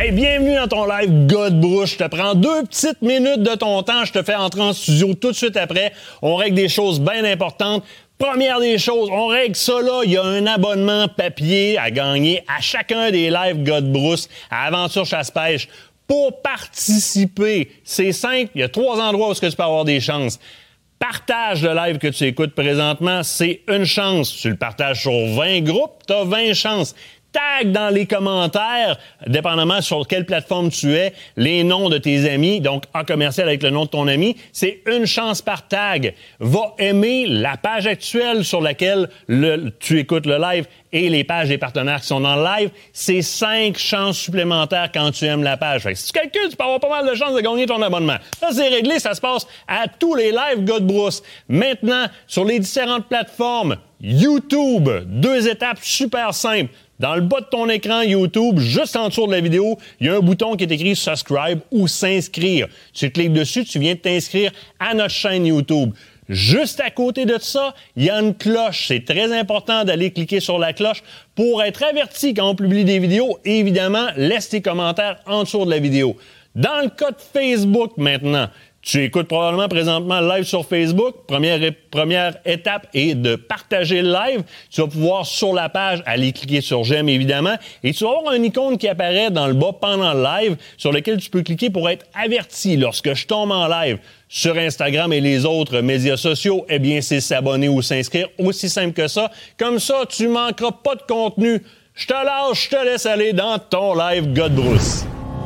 Hey, bienvenue dans ton live Godbrousse. Je te prends 2 petites minutes de ton temps. Je te fais entrer en studio tout de suite après. On règle des choses bien importantes. Première des choses, on règle ça là. Il y a un abonnement papier à gagner à chacun des lives Godbrousse à Aventure Chasse-Pêche. Pour participer, c'est simple. Il y a 3 endroits où tu peux avoir des chances. Partage le live que tu écoutes présentement, c'est une chance. Tu le partages sur 20 groupes, tu as 20 chances. Tag dans les commentaires, dépendamment sur quelle plateforme tu es, les noms de tes amis, donc en commercial avec le nom de ton ami, c'est une chance par tag. Va aimer la page actuelle sur laquelle tu écoutes le live et les pages des partenaires qui sont dans le live, c'est 5 chances supplémentaires quand tu aimes la page. Fait que si tu calcules, tu peux avoir pas mal de chances de gagner ton abonnement. Ça, c'est réglé, ça se passe à tous les lives Godbrousse. Maintenant, sur les différentes plateformes, YouTube, 2 étapes super simples. Dans le bas de ton écran YouTube, juste en dessous de la vidéo, il y a un bouton qui est écrit « Subscribe » ou « S'inscrire ». Tu cliques dessus, tu viens de t'inscrire à notre chaîne YouTube. Juste à côté de ça, il y a une cloche. C'est très important d'aller cliquer sur la cloche pour être averti quand on publie des vidéos. Et évidemment, laisse tes commentaires en dessous de la vidéo. Dans le cas de Facebook maintenant, tu écoutes probablement présentement le live sur Facebook. Première étape est de partager le live. Tu vas pouvoir, sur la page, aller cliquer sur « J'aime » évidemment. Et tu vas avoir une icône qui apparaît dans le bas pendant le live sur lequel tu peux cliquer pour être averti lorsque je tombe en live. Sur Instagram et les autres médias sociaux, eh bien, c'est s'abonner ou s'inscrire. Aussi simple que ça. Comme ça, tu manqueras pas de contenu. Je te lâche, je te laisse aller dans ton live Godbrousse.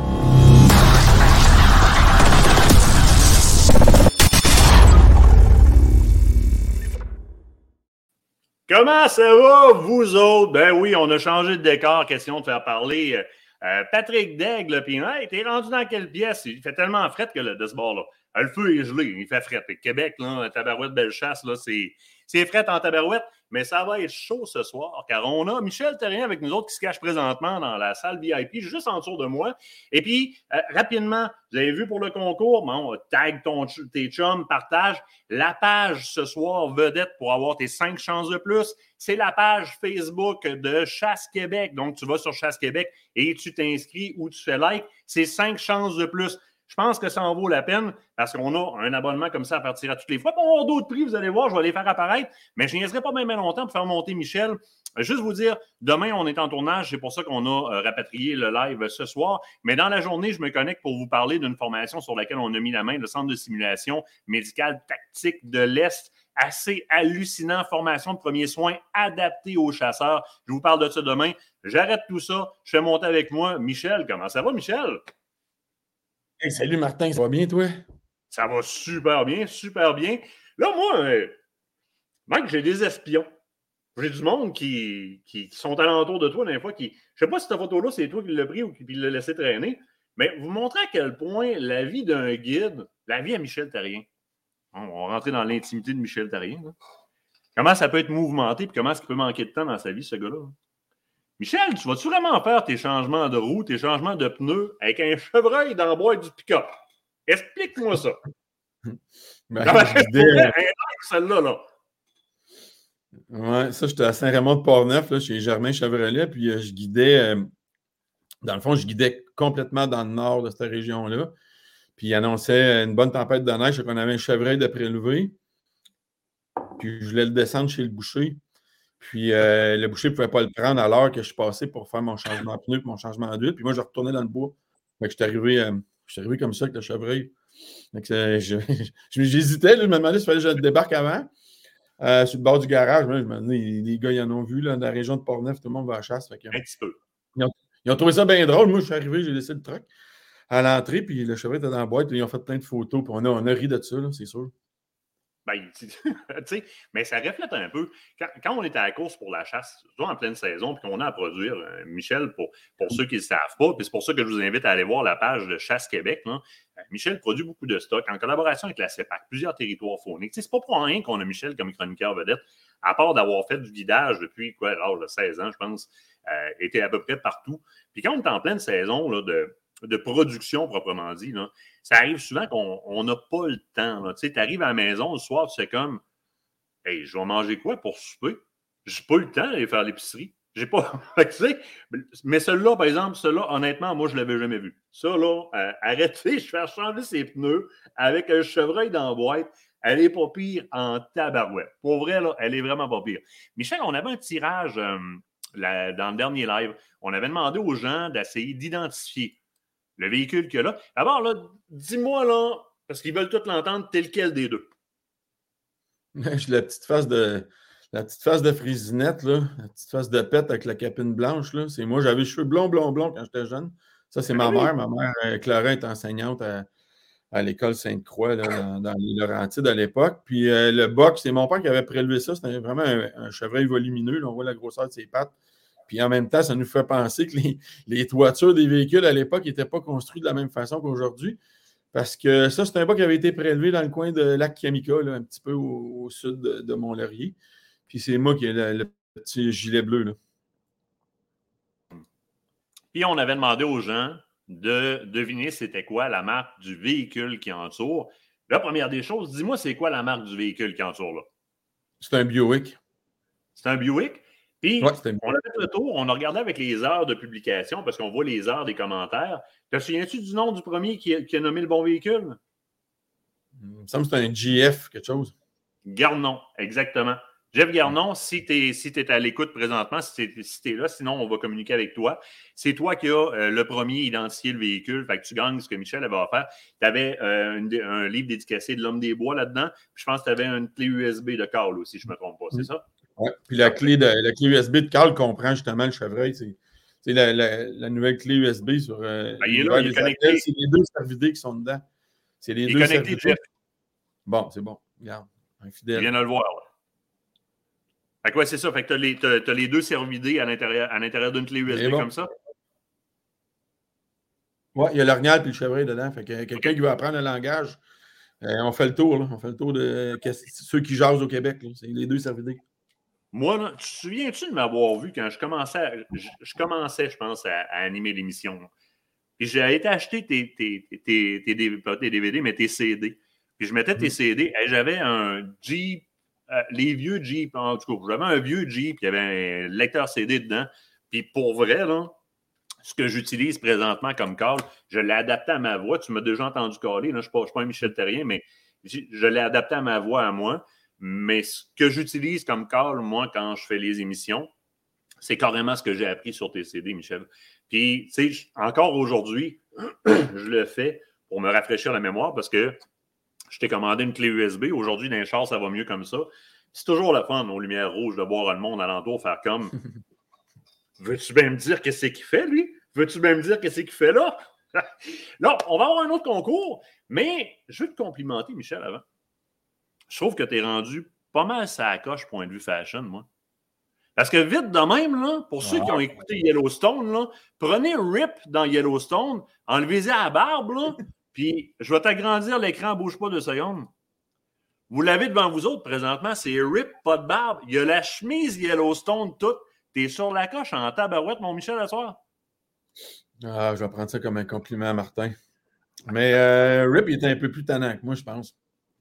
Comment ça va, vous autres? Ben oui, on a changé de décor. Question de faire parler Patrick Daigle. Puis, hey, t'es rendu dans quelle pièce? Il fait tellement fret que de ce bord-là. Le feu est gelé, il fait fret. Et Québec, là, tabarouette, belle chasse, là, c'est fret en tabarouette. Mais ça va être chaud ce soir, car on a Michel Therrien avec nous autres qui se cache présentement dans la salle VIP, juste en dessous de moi. Et puis, rapidement, vous avez vu pour le concours, bon, tag tes chums, partage. La page ce soir, vedette pour avoir tes 5 chances de plus, c'est la page Facebook de Chasse Québec. Donc, tu vas sur Chasse Québec et tu t'inscris ou tu fais like. C'est 5 chances de plus. Je pense que ça en vaut la peine parce qu'on a un abonnement comme ça à partir à toutes les fois. On va avoir d'autres prix, vous allez voir, je vais les faire apparaître. Mais je n'y laisserai pas même longtemps pour faire monter Michel. Juste vous dire, demain, on est en tournage. C'est pour ça qu'on a rapatrié le live ce soir. Mais dans la journée, je me connecte pour vous parler d'une formation sur laquelle on a mis la main, le Centre de simulation médicale tactique de l'Est. Assez hallucinant, formation de premiers soins adaptée aux chasseurs. Je vous parle de ça demain. J'arrête tout ça. Je fais monter avec moi Michel. Comment ça va, Michel? Hey, salut Martin, ça va bien toi? Ça va super bien, super bien. Là, moi, mec, j'ai des espions. J'ai du monde qui sont alentour de toi des fois. Je sais pas si cette photo-là, c'est toi qui l'as pris ou qui l'a laissé traîner, mais vous montrez à quel point la vie d'un guide, la vie à Michel Therrien, on va rentrer dans l'intimité de Michel Therrien, là. Comment ça peut être mouvementé et comment est-ce qu'il peut manquer de temps dans sa vie, ce gars-là? Michel, tu vas-tu vraiment faire tes changements de roue, tes changements de pneus avec un chevreuil dans la boîte du pick-up? Explique-moi ça. Je guidais... celle-là, là. Ouais, ça, j'étais à Saint-Raymond-de-Port-Neuf, là, chez Germain Chevrolet, puis je guidais, dans le fond, je guidais complètement dans le nord de cette région-là. Puis il annonçait une bonne tempête de neige, qu'on avait un chevreuil de prélevé. Puis je voulais le descendre chez le boucher. Puis le boucher ne pouvait pas le prendre à l'heure que je suis passé pour faire mon changement de pneu et mon changement d'huile. Puis moi, je retournais dans le bois. Fait que je suis arrivé comme ça avec le chevreuil. J'hésitais, je me demandais s'il fallait que je débarque avant. Sur le bord du garage, je me disais, les gars, ils en ont vu là, dans la région de Port-Neuf, tout le monde va à la chasse. Fait que, un petit peu. Ils ont trouvé ça bien drôle. Moi, je suis arrivé, j'ai laissé le truck à l'entrée, puis le chevreuil était dans la boîte, puis ils ont fait plein de photos, puis on a ri de ça, là, c'est sûr. Ben, tu sais, mais ça reflète un peu. Quand on est à la course pour la chasse, surtout en pleine saison, puis qu'on a à produire, Michel, pour ceux qui ne le savent pas, puis c'est pour ça que je vous invite à aller voir la page de Chasse Québec, là. Michel produit beaucoup de stocks en collaboration avec la CEPAC, plusieurs territoires fauniques. C'est pas pour rien qu'on a Michel comme chroniqueur vedette, à part d'avoir fait du guidage depuis l'âge de 16 ans, je pense, était à peu près partout. Puis quand on est en pleine saison là, de production proprement dit, là, ça arrive souvent qu'on n'a pas le temps. Tu arrives à la maison le soir, tu sais comme « Hey, je vais manger quoi pour souper? J'ai pas eu le temps d'aller faire l'épicerie. J'ai pas. Tu sais, mais celui-là, par exemple, honnêtement, moi, je ne l'avais jamais vu. Ça, là, arrêtez, je fais changer ses pneus avec un chevreuil dans la boîte. Elle n'est pas pire en tabarouette. Pour vrai, là, elle est vraiment pas pire. Michel, on avait un tirage dans le dernier live. On avait demandé aux gens d'essayer d'identifier le véhicule qu'il y a là. D'abord, là, dis-moi, là, parce qu'ils veulent tous l'entendre, t'es lequel des deux? J'ai la petite face de Frisinette, là, la petite face de pète avec la capine blanche. Là. C'est moi, j'avais les cheveux blonds quand j'étais jeune. Ça, c'est ma mère. Ma mère, Clara, est enseignante à l'école Sainte-Croix dans les Laurentides à l'époque. Puis le boc, c'est mon père qui avait prélevé ça. C'était vraiment un chevreuil volumineux. Là. On voit la grosseur de ses pattes. Puis en même temps, ça nous fait penser que les toitures des véhicules à l'époque n'étaient pas construites de la même façon qu'aujourd'hui. Parce que ça, c'est un boc qui avait été prélevé dans le coin de Lac-Kiamika, là, un petit peu au sud de Mont-Laurier. Puis c'est moi qui ai le petit gilet bleu. Là. Puis on avait demandé aux gens de deviner c'était quoi la marque du véhicule qui entoure. La première des choses, dis-moi c'est quoi la marque du véhicule qui entoure là? C'est un Buick. C'est un Buick. Puis Ouais, on a fait le tour, on a regardé avec les heures de publication parce qu'on voit les heures des commentaires. Te souviens-tu du nom du premier qui a nommé le bon véhicule? Il me semble que c'est un GF, quelque chose. Garnon, exactement. Jeff Garnon, si tu es à l'écoute présentement, si tu es là, sinon on va communiquer avec toi. C'est toi qui as le premier identifié le véhicule. Fait que tu gagnes ce que Michel avait offert. Tu avais un livre dédicacé de l'Homme des Bois là-dedans. Puis je pense que tu avais une clé USB de Carl aussi, si je ne me trompe pas. C'est ça? Oui. Puis la clé USB de Carl comprend justement le chevreuil. C'est la nouvelle clé USB sur il est là, il est connecté. C'est les deux cervidés qui sont dedans. C'est les deux connecté, cervidés. Jeff. Bon, c'est bon. Regarde, un fidèle. Je viens de le voir. Là. Fait que ouais, c'est ça. Fait que tu as les deux cervidés à l'intérieur d'une clé USB comme ça. Oui, il y a l'orignal et le chevreuil dedans. Fait que quelqu'un qui veut apprendre le langage, on fait le tour. Là. On fait le tour de ceux qui jasent au Québec. Là. C'est les deux cervidés. Moi, là, tu te souviens-tu de m'avoir vu quand je commençais, je pense, à animer l'émission? Puis j'ai été acheter tes DVD, mais tes CD. Puis je mettais tes CD. Et j'avais un Jeep, les vieux Jeep, en tout cas, j'avais un vieux Jeep, il y avait un lecteur CD dedans. Puis pour vrai, là, ce que j'utilise présentement comme call, je l'ai adapté à ma voix. Tu m'as déjà entendu caller, là, je ne suis pas un Michel Terrien, mais je l'ai adapté à ma voix à moi. Mais ce que j'utilise comme call, moi, quand je fais les émissions, c'est carrément ce que j'ai appris sur tes CD, Michel. Puis, tu sais, encore aujourd'hui, je le fais pour me rafraîchir la mémoire parce que je t'ai commandé une clé USB. Aujourd'hui, dans les chars, ça va mieux comme ça. C'est toujours le fun, aux lumières rouges, de voir le monde alentour faire comme veux-tu bien me dire qu'est-ce qu'il fait, lui? Veux-tu bien me dire qu'est-ce qu'il fait là? Là, on va avoir un autre concours, mais je veux te complimenter, Michel, avant. Je trouve que tu es rendu pas mal ça à coche point de vue fashion, moi. Parce que vite de même, là, pour ceux qui ont écouté Yellowstone, là, prenez Rip dans Yellowstone, enlevez-y à la barbe, là, puis je vais t'agrandir l'écran, bouge pas 2 secondes. Vous l'avez devant vous autres présentement, c'est Rip, pas de barbe. Il y a la chemise Yellowstone toute. T'es sur la coche en tabarouette, mon Michel, à soir. Ah, je vais prendre ça comme un compliment à Martin. Mais Rip, il était un peu plus tannant que moi, je pense.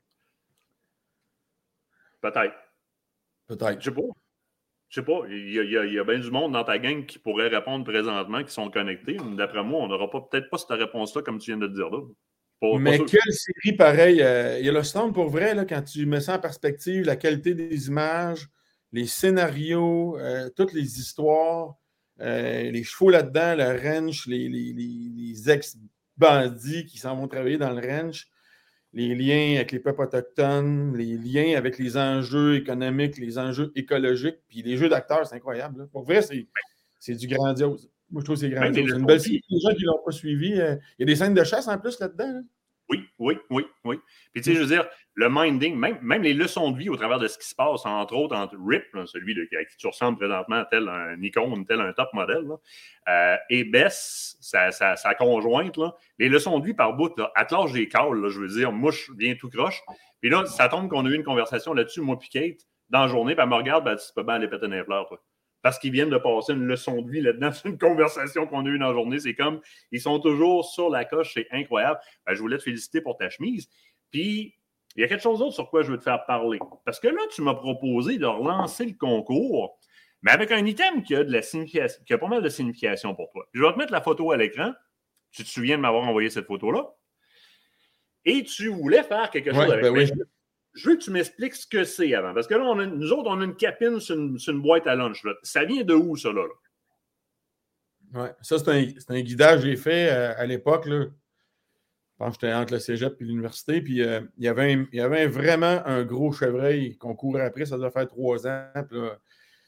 Peut-être. Je sais pas. Il y a bien du monde dans ta gang qui pourrait répondre présentement, qui sont connectés. D'après moi, on n'aura peut-être pas cette réponse-là, comme tu viens de le dire là. Mais quelle série pareille. Yellowstone, pour vrai, là, quand tu mets ça en perspective, la qualité des images, les scénarios, toutes les histoires, les chevaux là-dedans, le ranch, les ex-bandits qui s'en vont travailler dans le ranch, les liens avec les peuples autochtones, les liens avec les enjeux économiques, les enjeux écologiques, puis les jeux d'acteurs, c'est incroyable. Là. Pour vrai, c'est du grandiose. Moi, je trouve que c'est grandiose. C'est une belle série. Les gens qui ne l'ont pas suivi, il y a des scènes de chasse en plus là-dedans. Là. Oui. Puis, tu sais, je veux dire, le minding, même les leçons de vie au travers de ce qui se passe, entre autres, entre Rip, là, celui à qui tu ressembles présentement, tel un icône, tel un top modèle, là, et Bess, sa conjointe, là, les leçons de vie par bout, là, à l'âge des cales, là, je veux dire, moi, je viens tout croche. Puis là, ça tombe qu'on a eu une conversation là-dessus, moi puis Kate, dans la journée, puis elle me regarde, ben, tu peux bien aller péter dans les fleurs, toi. Parce qu'ils viennent de passer une leçon de vie là-dedans. C'est une conversation qu'on a eue dans la journée. C'est comme, ils sont toujours sur la coche. C'est incroyable. Ben, je voulais te féliciter pour ta chemise. Puis, il y a quelque chose d'autre sur quoi je veux te faire parler. Parce que là, tu m'as proposé de relancer le concours, mais avec un item qui a de la signification, qui a pas mal de signification pour toi. Je vais te mettre la photo à l'écran. Tu te souviens de m'avoir envoyé cette photo-là? Et tu voulais faire quelque chose avec. Ben oui. Je veux que tu m'expliques ce que c'est avant. Parce que là, nous autres, on a une capine sur une boîte à lunch. Là. Ça vient de où, ça, là? Oui, ça, c'est un guidage que j'ai fait à l'époque. Là. Je pense que j'étais entre le cégep et l'université. Puis il y avait vraiment un gros chevreuil qu'on courait après. Ça devait faire 3 ans. Puis là,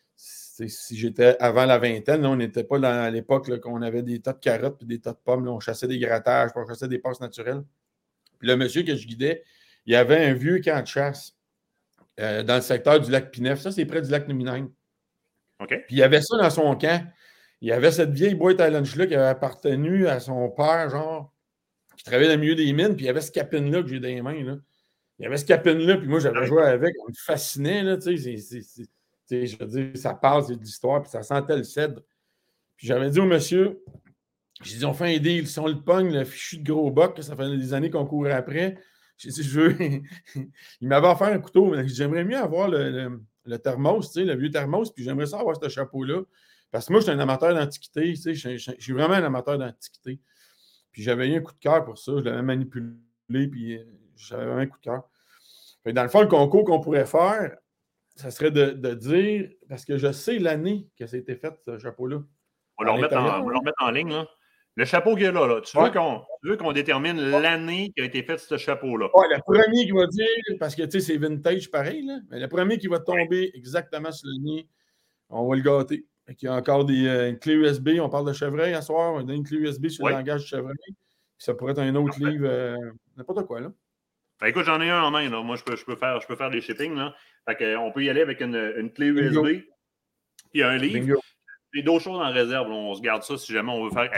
si j'étais avant la vingtaine, là, on n'était pas à l'époque là, qu'on avait des tas de carottes et des tas de pommes. Là, on chassait des grattages, on chassait des passes naturelles. Puis le monsieur que je guidais, il y avait un vieux camp de chasse dans le secteur du lac Pinef. Ça, c'est près du lac Nominine. OK. Puis il y avait ça dans son camp. Il y avait cette vieille boîte à lunch-là qui avait appartenu à son père, genre, qui travaillait dans le milieu des mines. Puis il y avait ce capine-là que j'ai dans les mains. Là. Il y avait ce capine-là, puis moi, j'avais joué avec. On me fascinait. Là, je veux dire, ça passe, c'est de l'histoire, puis ça sentait le cèdre. Puis j'avais dit au monsieur, j'ai dit, on fait un deal. Si on le pogne, le fichu de gros boc, ça fait des années qu'on courait après. J'ai dit, je veux. Il m'avait offert un couteau, mais j'aimerais mieux avoir le thermos, le vieux thermos, puis j'aimerais ça avoir ce chapeau-là. Parce que moi, je suis un amateur d'antiquité, je suis vraiment un amateur d'antiquité. Puis j'avais eu un coup de cœur pour ça, je l'avais manipulé, puis j'avais vraiment un coup de cœur. Fait que dans le fond, le concours qu'on pourrait faire, ça serait de dire, parce que je sais l'année que ça a été fait, ce chapeau-là. On va le remettre en ligne, là. Le chapeau qu'il y a là. Tu veux qu'on détermine l'année qui a été fait ce chapeau-là? Oui, le premier qui va dire, parce que tu sais, c'est vintage pareil, là, mais le premier qui va tomber exactement sur l'année, on va le gâter. Il y a encore une clé USB, on parle de chevreuil à soir, on a une clé USB sur le langage du chevreuil. Puis ça pourrait être un autre livre, n'importe quoi, là. Ben écoute, j'en ai un en main, là. Moi, je peux faire des shippings, là. Fait qu'on peut y aller avec une clé USB, puis un livre. Bingo. J'ai d'autres choses en réserve, là. On se garde ça si jamais on veut faire.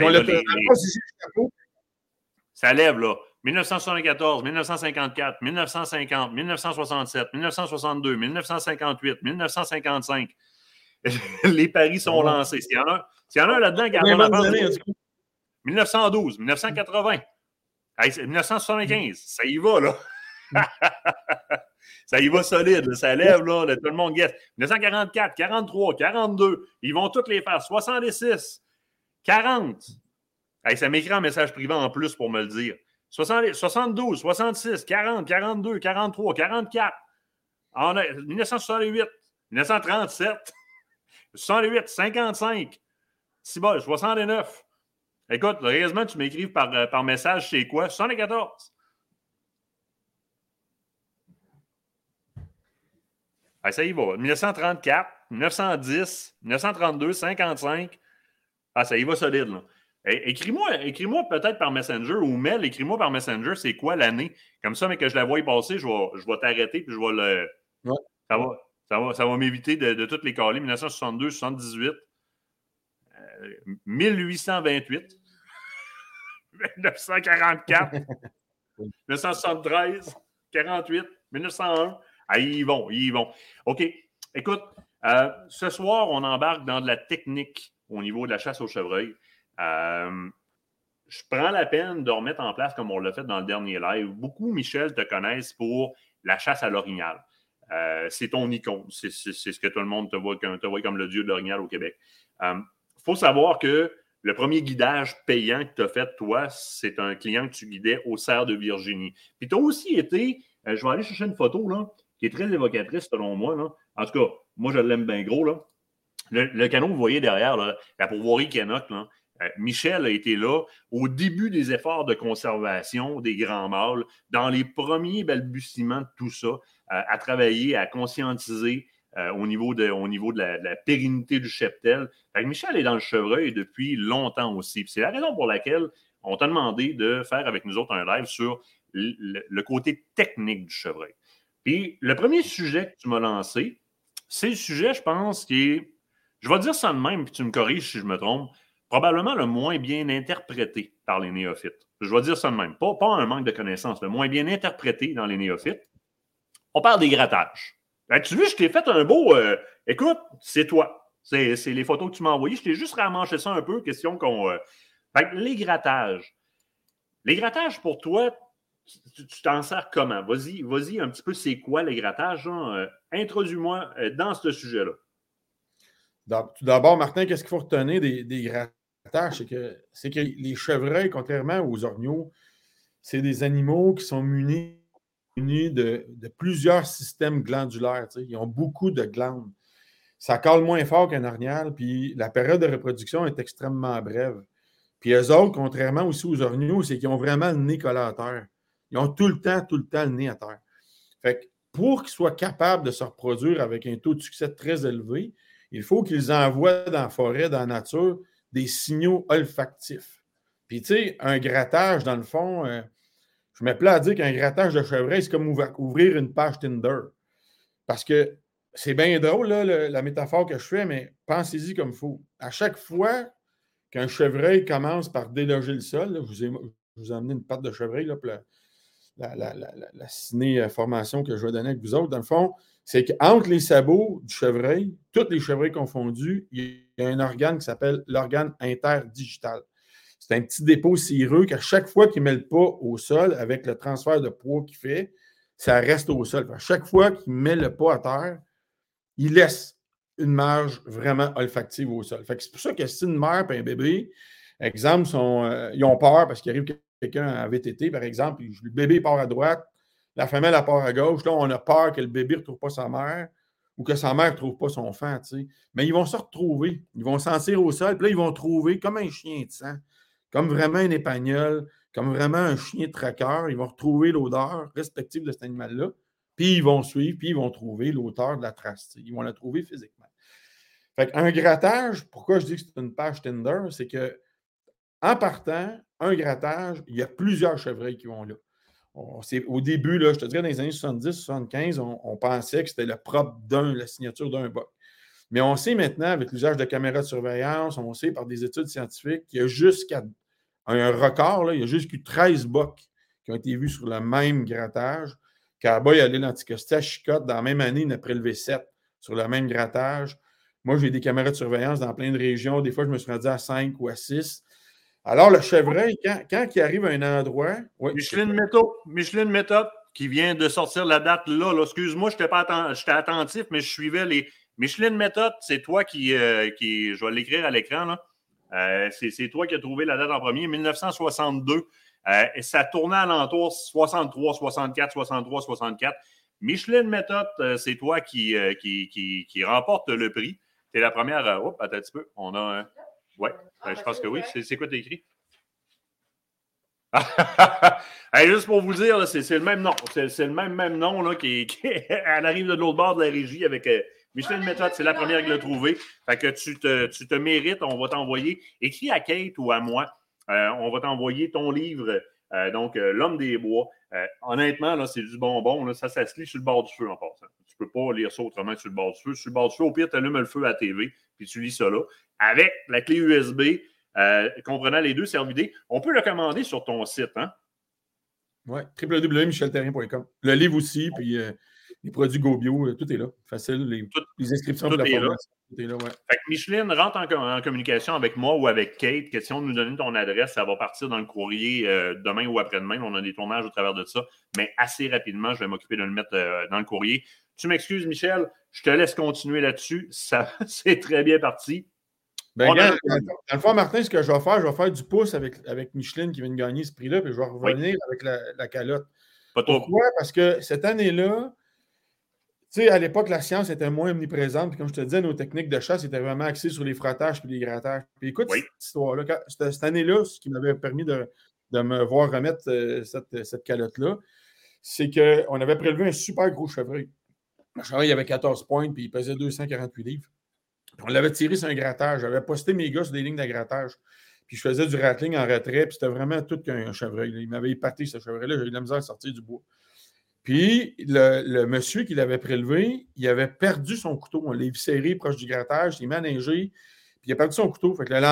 Ça lève, là. 1974, 1954, 1950, 1967, 1962, 1958, 1955. Les paris sont lancés. S'il y en a un là-dedans, gardons la part. 1912, 1980, 1975, ça y va, là. Ça y va solide, là. Ça lève, là, tout le monde guette. 1944, 43, 42, ils vont toutes les faire. 66, 40. Hey, ça m'écrit en message privé en plus pour me le dire. 72, 66, 40, 42, 43, 44. 1968, 1937, 68, 55, 69. Écoute, heureusement, tu m'écrives par message, c'est quoi? 74. Ah, ça y va. 1934, 1910, 1932, 55. Ah, ça y va solide, là. Écris-moi peut-être par Messenger ou mail, écris-moi par Messenger, c'est quoi l'année? Comme ça, mais que je la voie passer, je vais t'arrêter puis je vais le. Ouais. Ça va m'éviter de toutes les caler. 1962, 78, 1828, 1944, 1973, 48, 1901. Ah, ils y vont. OK. Écoute, ce soir, on embarque dans de la technique au niveau de la chasse au chevreuil. Je prends la peine de remettre en place comme on l'a fait dans le dernier live. Beaucoup, Michel, te connaissent pour la chasse à l'orignal. C'est ton icône. C'est ce que tout le monde te voit comme le dieu de l'orignal au Québec. Faut savoir que le premier guidage payant que tu as fait, toi, c'est un client que tu guidais au cerf de Virginie. Puis tu as aussi été, je vais aller chercher une photo là, qui est très évocatrice selon moi. Là. En tout cas, moi, je l'aime bien gros. Là. Le canot, vous voyez derrière, là, la pourvoirie Kennock, là, Michel a été là au début des efforts de conservation des grands mâles, dans les premiers balbutiements de tout ça, à travailler, à conscientiser au niveau de la pérennité du cheptel. Fait que Michel est dans le chevreuil depuis longtemps aussi. Puis c'est la raison pour laquelle on t'a demandé de faire avec nous autres un live sur le côté technique du chevreuil. Puis le premier sujet que tu m'as lancé, c'est le sujet, je pense, qui est, je vais dire ça de même, puis tu me corriges si je me trompe, probablement le moins bien interprété par les néophytes. Je vais dire ça de même. Pas un manque de connaissances, le moins bien interprété dans les néophytes. On parle des grattages. Ben, tu vois, je t'ai fait un beau... écoute, c'est toi. C'est les photos que tu m'as envoyées. Je t'ai juste ramanché ça un peu, question qu'on... les grattages. Les grattages, pour toi, tu t'en sers comment? Vas-y un petit peu, c'est quoi les grattages? Introduis-moi dans ce sujet-là. Tout d'abord, Martin, qu'est-ce qu'il faut retenir des grattages? C'est que les chevreuils, contrairement aux orgnaux, c'est des animaux qui sont munis de plusieurs systèmes glandulaires. Ils ont beaucoup de glandes. Ça cale moins fort qu'un orignal, puis la période de reproduction est extrêmement brève. Puis eux autres, contrairement aussi aux orgnaux, c'est qu'ils ont vraiment le nez collé à terre. Ils ont tout le temps le nez à terre. Fait que pour qu'ils soient capables de se reproduire avec un taux de succès très élevé, il faut qu'ils envoient dans la forêt, dans la nature, des signaux olfactifs. Puis, tu sais, un grattage, dans le fond, je me plais à dire qu'un grattage de chevreuil, c'est comme ouvrir une page Tinder. Parce que c'est bien drôle, là, la métaphore que je fais, mais pensez-y comme il faut. À chaque fois qu'un chevreuil commence par déloger le sol, là, je vous ai amené une patte de chevreuil là, pour la ciné-formation que je vais donner avec vous autres. Dans le fond, c'est qu'entre les sabots du chevreuil, tous les chevreuils confondus, il y a un organe qui s'appelle l'organe interdigital. C'est un petit dépôt cireux qu'à chaque fois qu'il met le pas au sol, avec le transfert de poids qu'il fait, ça reste au sol. À chaque fois qu'il met le pas à terre, il laisse une marge vraiment olfactive au sol. C'est pour ça que si une mère et un bébé, exemple, ils ont peur parce qu'il arrive quelqu'un à VTT, par exemple, le bébé part à droite, la femelle elle part à gauche, là, on a peur que le bébé ne retrouve pas sa mère ou que sa mère ne trouve pas son fan, tu sais. Mais ils vont se retrouver, ils vont sentir au sol, puis là, ils vont trouver comme un chien de sang, comme vraiment un épagnol, comme vraiment un chien de traqueur, ils vont retrouver l'odeur respective de cet animal-là, puis ils vont suivre, puis ils vont trouver l'auteur de la trace, tu sais. Ils vont la trouver physiquement. Fait qu'un grattage, pourquoi je dis que c'est une page Tinder, c'est que en partant, un grattage, il y a plusieurs chevreuils qui vont là. Au début, là, je te dirais, dans les années 70-75, on pensait que c'était le propre la signature d'un boc. Mais on sait maintenant, avec l'usage de caméras de surveillance, on sait par des études scientifiques qu'il y a jusqu'à un record, là, il y a jusqu'à 13 bocs qui ont été vus sur le même grattage. Cowboy allait l'Anticosti à Chicotte, dans la même année, il en a prélevé 7 sur le même grattage. Moi, j'ai des caméras de surveillance dans plein de régions. Des fois, je me suis rendu à 5 ou à 6. Alors, le chevreuil, quand il arrive à un endroit... Oui, Micheline Méthode, qui vient de sortir la date là. Excuse-moi, j'étais attentif, mais je suivais les... Micheline Méthode, c'est toi qui... Je vais l'écrire à l'écran, là. C'est toi qui as trouvé la date en premier, 1962. Et ça tournait à l'entour 63, 64, 63, 64. Micheline Méthode, c'est toi qui remporte le prix. C'est la première... attends un petit peu. On a... Oui, je pense que oui. C'est quoi t'écris? Hey, juste pour vous dire, c'est le même nom. C'est le même nom là, elle arrive de l'autre bord de la régie avec Micheline Méthode. C'est la première qui l'a trouvé. Fait que tu te mérites. On va t'envoyer. Écris à Kate ou à moi. On va t'envoyer ton livre. Donc, L'Homme des Bois. Honnêtement, là, c'est du bonbon. Là, ça se lit sur le bord du feu en passant. Tu ne peux pas lire ça autrement que sur le bord du feu. Sur le bord du feu, au pire, tu allumes le feu à la TV, puis tu lis ça là. Avec la clé USB, comprenant les deux cervidés. On peut le commander sur ton site, hein? Oui, www.michelterrien.com. Le livre aussi, puis les produits GoBio, tout est là. Facile, les inscriptions pour la formation. Tout est là, ouais. Fait que Micheline, rentre en communication avec moi ou avec Kate. Question de nous donner ton adresse. Ça va partir dans le courrier demain ou après-demain. On a des tournages au travers de ça. Mais assez rapidement, je vais m'occuper de le mettre dans le courrier. Tu m'excuses, Michel. Je te laisse continuer là-dessus. Ça, c'est très bien parti. Ben, dans le fond, Martin, ce que je vais faire du pouce avec Micheline qui vient de gagner ce prix-là, puis je vais revenir avec la calotte. Pourquoi? Parce que cette année-là, tu sais, à l'époque, la science était moins omniprésente. Puis comme je te disais, nos techniques de chasse étaient vraiment axées sur les frottages et les grattages. Puis écoute, cette histoire-là, cette année-là, ce qui m'avait permis de me voir remettre cette calotte-là, c'est qu'on avait prélevé un super gros chevreuil. Le chevreuil, il avait 14 points, puis il pesait 248 livres. On l'avait tiré sur un grattage. J'avais posté mes gars sur des lignes de grattage. Puis je faisais du rattling en retrait, puis c'était vraiment tout qu'un chevreuil. Il m'avait épaté, ce chevreuil-là. J'ai eu de la misère à sortir du bois. Puis le monsieur qui l'avait prélevé, il avait perdu son couteau. On l'a serré proche du grattage, il m'a neigé, puis il a perdu son couteau. Fait que le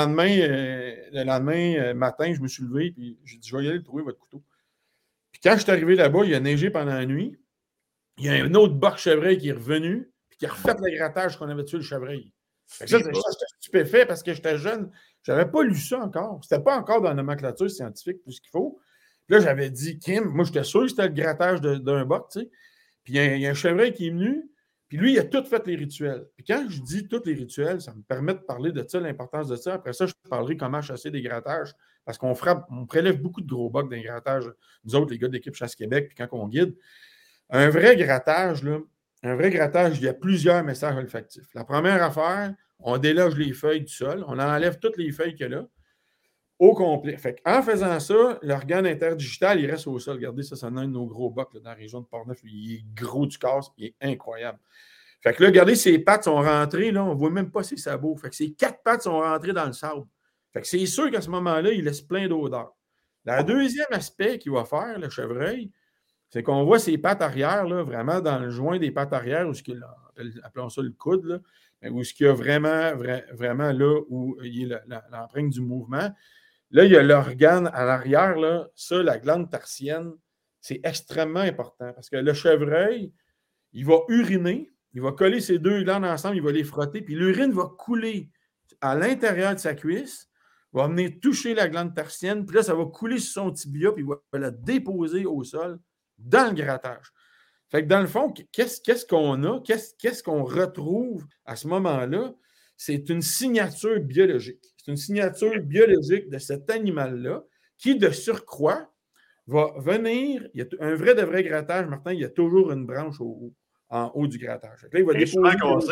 lendemain matin, je me suis levé, puis j'ai dit, je vais y aller trouver votre couteau. Puis quand je suis arrivé là-bas, il a neigé pendant la nuit. Il y a un autre boc chevreuil qui est revenu, puis qui a refait le grattage qu'on avait tué le chevreuil. J'étais stupéfait parce que j'étais jeune. Je n'avais pas lu ça encore. C'était pas encore dans la nomenclature scientifique tout ce qu'il faut. Puis là, j'avais dit, Kim, moi, j'étais sûr que c'était le grattage d'un boc, tu sais. Puis il y a un chevreuil qui est venu, Puis lui, il a tout fait les rituels. Puis quand je dis tous les rituels, ça me permet de parler de ça, l'importance de ça. Après ça, je parlerai comment chasser des grattages. Parce qu'on prélève beaucoup de gros bocs d'un grattage. Nous autres, les gars de l'équipe Chasse Québec, puis quand on guide. Un vrai grattage, il y a plusieurs messages olfactifs. La première affaire, on déloge les feuilles du sol. On enlève toutes les feuilles qu'il y a là, au complet. Fait en faisant ça, l'organe interdigital, il reste au sol. Regardez, ça en a un de nos gros bocs là, dans la région de Portneuf. Il est gros du casse, il est incroyable. Fait que là, regardez, ses pattes sont rentrées, là, on ne voit même pas ses sabots. Fait que ses 4 pattes sont rentrées dans le sable. Fait que c'est sûr qu'à ce moment-là, il laisse plein d'odeurs. Le deuxième aspect qu'il va faire, le chevreuil, c'est qu'on voit ses pattes arrière, là, vraiment dans le joint des pattes arrière, où appelons ça le coude, là, où il y a vraiment là où il y a l'empreinte du mouvement. Là, il y a l'organe à l'arrière, là, ça, la glande tarsienne, c'est extrêmement important parce que le chevreuil, il va uriner, il va coller ces deux glandes ensemble, il va les frotter, puis l'urine va couler à l'intérieur de sa cuisse, va venir toucher la glande tarsienne, puis là, ça va couler sur son tibia, puis il va la déposer au sol dans le grattage. Fait que dans le fond, qu'est-ce qu'on a? Qu'est-ce qu'on retrouve à ce moment-là? C'est une signature biologique. C'est une signature biologique de cet animal-là qui, de surcroît, va venir. Il y a un vrai de vrai grattage, Martin, il y a toujours une branche en haut du grattage. Là, il va déposer.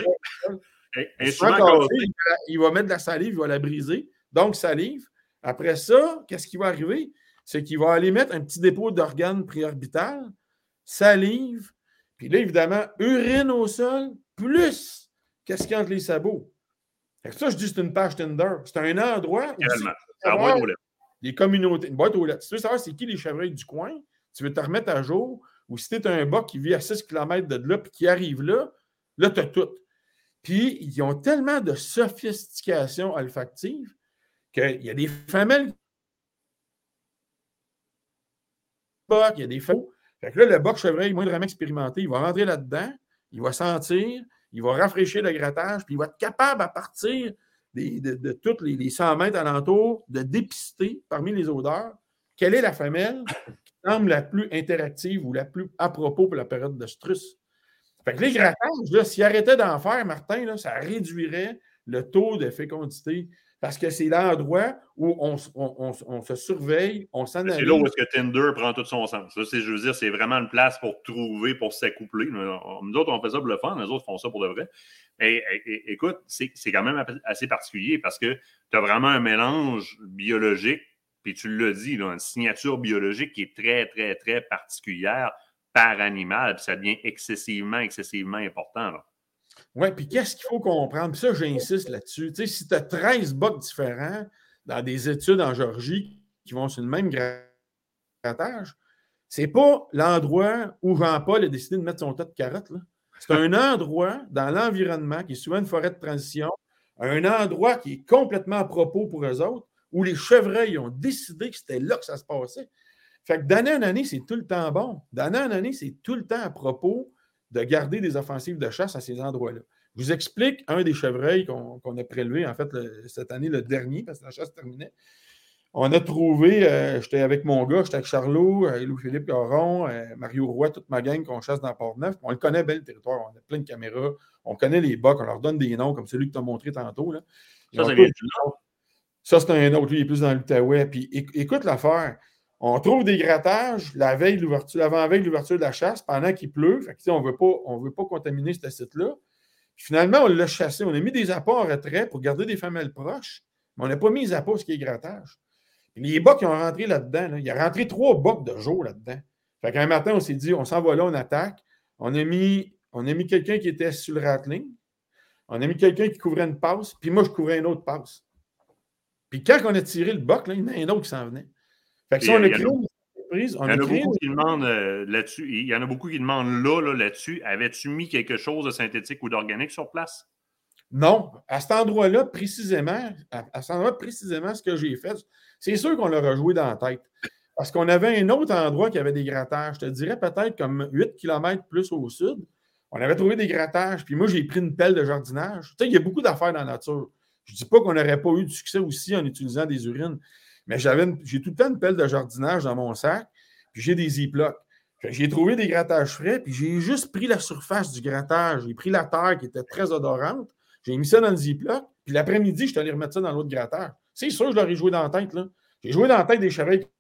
Il va mettre de la salive, il va la briser. Donc, salive. Après ça, qu'est-ce qui va arriver? C'est qu'il va aller mettre un petit dépôt d'organes préorbital, salive, puis là, évidemment, urine au sol, plus qu'est-ce qu'il y a entre les sabots. Fait que ça, je dis c'est une page Tinder. C'est un endroit où les communautés, une boîte aux lettres. Si tu veux savoir c'est qui les chevreuils du coin, tu veux te remettre à jour, ou si tu es un boc qui vit à 6 km de là, puis qui arrive là, là, tu as tout. Puis, ils ont tellement de sophistication olfactive qu'il y a des femelles il y a des faux. Fait que là, le boc chevreuil, moindrement expérimenté, il va rentrer là-dedans, il va sentir, il va rafraîchir le grattage, puis il va être capable, à partir de tous les 100 mètres alentours, de dépister parmi les odeurs quelle est la femelle qui semble la plus interactive ou la plus à propos pour la période de stress. Fait que les grattages, s'ils arrêtaient d'en faire, Martin, là, ça réduirait le taux de fécondité. Parce que c'est l'endroit où on se surveille, on s'analyse. C'est là où est-ce que Tinder prend tout son sens. Ça, je veux dire, c'est vraiment une place pour trouver, pour s'accoupler. Nous autres, on fait ça pour le fun, les autres font ça pour de vrai. Mais écoute, c'est quand même assez particulier parce que tu as vraiment un mélange biologique, puis tu l'as dit, là, une signature biologique qui est très, très, très particulière par animal, puis ça devient excessivement important, là. Oui, puis qu'est-ce qu'il faut comprendre? Puis ça, j'insiste là-dessus. Tu sais, si tu as 13 bocs différents dans des études en Géorgie qui vont sur le même grattage, c'est pas l'endroit où Jean-Paul a décidé de mettre son tas de carottes, là. C'est un endroit dans l'environnement qui est souvent une forêt de transition, un endroit qui est complètement à propos pour eux autres, où les chevreuils ont décidé que c'était là que ça se passait. Fait que d'année en année, c'est tout le temps bon. D'année en année, c'est tout le temps à propos de garder des offensives de chasse à ces endroits-là. Je vous explique un des chevreuils qu'on a prélevé, en fait, cette année, le dernier, parce que la chasse terminait. On a trouvé, j'étais avec mon gars, j'étais avec Charlot, Louis-Philippe Caron, Mario Roy, toute ma gang qu'on chasse dans Port-Neuf. On le connaît bien, le territoire. On a plein de caméras. On connaît les bocs. On leur donne des noms, comme celui que tu as montré tantôt. Là. Ça vient du Nord. Ça, c'est un autre. Lui, il est plus dans l'Outaouais. Puis écoute l'affaire. On trouve des grattages l'avant-veille de l'ouverture de la chasse pendant qu'il pleut. Fait que, on ne veut pas contaminer ce site-là. Finalement, on l'a chassé. On a mis des appâts en retrait pour garder des femelles proches, mais on n'a pas mis les appâts ce qui est grattage. Puis les bocs qui ont rentré là-dedans, là, il a rentré 3 bocs de jour là-dedans. Fait qu'un matin, on s'est dit, on s'en va là, on attaque. On a mis quelqu'un qui était sur le rattling. On a mis quelqu'un qui couvrait une passe. Puis moi, je couvrais une autre passe. Puis quand on a tiré le boc, là, il y en a un autre qui s'en venait. Fait que ça, on a créé une surprise. Il y en a beaucoup qui demandent là-dessus. Il y en a beaucoup qui demandent là-dessus. Avais-tu mis quelque chose de synthétique ou d'organique sur place? Non. À cet endroit-là, précisément, ce que j'ai fait, c'est sûr qu'on l'a rejoué dans la tête. Parce qu'on avait un autre endroit qui avait des grattages. Je te dirais peut-être comme 8 km plus au sud. On avait trouvé des grattages. Puis moi, j'ai pris une pelle de jardinage. Tu sais, il y a beaucoup d'affaires dans la nature. Je ne dis pas qu'on n'aurait pas eu de succès aussi en utilisant des urines. Mais j'ai tout le temps une pelle de jardinage dans mon sac, puis j'ai des ziplocs. J'ai trouvé des grattages frais, puis j'ai juste pris la surface du grattage. J'ai pris la terre qui était très odorante, j'ai mis ça dans le Ziploc, puis l'après-midi, je suis allé remettre ça dans l'autre grattage. C'est sûr, je l'aurais joué dans la tête, là. J'ai joué dans la tête des chevreuils qu'il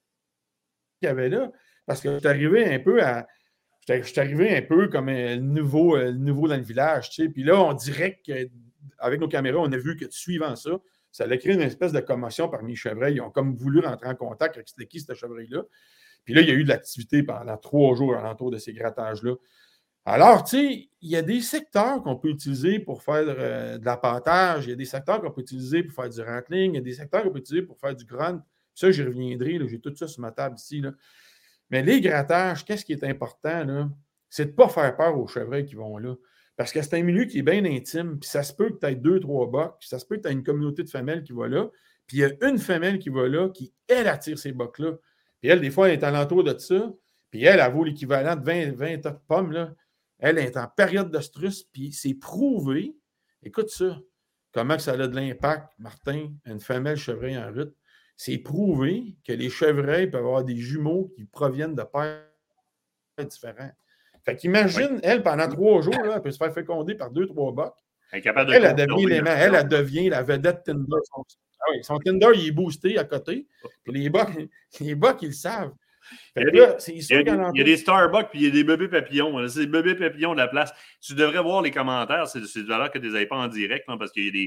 y avait là, parce que je suis arrivé un peu à. Je suis arrivé un peu comme le nouveau dans le village, tu sais. Puis là, on dirait qu'avec nos caméras, on a vu que suivant ça, ça a créé une espèce de commotion parmi les chevreuils. Ils ont comme voulu rentrer en contact avec c'était qui, ce chevreuil-là. Puis là, il y a eu de l'activité pendant 3 jours alentour de ces grattages-là. Alors, tu sais, il y a des secteurs qu'on peut utiliser pour faire de l'appâtage, il y a des secteurs qu'on peut utiliser pour faire du rattling, il y a des secteurs qu'on peut utiliser pour faire du grunt. Ça, j'y reviendrai, là, j'ai tout ça sur ma table ici, là. Mais les grattages, qu'est-ce qui est important, là? C'est de ne pas faire peur aux chevreuils qui vont là. Parce que c'est un milieu qui est bien intime, puis ça se peut que tu aies 2-3 bocs, puis ça se peut que tu aies une communauté de femelles qui va là, puis il y a une femelle qui va là, qui, elle, attire ces bocs-là. Puis elle, des fois, elle est alentour de ça, puis elle vaut l'équivalent de 20 tas de pommes, là. Elle est en période de stress, puis c'est prouvé, écoute ça, comment que ça a de l'impact, Martin, une femelle chevreuil en route. C'est prouvé que les chevreuils peuvent avoir des jumeaux qui proviennent de pères différents. Fait qu'imagine, elle, pendant 3 jours, là, elle peut se faire féconder par 2-3 bocs. Elle devient la vedette Tinder. Son Tinder, il est boosté à côté. Puis les bocs, ils le savent. Il y a des Starbucks puis il y a des bébés papillons. C'est des bébés papillons de la place. Tu devrais voir les commentaires. C'est de l'heure que tu ne les avais pas en direct, hein, parce qu'il y a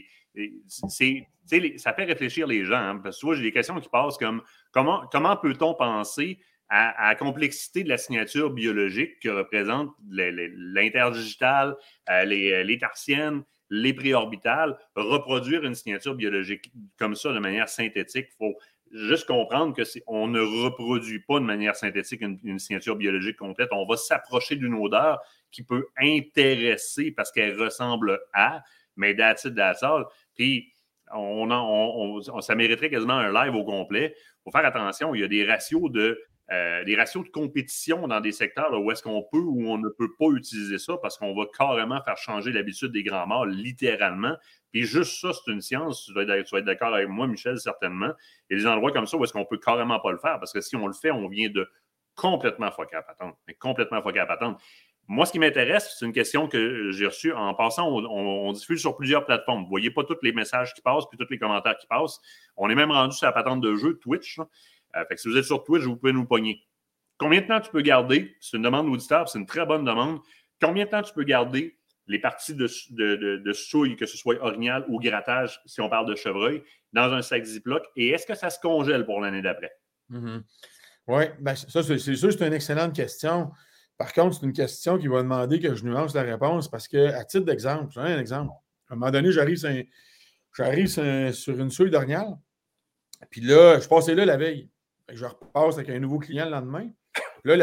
des. Ça fait réfléchir les gens. Hein, parce que tu vois, j'ai des questions qui passent comme comment peut-on penser à la complexité de la signature biologique que représente l'interdigital, les tarsiennes, les préorbitales, reproduire une signature biologique comme ça de manière synthétique. Il faut juste comprendre qu'on ne reproduit pas de manière synthétique une signature biologique complète. On va s'approcher d'une odeur qui peut intéresser parce qu'elle ressemble à, mais that's it, that's all. Puis, ça mériterait quasiment un live au complet. Il faut faire attention, il y a des ratios de compétition dans des secteurs là, où est-ce qu'on peut ou on ne peut pas utiliser ça parce qu'on va carrément faire changer l'habitude des grands mâles, littéralement. Puis juste ça, c'est une science. Tu vas être d'accord avec moi, Michel, certainement. Il y a des endroits comme ça où est-ce qu'on ne peut carrément pas le faire parce que si on le fait, on vient de complètement foquer à patente. Complètement foquer à patente. Moi, ce qui m'intéresse, c'est une question que j'ai reçue. En passant, on diffuse sur plusieurs plateformes. Vous ne voyez pas tous les messages qui passent puis tous les commentaires qui passent. On est même rendu sur la patente de jeu Twitch. Fait que si vous êtes sur Twitch, vous pouvez nous pogner. Combien de temps tu peux garder, c'est une demande auditeur, c'est une très bonne demande, combien de temps tu peux garder les parties de souille, que ce soit orignal ou grattage, si on parle de chevreuil, dans un sac Ziploc, et est-ce que ça se congèle pour l'année d'après? Mm-hmm. Oui, ben ça, c'est sûr, c'est une excellente question. Par contre, c'est une question qui va demander que je nuance la réponse parce que, à titre d'exemple, je donne un exemple. À un moment donné, j'arrive sur une souille d'orignal, puis là, je passais là la veille. Je repasse avec un nouveau client le lendemain. Là,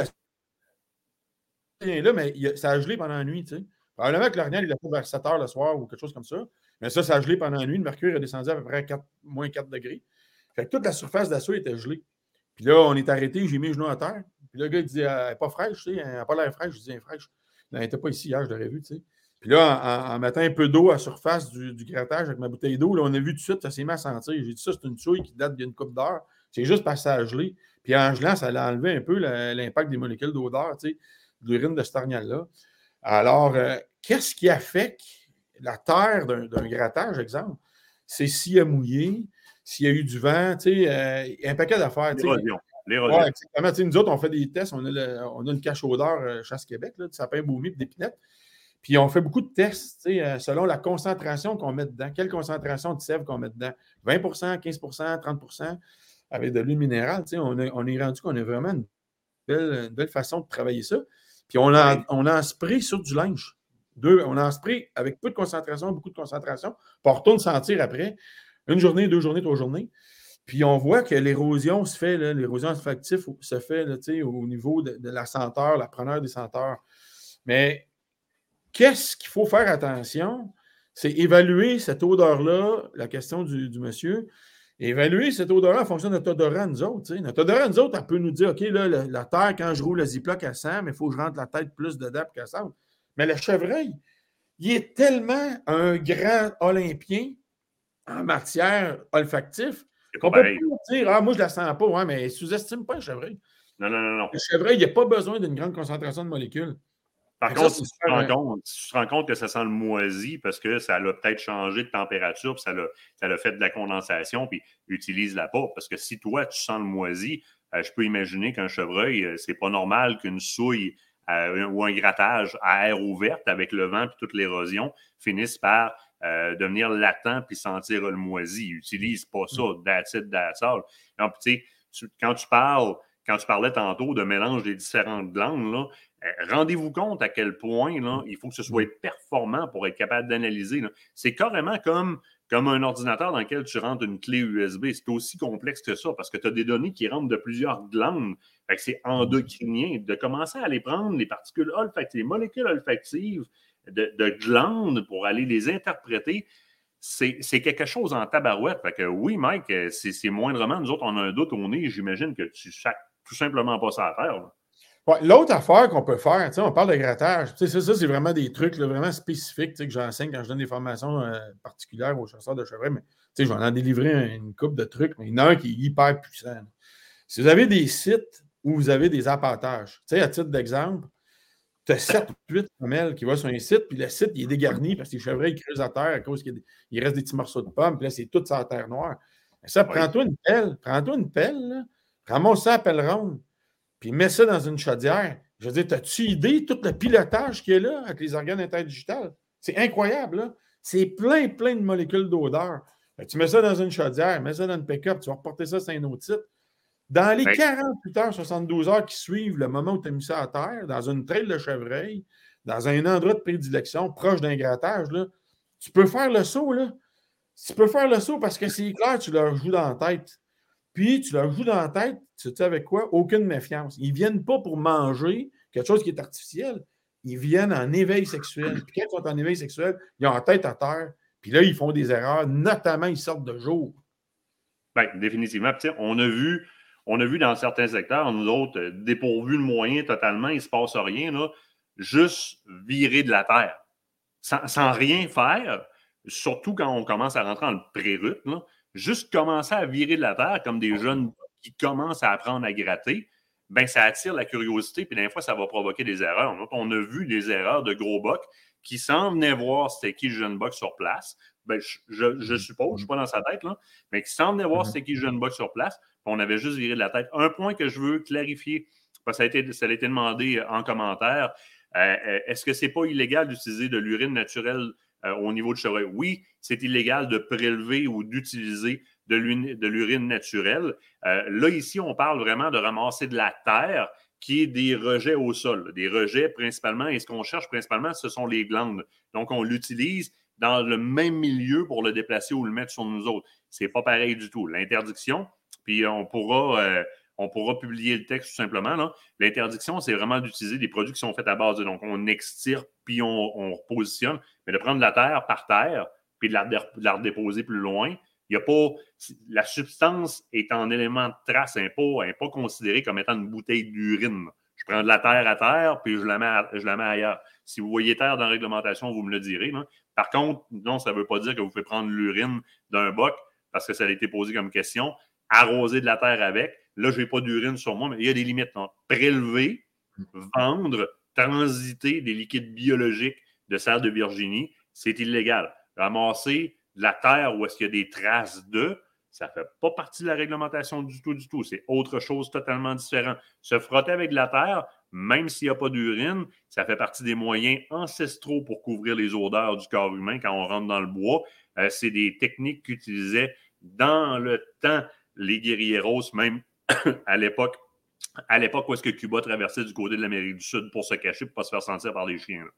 là, mais ça a gelé pendant la nuit, tu sais. Probablement que l'orignal, il a fait vers 7 heures le soir ou quelque chose comme ça. Mais ça a gelé pendant la nuit. Le mercure est descendu à peu près à moins 4 degrés. Fait que toute la surface de la souille était gelée. Puis là, on est arrêté, j'ai mis les genoux à terre. Puis le gars, il dit, elle n'est pas fraîche, tu sais, elle n'a pas l'air fraîche. Je dis, elle est fraîche. Elle n'était pas ici hier, je l'aurais vu, tu sais. Puis là, en mettant un peu d'eau à la surface du grattage avec ma bouteille d'eau, là, on a vu tout de suite, ça s'est mis à sentir. J'ai dit, ça, c'est une souille qui date d'une couple d'heures. C'est juste parce que ça a gelé. Puis en gelant, ça a enlevé un peu l'impact des molécules d'odeur, tu sais, de l'urine de cet orignal-là. Alors, qu'est-ce qui affecte la terre d'un grattage, exemple? C'est s'il y a mouillé, s'il y a eu du vent, tu sais, un paquet d'affaires. L'érosion. Ouais, exactement. Nous autres, on fait des tests, on a une cache odeur Chasse Québec, là, de sapin baumier et d'épinette. Puis on fait beaucoup de tests, selon la concentration qu'on met dedans. Quelle concentration de sève qu'on met dedans? 20 15 30 avec de l'huile minérale. On est rendu qu'on a vraiment une belle façon de travailler ça. Puis on en spray sur du linge. On en spray avec peu de concentration, beaucoup de concentration. Puis on retourne sentir après. 1 journée, 2 journées, 3 journées. Puis on voit que l'érosion se fait, là, l'érosion olfactive se fait là, au niveau de la senteur, la preneur des senteurs. Mais qu'est-ce qu'il faut faire attention? C'est évaluer cette odeur-là, la question du monsieur, évaluer cette odeur-là en fonction de notre odorant, nous autres. Notre odorant, nous autres, elle peut nous dire, OK, là, la terre, quand je roule le Ziploc, elle sent, mais il faut que je rentre la tête plus dedans pour qu'elle sente. Mais le chevreuil, il est tellement un grand olympien en matière olfactive qu'on peut pas dire, moi, je la sens pas, ouais, mais sous-estime pas un chevreuil. Non. Le chevreuil, il n'y a pas besoin d'une grande concentration de molécules. Par contre, si tu te rends compte que ça sent le moisi parce que ça a peut-être changé de température, puis ça a fait de la condensation, puis utilise-la pas. Parce que si toi, tu sens le moisi, je peux imaginer qu'un chevreuil, c'est pas normal qu'une souille ou un grattage à air ouverte avec le vent et toute l'érosion finisse par devenir latent puis sentir le moisi. Ils n'utilisent pas ça, d'acide, d'acide. Quand tu parlais tantôt de mélange des différentes glandes, là, rendez-vous compte à quel point là, il faut que ce soit performant pour être capable d'analyser. Là. C'est carrément comme un ordinateur dans lequel tu rentres une clé USB. C'est aussi complexe que ça parce que tu as des données qui rentrent de plusieurs glandes. Fait que c'est endocrinien. De commencer à aller prendre les particules olfactives, les molécules olfactives de glandes pour aller les interpréter, c'est quelque chose en tabarouette. Fait que oui, Mike, c'est moindrement. Nous autres, on a un doute au nez. J'imagine que tu sais tout simplement pas ça à faire. Là. Ouais, l'autre affaire qu'on peut faire, on parle de grattage. Ça, c'est vraiment des trucs là, vraiment spécifiques que j'enseigne quand je donne des formations particulières aux chasseurs de chevreuil. Mais je vais en délivrer une couple de trucs, mais il y en a un qui est hyper puissant. Là. Si vous avez des sites où vous avez des appâtages, à titre d'exemple, tu as 7 ou 8 femelles qui vont sur un site, puis le site il est dégarni parce que les chevreuils creusent à terre à cause qu'il reste des petits morceaux de pommes, puis là, c'est tout sur la terre noire. Et ça, prends-toi une pelle, là, ramasse ça à pelle ronde. Puis mets ça dans une chaudière. Je veux dire, as-tu idée tout le pilotage qu'il y a là avec les organes interdigitales? C'est incroyable, là. C'est plein de molécules d'odeur. Tu mets ça dans une chaudière, mets ça dans une pick-up, tu vas reporter ça sur un autre site. Dans les 48 heures, 72 heures qui suivent le moment où tu as mis ça à terre, dans une traîne de chevreuil, dans un endroit de prédilection, proche d'un grattage, là, tu peux faire le saut, là. Tu peux faire le saut parce que c'est clair, tu leur joues dans la tête. Puis, tu leur joues dans la tête, tu sais avec quoi? Aucune méfiance. Ils ne viennent pas pour manger quelque chose qui est artificiel. Ils viennent en éveil sexuel. Puis, quand ils sont en éveil sexuel, ils ont la tête à terre. Puis là, ils font des erreurs. Notamment, ils sortent de jour. Bien, définitivement. On a vu dans certains secteurs, nous autres, dépourvus de moyens totalement, il ne se passe rien. Là, juste virer de la terre. Sans rien faire, surtout quand on commence à rentrer en pré-rut, là, juste commencer à virer de la terre comme des jeunes qui commencent à apprendre à gratter, ben ça attire la curiosité, puis des fois, ça va provoquer des erreurs. Donc, on a vu des erreurs de gros bocs qui, sans venir voir c'était qui le jeune boc sur place, ben, je suppose, je ne suis pas dans sa tête, là, mais qui, sans venir voir c'était qui le jeune boc sur place, on avait juste viré de la tête. Un point que je veux clarifier, parce que ça a été demandé en commentaire, est-ce que c'est pas illégal d'utiliser de l'urine naturelle au niveau du chevreuil? Oui, c'est illégal de prélever ou d'utiliser de l'urine naturelle. Là, ici, on parle vraiment de ramasser de la terre qui est des rejets au sol. Des rejets principalement, et ce qu'on cherche principalement, ce sont les glandes. Donc, on l'utilise dans le même milieu pour le déplacer ou le mettre sur nous autres. C'est pas pareil du tout. L'interdiction, puis on pourra publier le texte tout simplement. Là. L'interdiction, c'est vraiment d'utiliser des produits qui sont faits à base de. Donc, on extirpe puis on repositionne. Mais de prendre la terre par terre puis de la redéposer plus loin, il y a pas. La substance est en élément de trace, elle n'est pas considérée comme étant une bouteille d'urine. Je prends de la terre à terre puis je la mets ailleurs. Si vous voyez terre dans la réglementation, vous me le direz. Là. Par contre, non, ça ne veut pas dire que vous pouvez prendre l'urine d'un boc parce que ça a été posé comme question, arroser de la terre avec. Là, je n'ai pas d'urine sur moi, mais il y a des limites. Donc, prélever, vendre, transiter des liquides biologiques de serre de Virginie, c'est illégal. Ramasser de la terre où est-ce qu'il y a des traces de, ça ne fait pas partie de la réglementation du tout. C'est autre chose totalement différent. Se frotter avec de la terre, même s'il n'y a pas d'urine, ça fait partie des moyens ancestraux pour couvrir les odeurs du corps humain quand on rentre dans le bois. C'est des techniques qu'utilisaient dans le temps les guerrieros, même à l'époque où est-ce que Cuba traversait du côté de l'Amérique du Sud pour se cacher, pour ne pas se faire sentir par les chiens.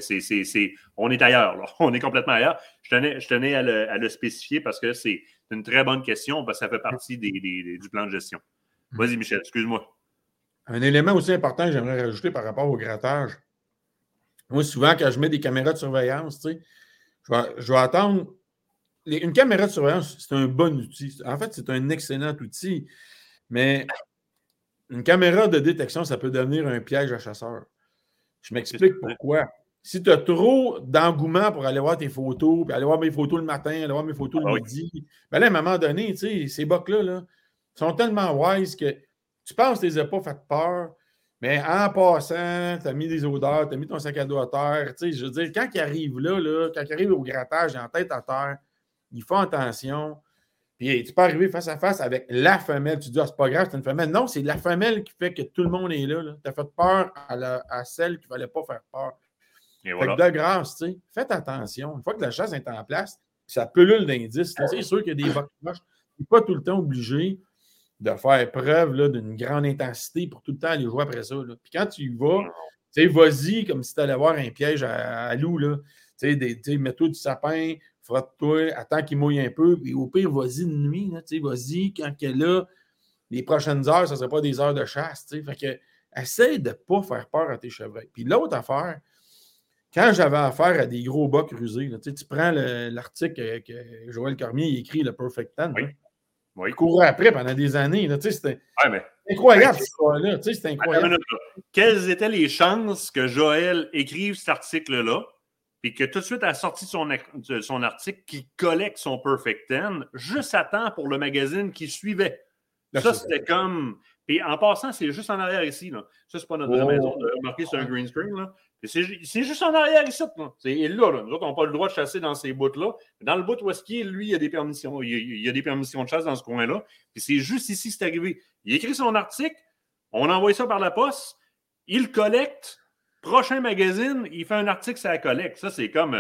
On est ailleurs. Là. On est complètement ailleurs. Je tenais à le spécifier parce que c'est une très bonne question, parce que ça fait partie du plan de gestion. Vas-y, Michel, excuse-moi. Un élément aussi important que j'aimerais rajouter par rapport au grattage. Moi, souvent, quand je mets des caméras de surveillance, je vais attendre. Une caméra de surveillance, c'est un bon outil. En fait, c'est un excellent outil. Mais une caméra de détection, ça peut devenir un piège à chasseurs. Je m'explique pourquoi. Si tu as trop d'engouement pour aller voir tes photos, puis aller voir mes photos le matin, aller voir mes photos le midi, ben là, à un moment donné, ces bocs-là là, sont tellement wise que Tu penses que tu les as pas fait peur, mais en passant, tu as mis des odeurs, tu as mis ton sac à dos à terre. Tu sais, je veux dire, quand ils arrivent là, quand ils arrivent au grattage, en tête à terre, ils font attention. Puis tu peux arriver face à face avec la femelle. Tu te dis, ah, c'est pas grave, c'est une femelle. Non, c'est la femelle qui fait que tout le monde est là. Tu as fait peur à celle qu'il ne fallait pas faire peur. Et fait voilà. que de grâce, tu sais, faites attention. Une fois que la chasse est en place, ça pullule d'indices. C'est sûr qu'il y a des bocs proches. Tu n'es pas tout le temps obligé de faire preuve là, d'une grande intensité pour tout le temps aller jouer après ça. Là. Puis quand tu y vas, tu sais, vas-y comme si tu allais voir un piège à loup. Là. Tu sais, mets-toi du sapin, frotte-toi, attends qu'il mouille un peu, puis au pire, vas-y de nuit. Là, vas-y quand elle est là, les prochaines heures, ça ne sera pas des heures de chasse. T'sais. Fait que essaye de ne pas faire peur à tes chevreuils. Puis l'autre affaire, quand j'avais affaire à des gros bocs rusés, là, tu prends l'article que Joël Cormier écrit, le Perfect Ten. Oui. Là, oui. il courait après pendant des années. Là, c'était mais... incroyable, cette histoire-là. C'était incroyable. Quelles étaient les chances que Joël écrive cet article-là, puis que tout de suite, à la sortie de son article, qu'il collecte son Perfect Ten juste à temps pour le magazine qui suivait? Là, ça, c'était comme... Puis en passant, c'est juste en arrière ici. Là. Ça, c'est pas notre vraie maison. De remarquer sur un green screen. Là. C'est juste en arrière ici. Là. C'est là. Nous autres, on n'a pas le droit de chasser dans ces bouts-là. Dans le bout où est-ce qu'il est, lui, il y a des permissions. Il y a des permissions de chasse dans ce coin-là. Puis c'est juste ici, c'est arrivé. Il écrit son article. On envoie ça par la poste. Il le collecte. Prochain magazine, il fait un article sur la collecte. Ça, c'est comme...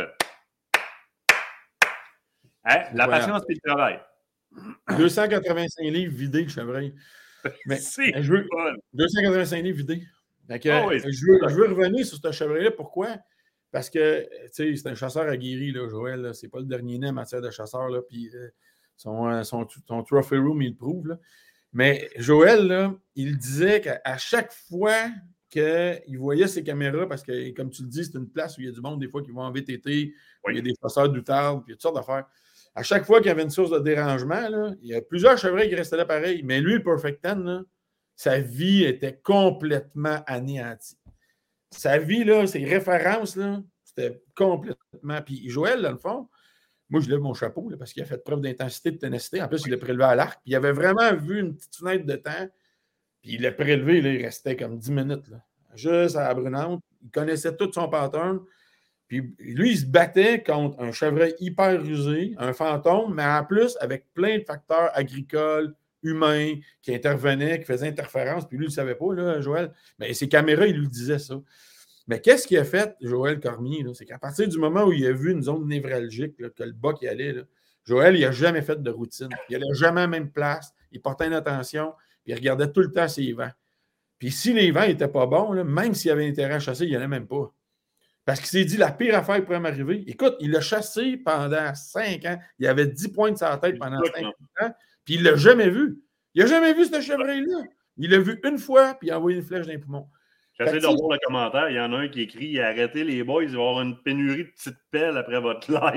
la patience et le travail. 285 livres vidés, le chevreuil. Mais, je veux 285 livres vidés. Donc, je veux revenir sur ce chevreuil-là. Pourquoi? Parce que, tu sais, c'est un chasseur aguerri, là, Joël. Là. C'est pas le dernier né en matière de chasseur. Là, puis son trophy room, il le prouve. Là. Mais Joël, là, il disait qu'à chaque fois qu'il voyait ses caméras, parce que, comme tu le dis, c'est une place où il y a du monde, des fois, qui vont en VTT, où il y a des chasseurs d'outarde, puis il y a toutes sortes d'affaires. À chaque fois qu'il y avait une source de dérangement, là, il y a plusieurs chevreuils qui restaient là pareil. Mais lui, le Perfect Ten, là, sa vie était complètement anéantie. Sa vie, là, ses références, là, c'était complètement... Puis Joël, dans le fond, moi, je lève mon chapeau là, parce qu'il a fait preuve d'intensité, de ténacité. En plus, il l'a prélevé à l'arc. Puis il avait vraiment vu une petite fenêtre de temps. Puis il l'a prélevé, là, il restait comme 10 minutes. Là, juste à la brunante. Il connaissait tout son pattern. Puis lui, il se battait contre un chevreuil hyper rusé, un fantôme, mais en plus, avec plein de facteurs agricoles, humains, qui intervenaient, qui faisaient interférence. Puis lui, il ne le savait pas, là, Joël. Mais ses caméras, il lui disaient ça. Mais qu'est-ce qu'il a fait, Joël Cormier? C'est qu'à partir du moment où il a vu une zone névralgique, là, que le bas qui allait, là, Joël, il n'a jamais fait de routine. Il n'allait jamais à la même place. Il portait une attention. Puis il regardait tout le temps ses vents. Puis si les vents n'étaient pas bons, là, même s'il avait intérêt à chasser, il n'y allait même pas. Parce qu'il s'est dit, la pire affaire pourrait m'arriver. Écoute, il l'a chassé pendant 5 ans. Il avait 10 points de sa tête pendant 5 ans. Puis il ne l'a jamais vu. Il n'a jamais vu ce chevreuil-là. Il l'a vu une fois, puis il a envoyé une flèche dans les poumons. J'essaie de revoir le commentaire. Il y en a un qui écrit « Arrêtez les boys, il va y avoir une pénurie de petites pelles après votre live. »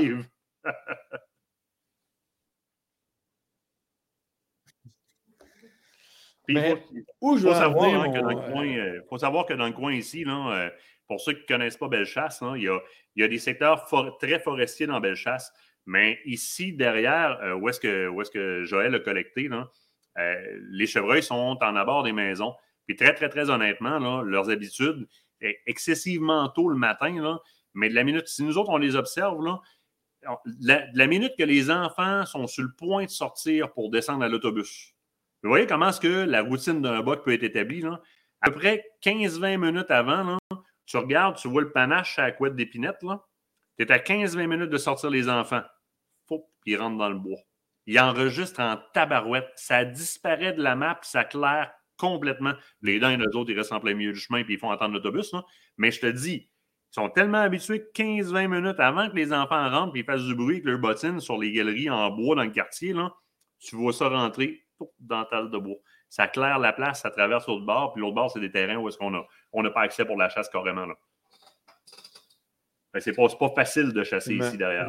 Il faut savoir que dans le coin ici, là, pour ceux qui ne connaissent pas Bellechasse, là, il y a des secteurs très forestiers dans Bellechasse. Mais ici, derrière, où est-ce que Joël a collecté, là, les chevreuils sont en abord des maisons. Puis très, très, très honnêtement, là, leurs habitudes, excessivement tôt le matin, là, mais de la minute, si nous autres, on les observe, là, la minute que les enfants sont sur le point de sortir pour descendre à l'autobus, vous voyez comment est-ce que la routine d'un boc peut être établie? Là? À peu près 15-20 minutes avant, là, tu regardes, tu vois le panache à la couette d'épinette. Tu es à 15-20 minutes de sortir les enfants. Ils rentrent dans le bois. Ils enregistrent en tabarouette. Ça disparaît de la map, ça claire complètement. Les dents, eux autres, ils restent en plein milieu du chemin puis ils font attendre l'autobus. Là. Mais je te dis, ils sont tellement habitués que 15-20 minutes avant que les enfants rentrent et ils fassent du bruit avec leurs bottines sur les galeries en bois dans le quartier, là, tu vois ça rentrer dans la talle de bois. Ça claire la place, ça traverse l'autre bord, puis l'autre bord, c'est des terrains où est-ce qu'on n'a pas accès pour la chasse carrément. Là. C'est pas facile de chasser ici derrière.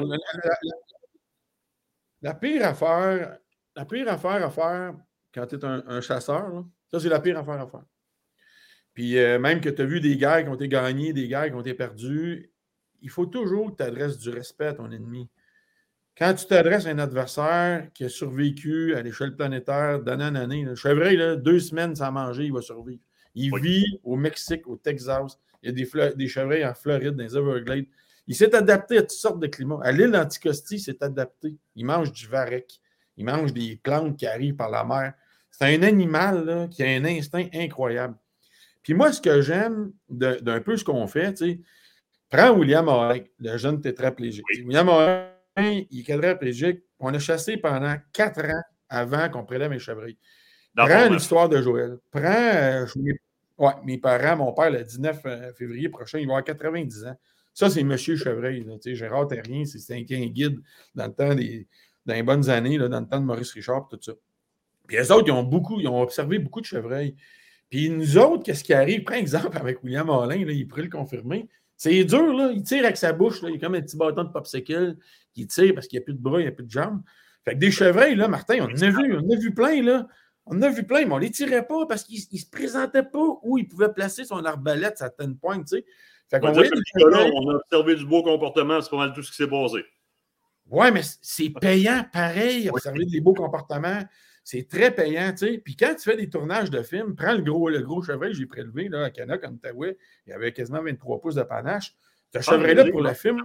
La pire affaire à faire quand tu es un chasseur, là, ça, c'est la pire affaire à faire. Puis même que tu as vu des guerres qui ont été gagnées, des guerres qui ont été perdues, il faut toujours que tu adresses du respect à ton ennemi. Quand tu t'adresses à un adversaire qui a survécu à l'échelle planétaire d'année en année, le chevreuil, là, 2 semaines sans manger, il va survivre. Il vit au Mexique, au Texas. Il y a des chevreuils en Floride, dans les Everglades. Il s'est adapté à toutes sortes de climats. À l'île d'Anticosti, il s'est adapté. Il mange du varech. Il mange des plantes qui arrivent par la mer. C'est un animal là, qui a un instinct incroyable. Puis moi, ce que j'aime d'un peu ce qu'on fait, tu sais, prends William Morin, le jeune tétraplégique. Oui. William Morin, il est quadriplégique. On a chassé pendant 4 ans avant qu'on prélève mes chevreuils. Prends l'histoire de Joël. Prends mes parents, mon père, le 19 février prochain, il va avoir 90 ans. Ça, c'est Monsieur Chevreuil. Là, Gérard Terrien, c'est un guide dans le temps dans les bonnes années, là, dans le temps de Maurice Richard, tout ça. Puis les autres, ils ont observé beaucoup de chevreuils. Puis nous autres, qu'est-ce qui arrive? Prends exemple avec William Alain, là, il pourrait le confirmer. C'est dur, là. Il tire avec sa bouche. Là. Il a comme un petit bâton de popsicle qui tire parce qu'il n'y a plus de bras, il n'y a plus de jambes. Fait que des chevreuils, là, Martin, on en a vu plein, là. On en a vu plein, mais on ne les tirait pas parce qu'ils ne se présentaient pas où il pouvait placer son arbalète, sa tête pointe, tu sais. Fait qu'on voyait on a observé du beau comportement, c'est pas mal tout ce qui s'est passé. Oui, mais c'est payant pareil, observer des beaux comportements. C'est très payant, tu sais. Puis quand tu fais des tournages de films, prends le gros chevreuil que j'ai prélevé là, à Canoc, en Outaouais, il y avait quasiment 23 pouces de panache. Ce chevreuil-là, pour le film...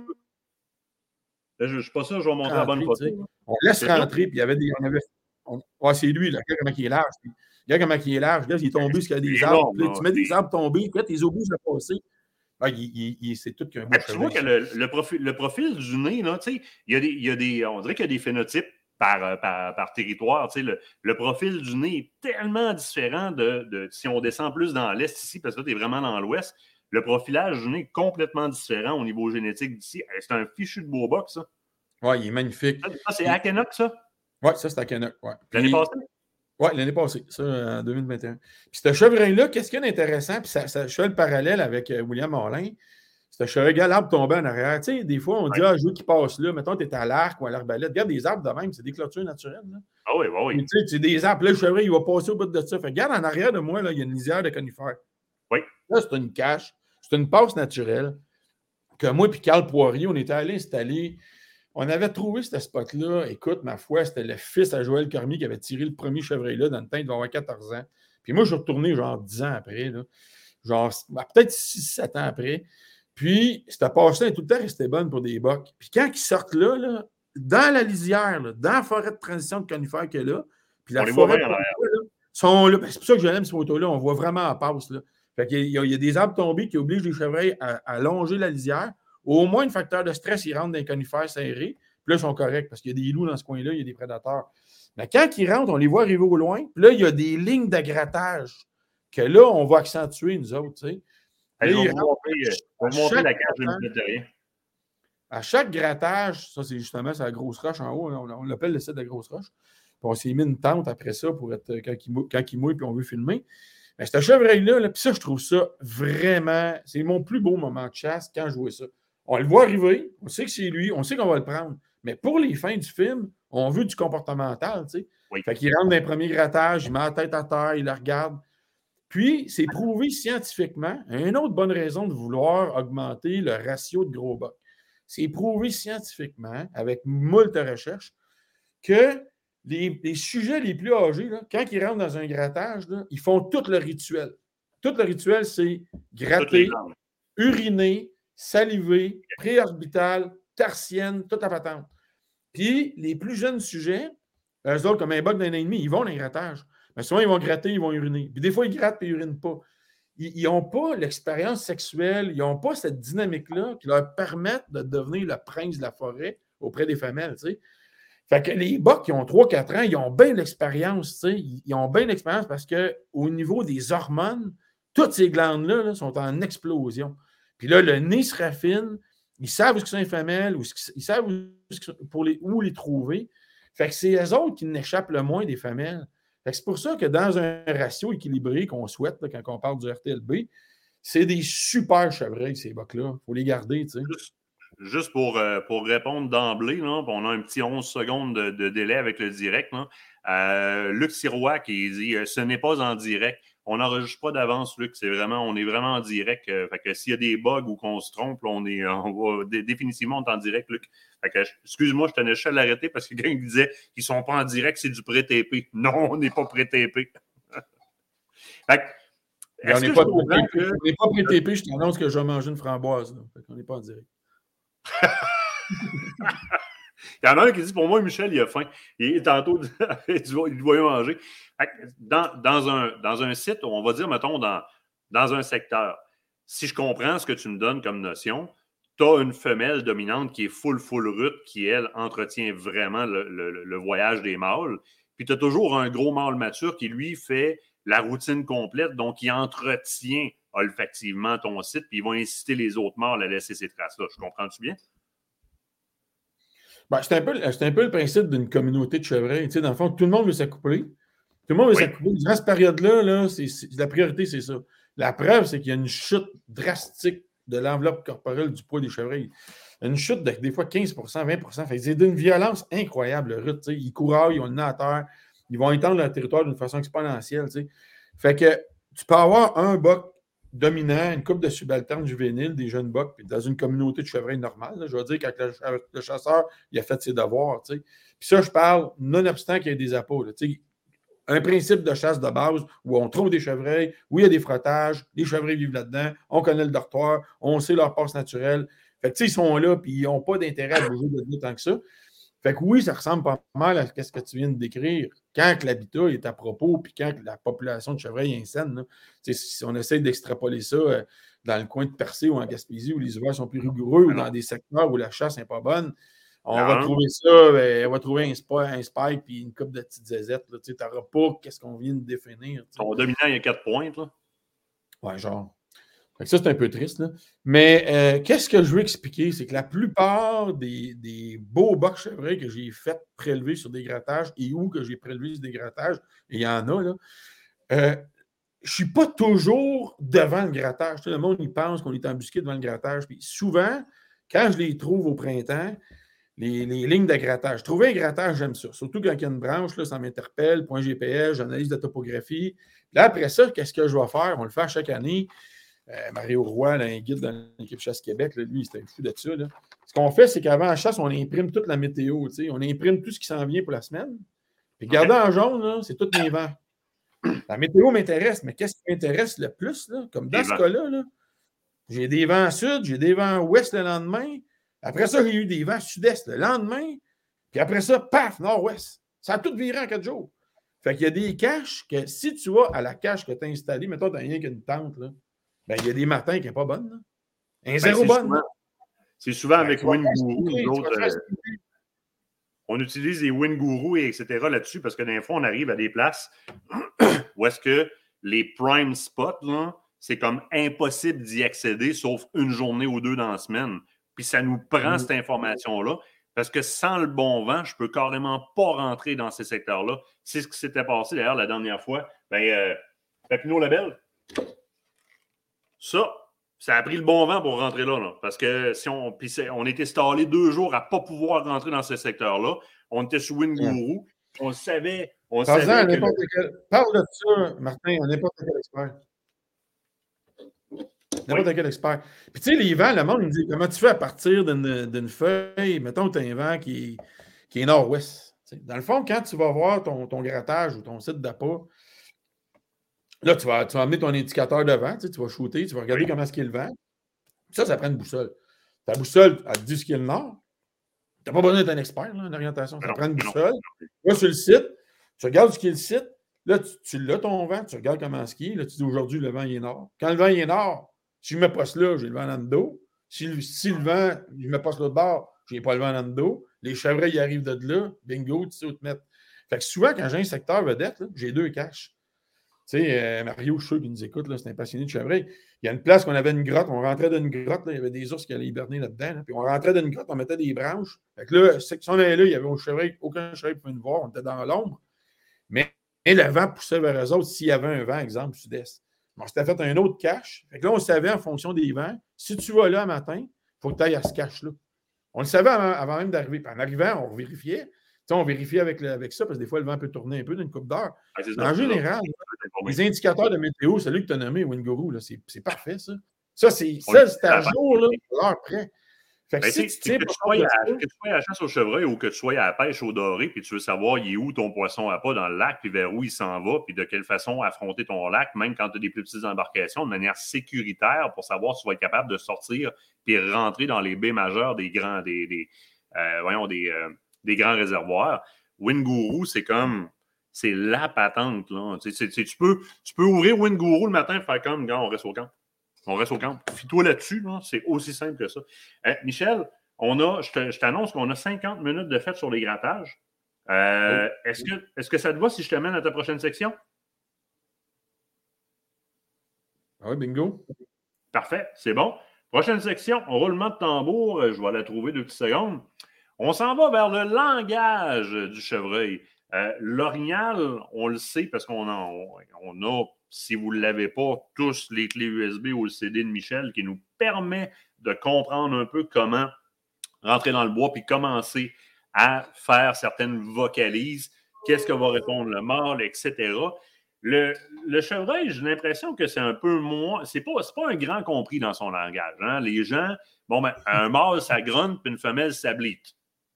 Là, je ne suis pas sûr, je vais montrer la bonne photo. On laisse rentrer, puis il y avait des... c'est lui, là. Regarde comment il est large. Regarde comment il est large. Regarde, il est tombé jusqu'il y a des arbres. Là, tu mets des arbres tombés, puis là, tes obus à passer. Ah, c'est tout qu'un beau chevreuil. Tu vois que le profil du nez, là, tu sais, on dirait qu'il y a des phénotypes par territoire. Tu sais, le profil du nez est tellement différent de si on descend plus dans l'est ici, parce que là, tu es vraiment dans l'ouest. Le profilage du nez est complètement différent au niveau génétique d'ici. C'est un fichu de beau box, ça. Oui, il est magnifique. Ça, c'est à Canoc, ça? Oui, ça, c'est à Canoc. Ouais. L'année passée? Oui, l'année passée, ça, en 2021. Puis ce chevreuil-là, qu'est-ce qu'il y a d'intéressant? Puis je fais le parallèle avec William Alain. Ce chevreuil, l'arbre tombé en arrière. Tu sais, des fois, on dit, je veux qu'il passe là. Mettons, tu es à l'arc ou à l'arbalète. Regarde des arbres de même, c'est des clôtures naturelles. Là. Ah oui, oui. Tu sais, c'est des arbres. Là, le chevreuil, il va passer au bout de ça. Fait, regarde en arrière de moi, là, il y a une lisière de conifères. Oui. Là, c'est une cache. C'est une passe naturelle que moi et Carl Poirier, on était allés installer. On avait trouvé ce spot-là. Écoute, ma foi, c'était le fils à Joël Cormier qui avait tiré le premier chevreuil-là dans le temps. Il devait avoir 14 ans. Puis moi, je suis retourné genre 10 ans après. Là. Genre, peut-être 6-7 ans après. Puis, cette passe-là est tout le temps restée bonne pour des bocs. Puis quand ils sortent là, dans la lisière, là, dans la forêt de transition de conifères qu'il y a là, puis la forêt de conifères, sont là. C'est pour ça que j'aime ces photos-là. On voit vraiment en passe. Là. Fait qu'il y a des arbres tombés qui obligent les chevreuils à longer la lisière. Au moins, un facteur de stress, ils rentrent dans les conifères serrés. Puis là, ils sont corrects parce qu'il y a des loups dans ce coin-là, il y a des prédateurs. Mais quand ils rentrent, on les voit arriver au loin. Puis là, il y a des lignes de grattage que là, on va accentuer, nous autres. Tu sais. Je vais vous montrer la cage de rien. À chaque grattage, ça, c'est justement la grosse roche en haut. On l'appelle le site de la grosse roche. Puis on s'est mis une tente après ça pour être quand il mouille puis on veut filmer. Mais ce chevreuil-là, puis ça, je trouve ça vraiment... C'est mon plus beau moment de chasse quand je vois ça. On le voit arriver, on sait que c'est lui, on sait qu'on va le prendre. Mais pour les fins du film, on veut du comportemental, tu sais. Oui. Fait qu'il rentre dans les premiers grattages, il met la tête à terre, il la regarde. Puis, c'est prouvé scientifiquement, une autre bonne raison de vouloir augmenter le ratio de gros bocs. C'est prouvé scientifiquement, avec moult recherches, que les sujets les plus âgés, là, quand ils rentrent dans un grattage, là, ils font tout le rituel. Tout le rituel, c'est gratter, uriner, saliver, préorbital, tertienne, toute la patente. Puis, les plus jeunes sujets, eux autres, comme un bug d'un an et demi, ils vont dans les grattages. Mais souvent, ils vont gratter, ils vont uriner. Puis des fois, ils grattent et ils n'urinent pas. Ils n'ont pas l'expérience sexuelle, ils n'ont pas cette dynamique-là qui leur permette de devenir le prince de la forêt auprès des femelles, tu sais. Fait que les bocs qui ont 3-4 ans, ils ont bien l'expérience, tu sais. Ils ont bien l'expérience parce qu'au niveau des hormones, toutes ces glandes-là là, sont en explosion. Puis là, le nez se raffine, ils savent où sont les femelles, ils savent où les trouver. Fait que c'est eux autres qui n'échappent le moins des femelles. C'est pour ça que dans un ratio équilibré qu'on souhaite là, quand on parle du RTLB, c'est des super chevreuils, ces bocs-là. Il faut les garder, tu sais. Juste pour répondre d'emblée, là, on a un petit 11 secondes de délai avec le direct. Là. Luc Sirois qui dit « Ce n'est pas en direct ». on n'enregistre pas d'avance, Luc. On est vraiment en direct. Fait que s'il y a des bugs ou qu'on se trompe, là, définitivement, on est en direct, Luc. Fait que, excuse-moi, je tenais juste à l'arrêter parce que quelqu'un disait qu'ils ne sont pas en direct, c'est du pré-TP. Non, on n'est pas pré-TP. Fait que, on n'est pas pré-TP, je t'annonce que je vais manger une framboise. Là. Fait qu'on n'est pas en direct. Il y en a un qui dit, pour moi, Michel, il a faim. Et tantôt, il doit y manger. Dans un site, on va dire, mettons, dans un secteur, si je comprends ce que tu me donnes comme notion, tu as une femelle dominante qui est full rut, qui, elle, entretient vraiment le voyage des mâles. Puis tu as toujours un gros mâle mature qui, lui, fait la routine complète, donc il entretient olfactivement ton site, puis il va inciter les autres mâles à laisser ces traces-là. Je comprends-tu bien? Ben, c'est un peu le principe d'une communauté de chevreuils. Tu sais, dans le fond, tout le monde veut s'accoupler. Tout le monde veut s'accoupler. Durant cette période-là, la priorité, c'est ça. La preuve, c'est qu'il y a une chute drastique de l'enveloppe corporelle du poids des chevreuils. Une chute de des fois 15 20 fait, c'est d'une violence incroyable, le rut. Ils couraillent, ils ont le nez à terre, ils vont étendre leur territoire d'une façon exponentielle. T'sais. Fait que tu peux avoir un boc dominant, une couple de subalternes juvéniles, des jeunes bocs, puis dans une communauté de chevreuils normale. Là, je veux dire, quand le chasseur il a fait ses devoirs. Puis ça, je parle nonobstant qu'il y ait des appâts. Un principe de chasse de base où on trouve des chevreuils, où il y a des frottages, les chevreuils vivent là-dedans, on connaît le dortoir, on sait leur passe naturelle. Fait que, ils sont là, puis ils n'ont pas d'intérêt à bouger de nous tant que ça. Fait que oui, ça ressemble pas mal à ce que tu viens de décrire. Quand l'habitat est à propos, puis quand la population de chevreuils est saine, si on essaie d'extrapoler ça dans le coin de Percé ou en Gaspésie, où les hivers sont plus rigoureux, ou dans des secteurs où la chasse n'est pas bonne, on va trouver ça, on va trouver un spike puis une coupe de petites zézettes. Tu n'auras pas qu'est-ce qu'on vient de définir. Ton dominant, il y a 4 pointes. Là. Ouais, genre. Fait que ça, c'est un peu triste. Là. Mais qu'est-ce que je veux expliquer? C'est que la plupart des beaux bocs chevreuils que j'ai fait prélever sur des grattages et où que j'ai prélevé sur des grattages, et il y en a, là, je ne suis pas toujours devant le grattage. Le monde, il pense qu'on est embusqué devant le grattage. Puis souvent, quand je les trouve au printemps, les lignes de grattage. Trouver un grattage, j'aime ça. Surtout quand il y a une branche, là, ça m'interpelle, point GPS, j'analyse la topographie. Là, après ça, qu'est-ce que je vais faire? On le fait à chaque année. Mario Roy, là, un guide dans l'équipe Chasse Québec, là, lui, c'était un fou de ça. Là. Ce qu'on fait, c'est qu'avant la chasse, on imprime toute la météo. T'sais. On imprime tout ce qui s'en vient pour la semaine. Puis regardez en jaune, là, c'est tous les vents. La météo m'intéresse, mais qu'est-ce qui m'intéresse le plus? Là? Comme dans ce cas-là, là, j'ai des vents sud, j'ai des vents ouest le lendemain. Après ça, j'ai eu des vents sud-est le lendemain. Puis après ça, paf, nord-ouest. Ça a tout viré en 4 jours. Fait qu'il y a des caches que si tu vas à la cache que tu as installée, mettons, tu n'as rien qu'une tente, là, ben, il y a des matins qui n'est pas bonne. Là. Un zéro bonne. C'est souvent avec WinGuru. On utilise les WinGuru et etc. là-dessus parce que des fois, on arrive à des places où est-ce que les prime spots, là, c'est comme impossible d'y accéder sauf une journée ou 2 dans la semaine. Puis ça nous prend cette information-là parce que sans le bon vent, je ne peux carrément pas rentrer dans ces secteurs-là. C'est ce qui s'était passé d'ailleurs la dernière fois. Papineau Labelle, ça a pris le bon vent pour rentrer là. Parce que on était stallé 2 jours à ne pas pouvoir rentrer dans ce secteur-là. On était sous WinGuru. On savait. Parle de ça, Martin, à n'importe quel expert. N'importe quel expert. Puis tu sais, les vents, le monde me dit comment tu fais à partir d'une feuille, mettons que tu as un vent qui est nord-ouest. T'sais. Dans le fond, quand tu vas voir ton grattage ou ton site d'appât, là, tu vas amener ton indicateur de vent, tu vas shooter, tu vas regarder comment est-ce qu'il est le vent. Ça prend une boussole. Ta boussole, elle te dit ce qui est le nord. Tu n'as pas besoin d'être un expert là, en orientation. Ça prend une boussole. Tu vas sur le site, tu regardes ce qui est le site. Là, tu l'as ton vent, tu regardes comment est-ce qu'il est. Là, tu dis aujourd'hui, le vent il est nord. Quand le vent il est nord, si je me passe là, j'ai le vent dans le dos. Si le vent, je me passe l'autre bord, je n'ai pas le vent dans le dos. Les chevreuils ils arrivent de là. Bingo, tu sais où te mettre. Fait que souvent, quand j'ai un secteur vedette, là, j'ai 2 caches. Tu sais, Mario, je suis sûr qu'il nous écoute, c'est un passionné de chevreuil. Il y a une place qu'on avait une grotte, on rentrait dans une grotte, là, il y avait des ours qui allaient hiberner là-dedans. Là, puis on rentrait dans une grotte, on mettait des branches. Fait que là, si on allait là, il n'y avait aucun chevreuil qui pouvait nous voir, on était dans l'ombre. Mais le vent poussait vers eux autres s'il y avait un vent, exemple, sud-est. On s'était fait un autre cache. Fait que là, on savait en fonction des vents, si tu vas là un matin, il faut que tu ailles à ce cache-là. On le savait avant même d'arriver. Puis en arrivant, on vérifiait. on vérifie avec ça, parce que des fois, le vent peut tourner un peu d'une coupe d'heure. En général, les indicateurs de météo, celui que tu as nommé, Winguru, c'est parfait, ça. Ça, c'est à jour, là, à l'heure près. Fait que si que tu sois à la chasse au chevreuil ou que tu sois à la pêche au doré, puis tu veux savoir il est où ton poisson à pas dans le lac, puis vers où il s'en va, puis de quelle façon affronter ton lac, même quand tu as des plus petites embarcations, de manière sécuritaire pour savoir si tu vas être capable de sortir puis rentrer dans les baies majeures des grands, des grands réservoirs. Winguru, c'est la patente. Là. Tu peux ouvrir Winguru le matin et faire comme, on reste au camp. On reste au camp. Fie-toi là-dessus, là. C'est aussi simple que ça. Michel, je t'annonce qu'on a 50 minutes de fête sur les grattages. Est-ce que ça te va si je te mène à ta prochaine section? Ah oui, bingo. Parfait, c'est bon. Prochaine section, roulement de tambour. Je vais la trouver 2 petites secondes. On s'en va vers le langage du chevreuil. L'orignal, on le sait parce qu'on a, si vous ne l'avez pas, tous les clés USB ou le CD de Michel qui nous permet de comprendre un peu comment rentrer dans le bois puis commencer à faire certaines vocalises. Qu'est-ce que va répondre le mâle, etc. Le chevreuil, j'ai l'impression que c'est un peu moins... C'est pas un grand compris dans son langage. Hein? Les gens... un mâle, ça grogne puis une femelle, ça blite.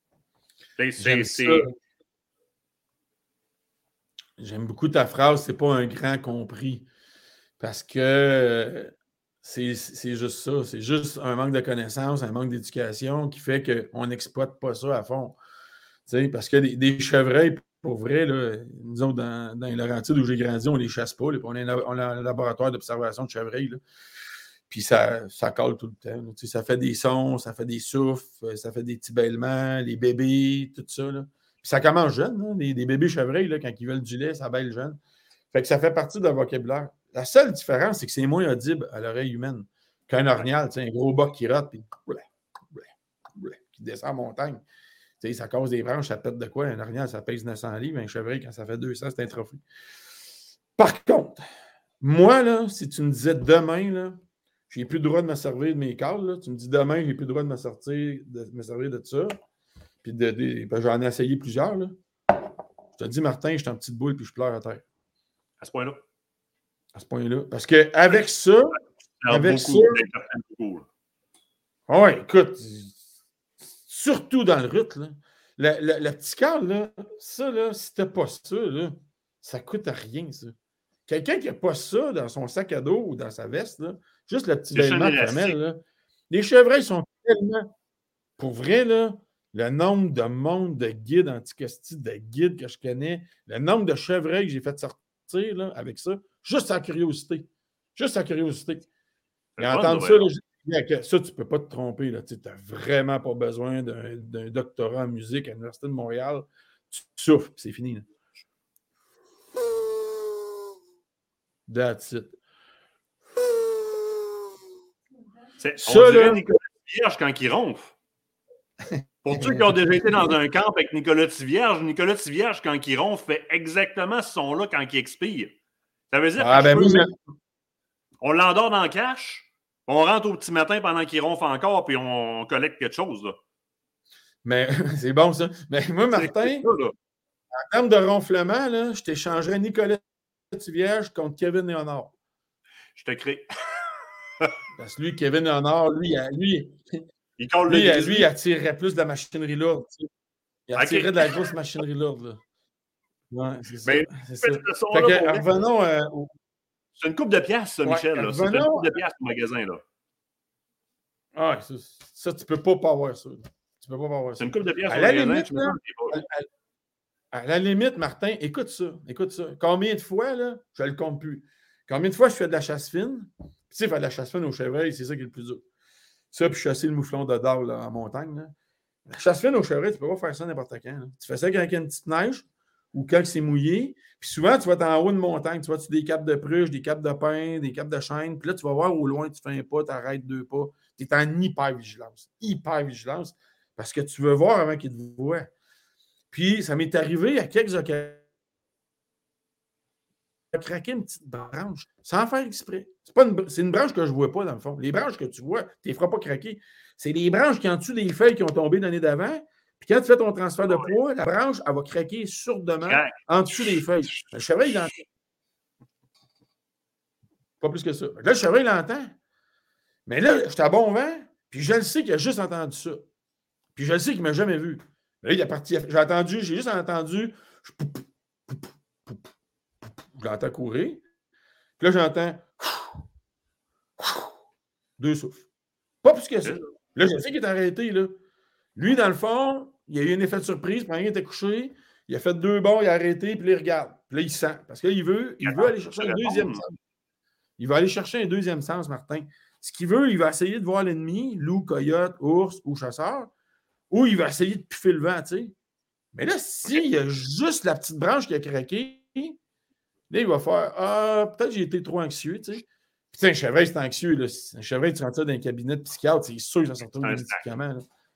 J'aime beaucoup ta phrase, c'est pas un grand compris. Parce que c'est juste ça. C'est juste un manque de connaissances, un manque d'éducation qui fait qu'on n'exploite pas ça à fond. T'sais, parce que des chevreuils, pour vrai, là, nous autres, dans les Laurentides où j'ai grandi, on ne les chasse pas. Là, on a un laboratoire d'observation de chevreuils. Là. Puis ça colle tout le temps. Là. Ça fait des sons, ça fait des souffles, ça fait des petits bêlements, les bébés, tout ça. Là. Puis ça commence jeune, hein, des bébés chevreuils, là, quand ils veulent du lait, ça bêle jeune. Fait que ça fait partie de leur vocabulaire. La seule différence, c'est que c'est moins audible à l'oreille humaine qu'un orignal, un gros boc qui rote, puis qui descend en montagne. Ça cause des branches, ça pète de quoi? Un orignal, ça pèse 900 livres. Un chevreuil, quand ça fait 200, c'est un trophée. Par contre, moi, là, si tu me disais demain, là, j'ai plus le droit de me servir de mes câbles, là, tu me dis demain, j'ai plus le droit de me servir de ça, puis j'en ai essayé plusieurs, là. Je te dis, Martin, je suis en petite boule, puis je pleure à terre. À ce point-là? À ce point-là. Parce qu'avec ça... Oui, écoute... Surtout dans le rut, là. Le petit câble, là, ça, là, si t'as pas ça, là, ça coûte à rien, ça. Quelqu'un qui n'a pas ça dans son sac à dos ou dans sa veste, là, juste le petit bêlement de femelle, là, les chevreuils sont tellement... Pour vrai, là, le nombre de monde de guides anticostis, de guides que je connais, le nombre de chevreuils que j'ai fait sortir là, avec ça, juste sa curiosité. Juste sa curiosité. Et entendre ça, là, ça, tu ne peux pas te tromper. Tu n'as vraiment pas besoin d'un doctorat en musique à l'Université de Montréal. Tu souffles, puis c'est fini. Là. That's it. On dirait Nicolas Tivierge quand il ronfle. Pour ceux qui ont déjà été dans un camp avec Nicolas Tivierge, quand il ronfle, fait exactement ce son-là quand il expire. Ça veut dire on l'endort dans le cache. On rentre au petit matin pendant qu'il ronfle encore, puis on collecte quelque chose. Là. Mais c'est bon, ça. Mais moi, Martin, ça, en termes de ronflement, là, je t'échangerais Nicolas Tivierge contre Kevin Léonard. Je te crée. Parce que lui, Kevin Léonard, lui, il attirerait plus de la machinerie lourde. Tu sais. Il attirerait de la grosse machinerie lourde. Là. Ouais, c'est ça. C'est ça. Fait que, revenons c'est une coupe de piastres, ça, Michel. Là. C'est une coupe de piastres au magasin. Là. Ah, ça, tu peux pas avoir ça. Tu peux pas avoir ça. C'est une coupe de piastres au magasin. Limite, à la limite, Martin, écoute ça. Combien de fois, là, je ne le compte plus. Combien de fois je fais de la chasse fine? Tu sais, faire de la chasse fine au chevreuil, c'est ça qui est le plus dur. Ça, puis chasser le mouflon de dard là, en montagne. Là. La chasse fine au chevreuil, tu peux pas faire ça n'importe quand. Là. Tu fais ça quand il y a une petite neige ou quand c'est mouillé. Puis souvent, tu vas être en haut de montagne, tu vois, tu as des capes de pruche, des capes de pin, des capes de chêne. Puis là, tu vas voir au loin, tu fais un pas, tu arrêtes 2 pas. Tu es en hyper-vigilance. Hyper-vigilance. Parce que tu veux voir avant qu'il te voie. Puis, ça m'est arrivé à quelques occasions de craquer une petite branche sans faire exprès. C'est une branche que je ne vois pas, dans le fond. Les branches que tu vois, tu ne les feras pas craquer. C'est les branches qui en dessous des feuilles qui ont tombé l'année d'avant. Puis quand tu fais ton transfert de poids, la branche, elle va craquer sourdement en dessous des feuilles. Le chevreuil, il l'entend. Pas plus que ça. Là, le chevreuil, il l'entend. Mais là, j'étais à bon vent, puis je le sais qu'il a juste entendu ça. Puis je le sais qu'il ne m'a jamais vu. Là, il est parti. J'ai juste entendu. Je l'entends courir. Puis là, j'entends 2 souffles. Pas plus que ça. Là, je sais qu'il est arrêté, là. Lui, dans le fond, il a eu un effet de surprise. Pendant qu'il était couché, il a fait 2 bords, il a arrêté, puis là, il regarde. Puis là, il sent. Parce qu'il veut aller chercher un deuxième sens. Il va aller chercher un deuxième sens, Martin. Ce qu'il veut, il va essayer de voir l'ennemi, loup, coyote, ours ou chasseur, ou il va essayer de puffer le vent, tu sais. Mais là, s'il y a juste la petite branche qui a craqué, là, il va faire peut-être j'ai été trop anxieux, tu sais. Puis, un chevreuil, c'est anxieux. Là. Un chevreuil, tu rentres ça dans un cabinet de psychiatre, c'est sûr que ça sort des médicaments.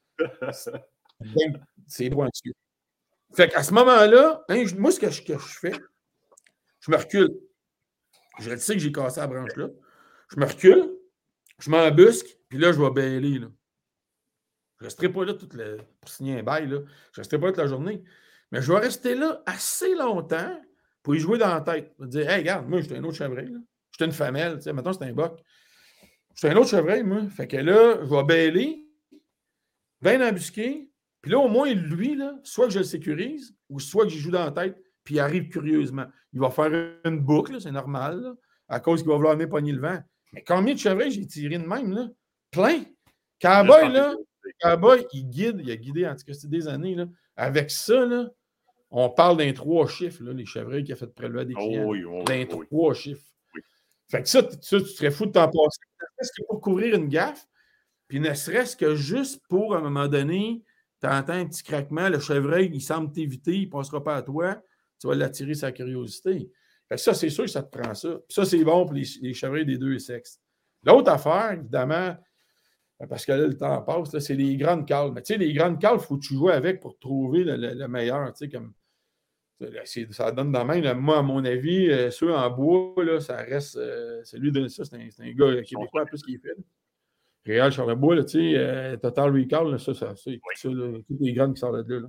C'est trop anxieux. Fait qu'à ce moment-là, moi, ce que je fais, je me recule. Je sais que j'ai cassé la branche-là. Je me recule, je m'embusque, puis là, je vais bêler. Là. Je ne resterai pas là pour signer un bail. Là. Je ne resterai pas toute la journée. Mais je vais rester là assez longtemps pour y jouer dans la tête. Je vais dire, hey, regarde, moi, j'étais un autre chevreuil. J'étais une femelle. Maintenant, c'est un boc. J'étais un autre chevreuil, moi. Fait que là, je vais bêler, bien embusqué. Puis là, au moins, lui, là, soit que je le sécurise, ou soit que j'y joue dans la tête, puis il arrive curieusement. Il va faire une boucle, c'est normal, là, à cause qu'il va vouloir venir pogner le vent. Mais combien de chevreuils j'ai tiré de même, là? Plein. Cowboy, là, Cowboy, il a guidé, en tout cas, c'est des années, là. Avec ça, là, on parle d'un 3 chiffres, là, les chevreuils qui a fait prélever des clients. D'un 3 chiffres. Oui. Fait que ça, tu serais fou de t'en passer. Ne serait-ce que pour couvrir une gaffe, puis ne serait-ce que juste pour, à un moment donné, tu entends un petit craquement, le chevreuil, il semble t'éviter, il ne passera pas à toi, tu vas l'attirer sa curiosité. Fait que ça, c'est sûr que ça te prend ça. Puis ça, c'est bon pour les chevreuils des 2 sexes. L'autre affaire, évidemment, parce que là, le temps passe, là, c'est les grandes cales. Mais tu sais, les grandes cales, il faut que tu joues avec pour trouver le meilleur. Tu sais, comme ça donne dans la main. Là, moi, à mon avis, ceux en bois, là, ça reste. Celui de ça, c'est un gars québécois en plus qui est fait. Réal Charlebois, là, tu sais, Total Recall, là, ça, c'est ça, là, toutes les grandes qui sortent de là.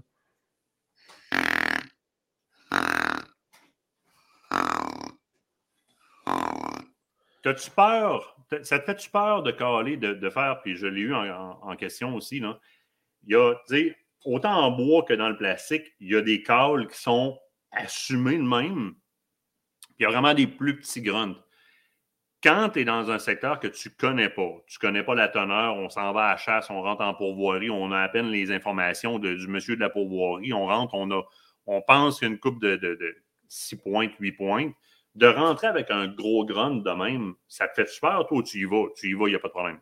T'as-tu peur? Ça te fait-tu peur de caler, de faire, puis je l'ai eu en question aussi, là. Il y a, tu sais, autant en bois que dans le plastique, il y a des cales qui sont assumés de même. Puis il y a vraiment des plus petits grunts. Quand tu es dans un secteur que tu connais pas la teneur, on s'en va à la chasse, on rentre en pourvoirie, on a à peine les informations du monsieur de la pourvoirie, on rentre, on pense qu'il y a une coupe de 6 pointes, 8 pointes. De rentrer avec un gros grunt de même, ça te fait super, toi, tu y vas, il n'y a pas de problème.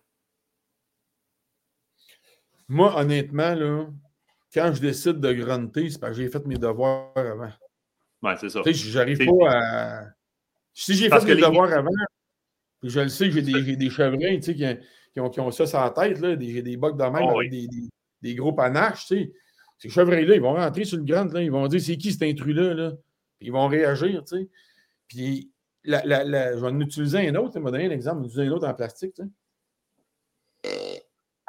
Moi, honnêtement, là, quand je décide de grunter, c'est parce que j'ai fait mes devoirs avant. Ouais, c'est ça. Tu sais, j'arrive pas à... Si j'ai fait mes devoirs avant, puis je le sais que j'ai des chevreuils, tu sais, qui ont ça sur la tête, là, j'ai des bocs de même avec des gros panaches, tu sais. Ces chevreuils-là, ils vont rentrer sur le grunt, là, ils vont dire, c'est qui cet intrus-là, là? Puis ils vont réagir, tu sais. Puis, je vais en utiliser un autre. Il m'a donné un exemple. Je vais utiliser un autre en plastique. Tu sais.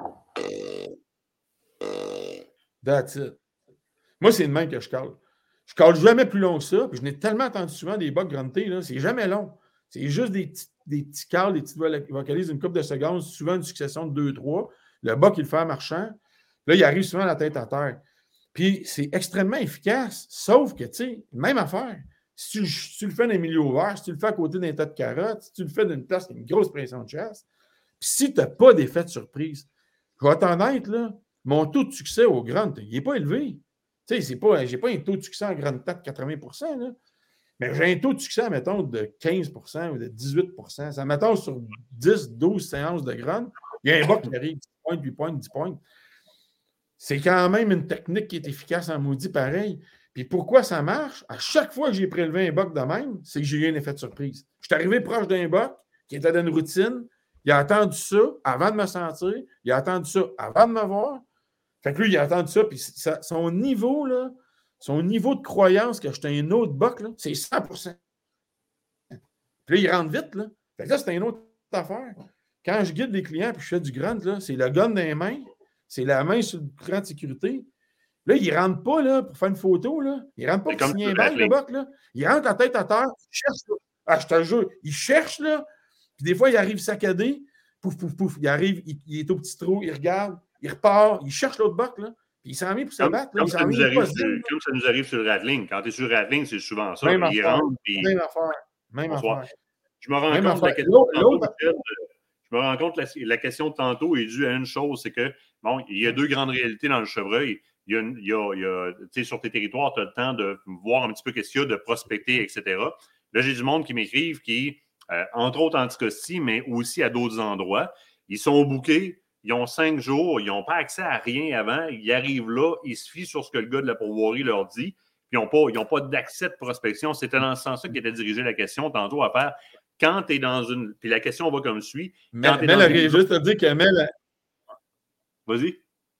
That's it. Moi, c'est le même que je cale. Je cale jamais plus long que ça. Puis je n'ai tellement entendu souvent des bugs gruntés. Là, c'est jamais long. C'est juste des petits cales, des petites vocalises d'une couple de secondes, souvent une succession de 2-3. Le buck, il le fait en marchant. Là, il arrive souvent la tête à terre. Puis, c'est extrêmement efficace. Sauf que, tu sais, même affaire. Si tu le fais dans les milieux ouverts, si tu le fais à côté d'un tas de carottes, si tu le fais d'une place qui a une grosse pression de chasse, puis si tu n'as pas d'effet de surprise, je vais être honnête, là, mon taux de succès au grunt, il n'est pas élevé. Tu sais, je n'ai pas un taux de succès en grunt de 80 %, là, mais j'ai un taux de succès, mettons, de 15 % ou de 18 %. Ça, mettons, sur 10, 12 séances de grunt, il y a un bas qui arrive 10 points, 8 points, 10 points. C'est quand même une technique qui est efficace en maudit pareil. Puis pourquoi ça marche? À chaque fois que j'ai prélevé un buck de même, c'est que j'ai eu un effet de surprise. Je suis arrivé proche d'un buck qui était dans une routine. Il a attendu ça avant de me sentir. Il a attendu ça avant de me voir. Fait que lui, il a attendu ça. Puis son niveau de croyance que j'étais un autre buck, là, c'est 100 %. Puis là, il rentre vite. Là. Fait que là, c'est une autre affaire. Quand je guide les clients et je fais du grunt, là, c'est le gun dans les mains. C'est la main sur le cran de sécurité. Là, il ne rentre pas là, pour faire une photo. Là. Il ne rentre pas C'est pour comme signer sur un le bail, le Rattling. Buck. Là. Il rentre la tête à terre, il cherche. Là. Ah, je te le jure, il cherche, là. Puis des fois, il arrive saccadé. Pouf, pouf, pouf. Il arrive, il est au petit trou, il regarde, il repart, il cherche l'autre Buck, là. Puis il s'en vient pour se battre. Là. Comme Il ça s'en nous vient arrive pas comme ça nous arrive sur le Rattling. Quand tu es sur le Rattling, c'est souvent ça. Même Il affaire. rentre, puis Même affaire. Même bonsoir. affaire. Je me rends Même compte de la affaire. question de tantôt, L'autre, Michel, je me rends compte que la question de tantôt est due à une chose, c'est que, bon, il y a deux grandes réalités dans le chevreuil. Il y a tu sais, sur tes territoires, tu as le temps de voir un petit peu qu'est-ce qu'il y a, de prospecter, etc. Là, j'ai du monde qui m'écrivent qui, entre autres en Anticosti, mais aussi à d'autres endroits, ils sont bookés, ils ont 5 jours, ils n'ont pas accès à rien avant, ils arrivent là, ils se fient sur ce que le gars de la pourvoirie leur dit, puis ils n'ont pas d'accès de prospection. C'était dans ce sens-là qu'était dirigée la question tantôt à faire. Quand tu es dans une... Puis la question va comme suit. Quand Mel arrive juste à dire que Mel... Vas-y.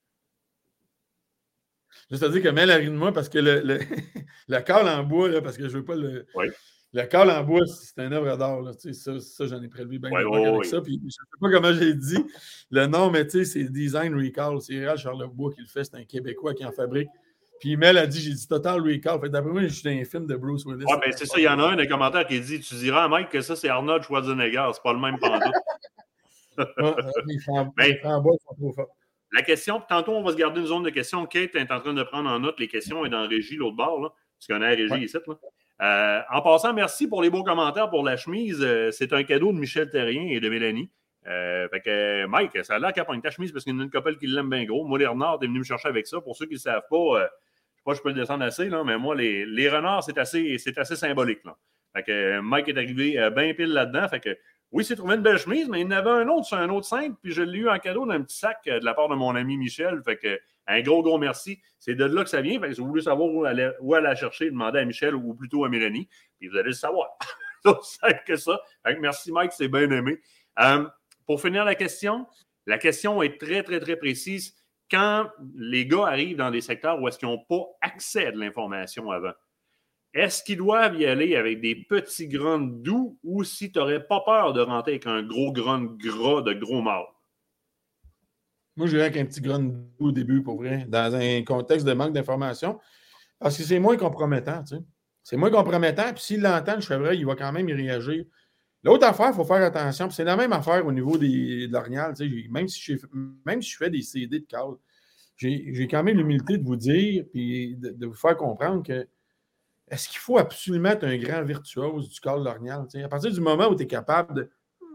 Juste à dire que Mel arrive de moi parce que le câble en bois, là, parce que je veux pas le... Oui. Le câble en bois, c'est une œuvre d'art. Là, tu sais, ça, j'en ai prélevé bien avec ça. Puis je ne sais pas comment j'ai dit le nom, mais tu sais, c'est Design Recall. C'est Réal Charlebois qui le fait. C'est un Québécois qui en fabrique. Puis Mel a dit, j'ai dit Total Recall. Fait d'après moi, je suis dans un film de Bruce Willis. Oui, bien c'est ça. Il y en a un des commentaires qui dit, tu diras à Mike que ça, c'est Arnold Schwarzenegger. C'est pas le même pantoute. Les francs bois sont trop forts. La question, tantôt, on va se garder une zone de questions. Kate est en train de prendre en note les questions et dans la régie, l'autre bord, là, parce qu'on a la régie ici. Là. En passant, merci pour les beaux commentaires pour la chemise. C'est un cadeau de Michel Terrien et de Mélanie. Fait que Mike, ça a l'air qu'elle pogne ta chemise parce qu'il y a une couple qui l'aime bien gros. Moi, les renards, t'es venu me chercher avec ça. Pour ceux qui ne savent pas, je ne sais pas si je peux le descendre assez, là, mais moi, les renards, c'est assez symbolique. Là. Fait que Mike est arrivé bien pile là-dedans. Fait que oui, c'est trouvé une belle chemise, mais il y en avait un autre sur un autre simple, puis je l'ai eu en cadeau dans un petit sac de la part de mon ami Michel. Fait que un gros merci. C'est de là que ça vient. Fait que si vous voulez savoir où aller la chercher, demandez à Michel ou plutôt à Mélanie, puis vous allez le savoir. C'est aussi simple que ça. Fait que merci Mike, c'est bien aimé. Pour finir la question est très, très, très précise. Quand les gars arrivent dans des secteurs où est-ce qu'ils n'ont pas accès à de l'information avant, est-ce qu'ils doivent y aller avec des petits grunts doux ou si tu n'aurais pas peur de rentrer avec un gros grunt gras de gros mâle? Moi, j'irais avec un petit grunt doux au début, pour vrai, dans un contexte de manque d'information, parce que c'est moins compromettant, tu sais. C'est moins compromettant, puis s'il l'entend, le chevreuil, il va quand même y réagir. L'autre affaire, il faut faire attention, puis c'est la même affaire au niveau de l'orignal, tu sais, même si je fais des CD de câble, j'ai quand même l'humilité de vous dire, puis de vous faire comprendre que est-ce qu'il faut absolument être un grand virtuose du câble d'orignal? À partir du moment où tu es capable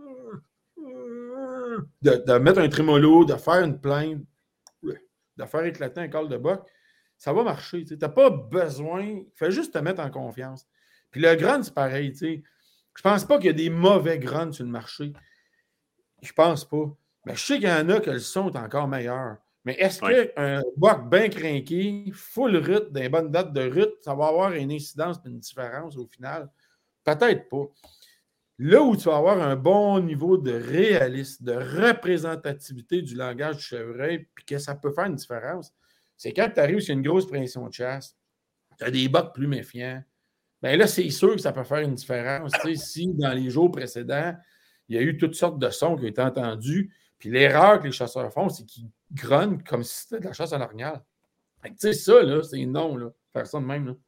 de mettre un trémolo, de faire une plainte, de faire éclater un câble de boc, ça va marcher. Tu n'as pas besoin, il faut juste te mettre en confiance. Puis le grunt, c'est pareil. Je pense pas qu'il y a des mauvais grunts sur le marché. Je pense pas. Mais je sais qu'il y en a que le son est encore meilleur. Mais est-ce qu'un boc bien crinqué, full rut, des bonnes dates de rut, ça va avoir une incidence et une différence au final? Peut-être pas. Là où tu vas avoir un bon niveau de réalisme, de représentativité du langage du chevreuil, puis que ça peut faire une différence, c'est quand tu arrives sur une grosse pression de chasse, tu as des bocs plus méfiants. Bien là, c'est sûr que ça peut faire une différence. Tu sais, si dans les jours précédents, il y a eu toutes sortes de sons qui ont été entendus, puis l'erreur que les chasseurs font, c'est qu'ils grognent comme si c'était de la chasse à l'orignal. Tu sais, ça, là, c'est non, là. Faire ça de même, là.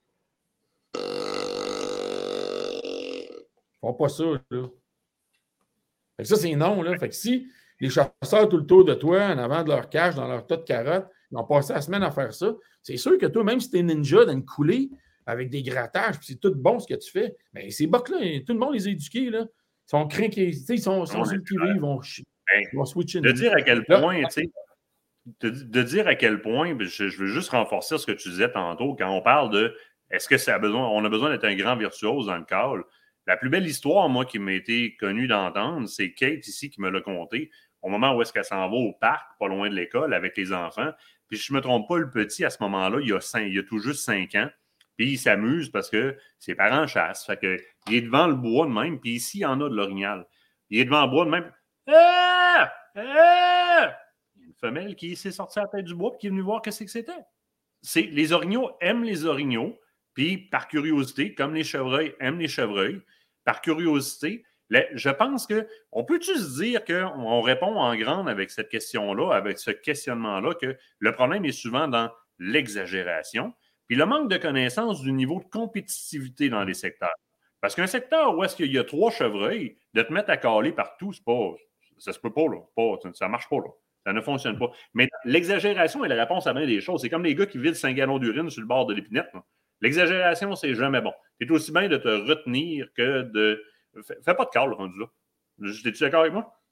Ils font pas ça, là. Fait que ça, c'est non, là. Fait que si les chasseurs tout le tour de toi, en avant de leur cache, dans leur tas de carottes, ils ont passé la semaine à faire ça, c'est sûr que toi, même si tu es ninja dans une coulée, avec des grattages, puis c'est tout bon ce que tu fais, mais ces bocs-là, tout le monde les a éduqués, là. Ils sont craqués, ils sont sur le TV, ils vont switcher. De dire à quel point, tu sais, de dire à quel point, je veux juste renforcer ce que tu disais tantôt, quand on parle de est-ce que on a besoin d'être un grand virtuose dans le call. La plus belle histoire, moi, qui m'a été connue d'entendre, c'est Kate ici qui me l'a conté au moment où est-ce qu'elle s'en va au parc, pas loin de l'école, avec les enfants. Puis je ne me trompe pas, le petit, à ce moment-là, il a tout juste 5 ans. Puis il s'amuse parce que ses parents chassent. Fait que, il est devant le bois de même. Puis ici, il y en a de l'orignal. Il est devant le bois de même. Ah! Ah! Il y a une femelle qui s'est sortie à la tête du bois et qui est venue voir qu'est-ce que c'était. Les orignaux aiment les orignaux. Puis par curiosité, comme les chevreuils aiment les chevreuils, par curiosité, je pense qu'on peut-tu se dire qu'on répond en grande avec cette question-là, avec ce questionnement-là, que le problème est souvent dans l'exagération, puis le manque de connaissance du niveau de compétitivité dans les secteurs. Parce qu'un secteur où est-ce qu'il y a 3 chevreuils, de te mettre à caler partout, ça se peut pas, là. Ça marche pas, là. Ça ne fonctionne pas. Mais l'exagération est la réponse à bien des choses. C'est comme les gars qui vident 5 gallons d'urine sur le bord de l'épinette. Là. L'exagération, c'est jamais bon. C'est aussi bien de te retenir que de... Fais pas de call, rendu là. Es-tu d'accord avec moi?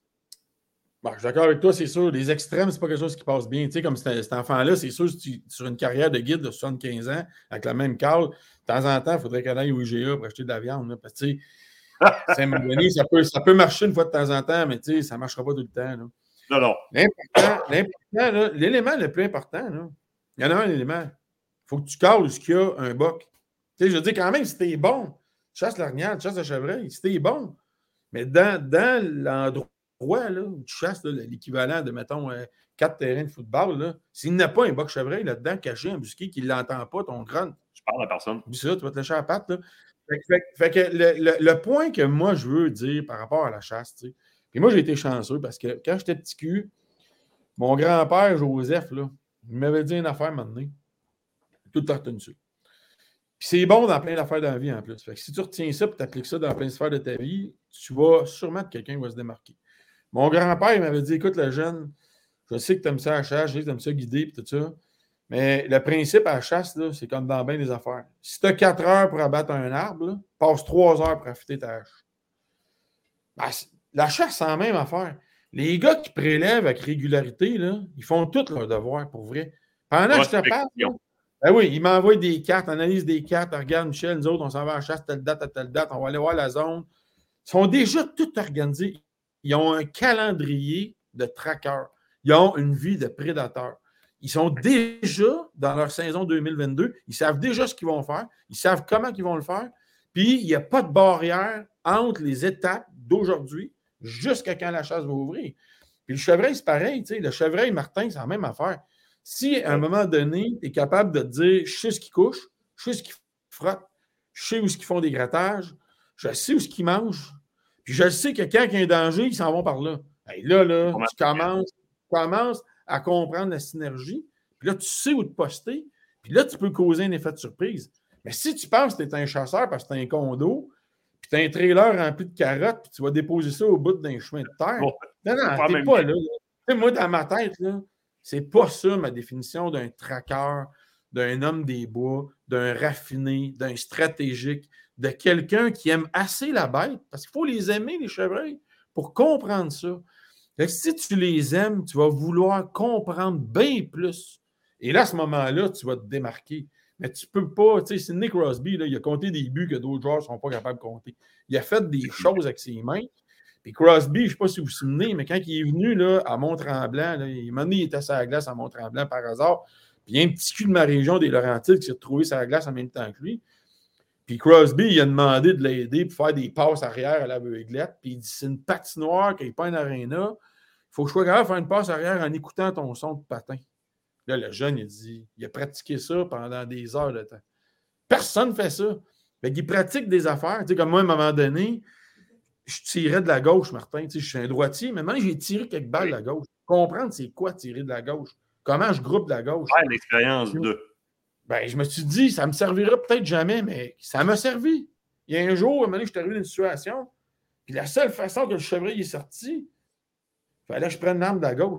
Bon, je suis d'accord avec toi, c'est sûr. Les extrêmes, c'est pas quelque chose qui passe bien. Tu sais, comme cet enfant-là, c'est sûr, sur une carrière de guide de 75 ans, avec la même call, de temps en temps, il faudrait qu'elle aille au IGA pour acheter de la viande. Là, parce que, tu sais, Saint-Marie, ça peut marcher une fois de temps en temps, mais tu sais, ça ne marchera pas tout le temps. Là. Non. L'important, là, l'élément le plus important, là, il y en a un élément. Il faut que tu cales ce qu'il y a un boc. Tu sais, je veux dire, quand même, si t'es bon, chasse l'orignal, chasse le chevreuil, si t'es bon, mais dans l'endroit là, où tu chasses là, l'équivalent de, mettons, 4 terrains de football, là, s'il n'y a pas un boc chevreuil là-dedans, caché, embusqué, qui ne l'entend pas, ton grunt. Je parle à personne. Dis ça, tu vas te lâcher à la patte. Là. Fait que le point que moi, je veux dire par rapport à la chasse, tu sais, puis moi, j'ai été chanceux parce que quand j'étais petit cul, mon grand-père, Joseph, là, il m'avait dit une affaire maintenant. Tout le temps retenu ça. Puis c'est bon dans plein d'affaires dans la vie en plus. Fait que si tu retiens ça et tu appliques ça dans plein de sphères de ta vie, tu vas sûrement que quelqu'un va se démarquer. Mon grand-père, il m'avait dit, écoute, le jeune, je sais que tu aimes ça à la chasse, je sais que tu aimes ça guider et tout ça, mais le principe à la chasse, là, c'est comme dans bien des affaires. Si tu as 4 heures pour abattre un arbre, là, passe 3 heures pour affûter ta hache. Ben, la chasse, c'est la même affaire. Les gars qui prélèvent avec régularité, là, ils font tout leur devoir, pour vrai. Pendant que je te parle, ben oui, ils m'envoient des cartes, analyse des cartes, regarde Michel, nous autres, on s'en va à la chasse, telle date à telle date, on va aller voir la zone. Ils sont déjà tout organisés. Ils ont un calendrier de traqueurs. Ils ont une vie de prédateurs. Ils sont déjà dans leur saison 2022. Ils savent déjà ce qu'ils vont faire. Ils savent comment ils vont le faire. Puis, il n'y a pas de barrière entre les étapes d'aujourd'hui jusqu'à quand la chasse va ouvrir. Puis le chevreuil, c'est pareil. Tu sais, le chevreuil, Martin, c'est la même affaire. Si, à un moment donné, tu es capable de te dire, je sais ce qu'ils couchent, je sais ce qu'ils frottent, je sais où ils font des grattages, je sais où ils mangent, puis je sais que quand il y a un danger, ils s'en vont par là. Et là, tu commences à comprendre la synergie, puis là, tu sais où te poster, puis là, tu peux causer un effet de surprise. Mais si tu penses que tu es un chasseur parce que tu as un condo, puis tu as un trailer rempli de carottes, puis tu vas déposer ça au bout d'un chemin de terre, non, t'es pas là. Tu sais, moi, dans ma tête, là, c'est pas ça ma définition d'un traqueur, d'un homme des bois, d'un raffiné, d'un stratégique, de quelqu'un qui aime assez la bête, parce qu'il faut les aimer, les chevreuils, pour comprendre ça. Fait que si tu les aimes, tu vas vouloir comprendre bien plus. Et là, à ce moment-là, tu vas te démarquer. Mais tu peux pas, tu sais, c'est Nick Crosby, là, il a compté des buts que d'autres joueurs ne sont pas capables de compter. Il a fait des choses avec ses mains. Puis Crosby, je ne sais pas si vous vous souvenez, mais quand il est venu là, à Mont-Tremblant, là, il était sur la glace à Mont-Tremblant par hasard. Puis il y a un petit cul de ma région des Laurentides qui s'est retrouvé sur la glace en même temps que lui. Puis Crosby, il a demandé de l'aider pour faire des passes arrière à l'aveuglette. Puis il dit, c'est une patinoire qui n'est pas une aréna. Il faut que je sois capable de faire une passe arrière en écoutant ton son de patin. Là, le jeune, il dit, il a pratiqué ça pendant des heures de temps. Personne ne fait ça. Fait qu'il pratique des affaires. Tu sais, comme moi, à un moment donné, je tirais de la gauche, Martin. Tu sais, je suis un droitier, mais maintenant, j'ai tiré quelques balles de la gauche. Comprendre c'est quoi tirer de la gauche. Comment je groupe de la gauche. Ouais, l'expérience de... Ben, je me suis dit, ça me servira peut-être jamais, mais ça m'a servi. Il y a un jour, à un moment donné, je suis arrivé dans une situation, puis la seule façon que le chevreuil est sorti, il fallait que je prenne l'arme de la gauche.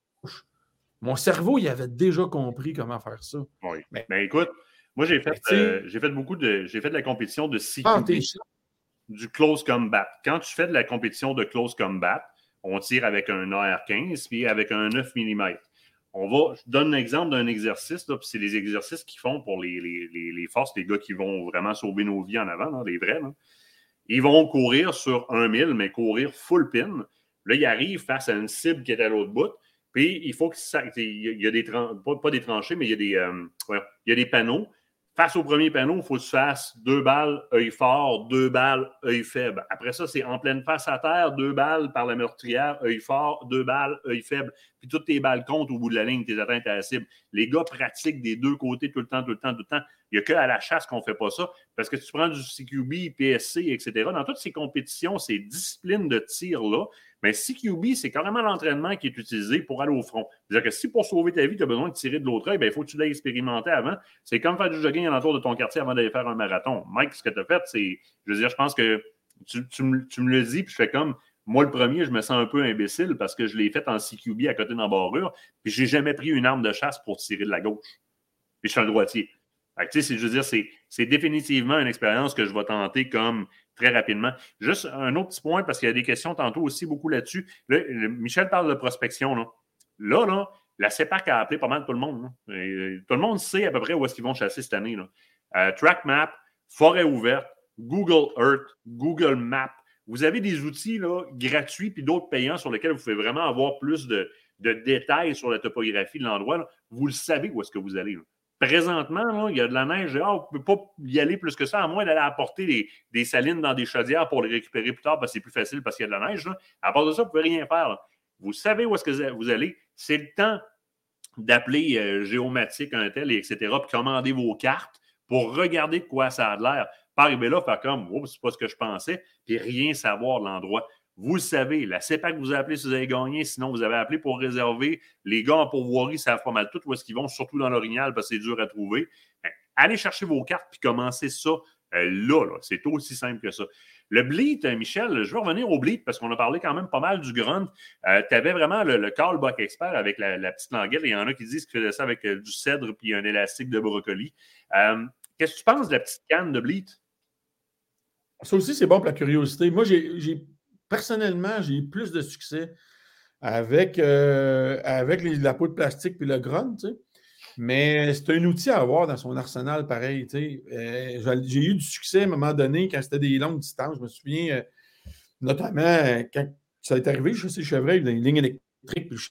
Mon cerveau, il avait déjà compris comment faire ça. Oui. Mais écoute, moi, j'ai fait beaucoup de... J'ai fait de la compétition de CQB, du close combat. Quand tu fais de la compétition de close combat, on tire avec un AR-15 puis avec un 9 mm. Je donne un exemple d'un exercice, là, puis c'est les exercices qu'ils font pour les forces, les gars qui vont vraiment sauver nos vies en avant, là, les vrais. Là. Ils vont courir sur 1 000, mais courir full pin. Là, ils arrivent face à une cible qui est à l'autre bout, puis il faut qu'il y a des pas des tranchées, mais il y a des panneaux. Face au premier panneau, il faut que tu fasses 2 balles, œil fort, 2 balles, œil faible. Après ça, c'est en pleine face à terre, 2 balles par la meurtrière, œil fort, 2 balles, œil faible. Puis toutes tes balles comptent au bout de la ligne, tes atteintes à la cible. Les gars pratiquent des deux côtés tout le temps. Il n'y a qu'à la chasse qu'on ne fait pas ça. Parce que tu prends du CQB, PSC, etc. Dans toutes ces compétitions, ces disciplines de tir-là, mais CQB, c'est carrément l'entraînement qui est utilisé pour aller au front. C'est-à-dire que si pour sauver ta vie, tu as besoin de tirer de l'autre œil, il faut que tu l'aies expérimenté avant. C'est comme faire du jogging alentour de ton quartier avant d'aller faire un marathon. Mike, ce que tu as fait, c'est... Je veux dire, je pense que tu me le dis, puis je fais comme... Moi, le premier, je me sens un peu imbécile parce que je l'ai fait en CQB à côté d'embarrure, puis j'ai jamais pris une arme de chasse pour tirer de la gauche. Puis je suis un droitier. Fait que, je veux dire, c'est définitivement une expérience que je vais tenter comme très rapidement. Juste un autre petit point, parce qu'il y a des questions tantôt aussi beaucoup là-dessus. Là, Michel parle de prospection. Là, la CEPAC a appelé pas mal tout le monde. Tout le monde sait à peu près où est-ce qu'ils vont chasser cette année. TrackMap, Forêt ouverte, Google Earth, Google Maps. Vous avez des outils là, gratuits puis d'autres payants sur lesquels vous pouvez vraiment avoir plus de détails sur la topographie de l'endroit. Là. Vous le savez où est-ce que vous allez. Là. Présentement, là, il y a de la neige. On ne peut pas y aller plus que ça, à moins d'aller apporter des salines dans des chaudières pour les récupérer plus tard parce que c'est plus facile parce qu'il y a de la neige. Là. À part de ça, vous ne pouvez rien faire. Là. Vous savez où est-ce que vous allez. C'est le temps d'appeler Géomatique, un tel, etc., puis commander vos cartes pour regarder de quoi ça a l'air. Pas arriver là, faire comme, oh, c'est pas ce que je pensais, puis rien savoir de l'endroit. Vous le savez, la CEPAC vous a appelé si vous avez gagné, sinon vous avez appelé pour réserver. Les gars en pourvoirie savent pas mal tout où est-ce qu'ils vont, surtout dans l'Orignal, parce que c'est dur à trouver. Allez chercher vos cartes puis commencez ça là. C'est aussi simple que ça. Le bleed, Michel, je veux revenir au bleed parce qu'on a parlé quand même pas mal du grunt. Tu avais vraiment le callback expert avec la petite languette. Il y en a qui disent qu'ils faisaient ça avec du cèdre puis un élastique de brocoli. Qu'est-ce que tu penses de la petite canne de bleed? Ça aussi, c'est bon pour la curiosité. Moi, personnellement, j'ai eu plus de succès avec la peau de plastique puis le grunt, tu sais. Mais c'est un outil à avoir dans son arsenal pareil, tu sais. J'ai eu du succès à un moment donné quand c'était des longues distances. Je me souviens, notamment, quand ça est arrivé, je sais, Chevreuil, dans une ligne électrique, puis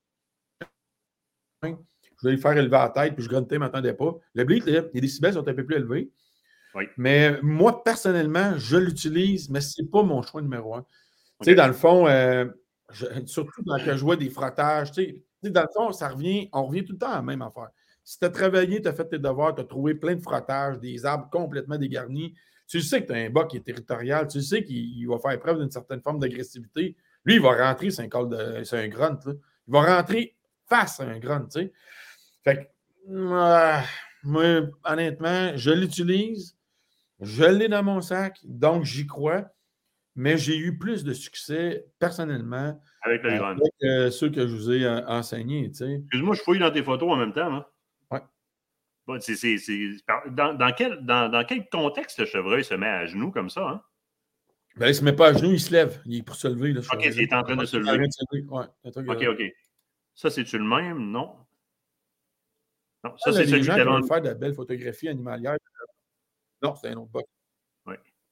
je voulais le faire élever la tête, puis je gruntais, je ne m'entendais pas. Le bleed, les décibels sont un peu plus élevés. Oui. Mais moi, personnellement, je l'utilise, mais ce n'est pas mon choix numéro un. Okay. Tu sais, dans le fond, surtout quand je vois des frottages, tu sais, dans le fond, on revient tout le temps à la même affaire. Si tu as travaillé, tu as fait tes devoirs, tu as trouvé plein de frottages, des arbres complètement dégarnis, tu sais que tu as un bas qui est territorial, tu sais qu'il va faire preuve d'une certaine forme d'agressivité. Lui, il va rentrer, c'est un grunt. Là. Il va rentrer face à un grunt, tu sais. Fait que, moi, honnêtement, je l'utilise. Je l'ai dans mon sac, donc j'y crois, mais j'ai eu plus de succès personnellement avec ceux que je vous ai enseignés. Tu sais. Excuse-moi, je fouille dans tes photos en même temps. Hein? Oui. Bon, dans quel contexte le chevreuil se met à genoux comme ça? Hein? Ben, il ne se met pas à genoux, il se lève. Il est pour se lever. Là, OK, il est en train de se lever. Ouais, OK. Ça, c'est-tu le même? Non. Non, ça, c'est celui qui vont faire de la belle photographie animalière. Non, c'est un autre bug. Oui.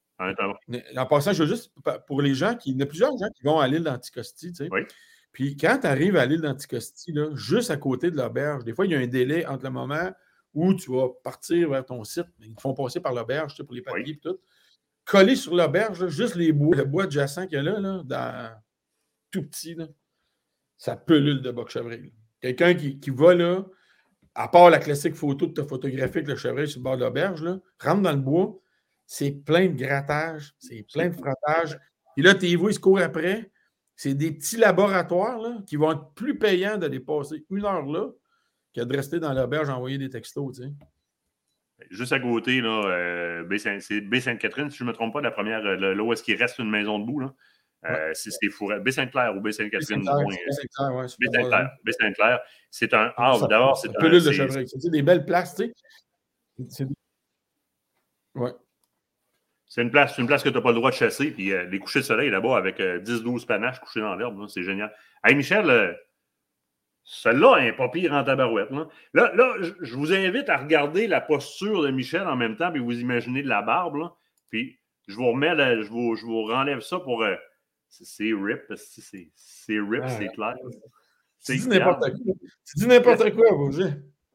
En passant, je veux juste, pour les gens il y a plusieurs gens qui vont à l'île d'Anticosti, tu sais. Oui. Puis quand tu arrives à l'île d'Anticosti, là, juste à côté de l'auberge, des fois, il y a un délai entre le moment où tu vas partir vers ton site, ils te font passer par l'auberge, tu sais, pour les papiers et tout. Collé sur l'auberge, juste le bois adjacent qu'il y a là, dans tout petit, là, ça pullule de boc chevreuil. Quelqu'un qui va là, à part la classique photo de ta photographie avec le chevreuil sur le bord de l'auberge, là, rentre dans le bois, c'est plein de grattages, c'est plein de frottages. Et là, tes voix, ils se courent après. C'est des petits laboratoires là, qui vont être plus payants d'aller passer une heure là que de rester dans l'auberge à envoyer des textos. Tu sais. Juste à côté, là, c'est Baie-Sainte-Catherine, si je ne me trompe pas, la première, là où est-ce qu'il reste une maison debout. Là. C'est Fourette. Baie-Sainte-Claire ou Baie-Sainte-Catherine. Baie-Sainte-Claire. C'est un havre. D'abord, c'est un pelule de chevreuil. C'est des belles places, tu sais. Ouais. C'est une place que tu n'as pas le droit de chasser. Puis les couchers de soleil là-bas avec 10-12 panaches couchés dans l'herbe, c'est génial. Hey Michel, celle-là est pas pire en tabarouette. Là, je vous invite à regarder la posture de Michel en même temps, puis vous imaginez de la barbe. Là. Puis je vous remets, je vous renlève ça pour. C'est rip, c'est rip, c'est clair. Tu dis n'importe quoi. Tu dis n'importe quoi, Roger.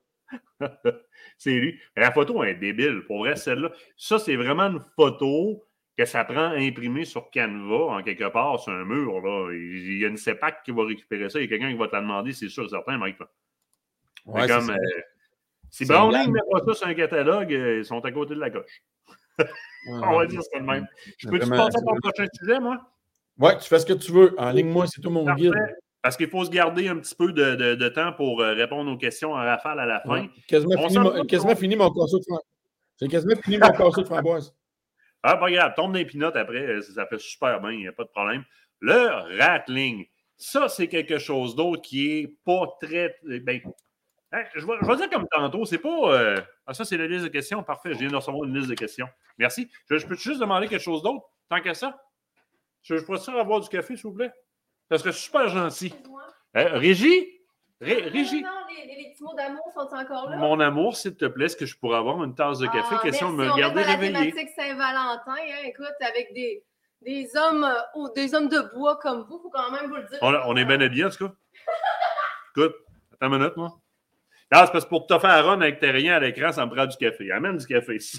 C'est lui. La photo est débile. Pour vrai, celle-là, ça, c'est vraiment une photo que ça prend à imprimer sur Canva, en quelque part, sur un mur. Là. Il y a une CEPAC qui va récupérer ça. Il y a quelqu'un qui va te la demander, c'est sûr et certain, Mike. Ouais, comme, Si Browning ne met pas ça sur un catalogue, ils sont à côté de la coche. On va dire ça de même. Je peux-tu passer à ton prochain sujet, moi? Oui, tu fais ce que tu veux. En ligne, moi, c'est tout mon guide. Parce qu'il faut se garder un petit peu de temps pour répondre aux questions en rafale à la fin. Quasiment fini mon casseau de framboise. J'ai quasiment fini mon casseau de framboise. Ah, pas grave. Tombe dans les pinottes après. Ça fait super bien. Il n'y a pas de problème. Le rattling. Ça, c'est quelque chose d'autre qui est pas très... Ben, hein, je vais dire comme tantôt, c'est pas... Ah, ça, c'est la liste de questions. Parfait, je viens de recevoir une liste de questions. Merci. Je peux juste demander quelque chose d'autre, tant que ça? Je pourrais avoir du café, s'il vous plaît? Ça serait super gentil. Régie? Régie? Non, les petits mots d'amour sont encore là? Mon amour, s'il te plaît, est-ce que je pourrais avoir une tasse de café? Question de me garder réveillé. La thématique Saint-Valentin, hein, écoute, avec des hommes de bois comme vous, il faut quand même vous le dire. On est bien habillés, en tout cas. Écoute, attends une minute, moi. Ah, c'est parce que pour te faire run avec tes rien à l'écran, ça me prend du café. Amène du café ici.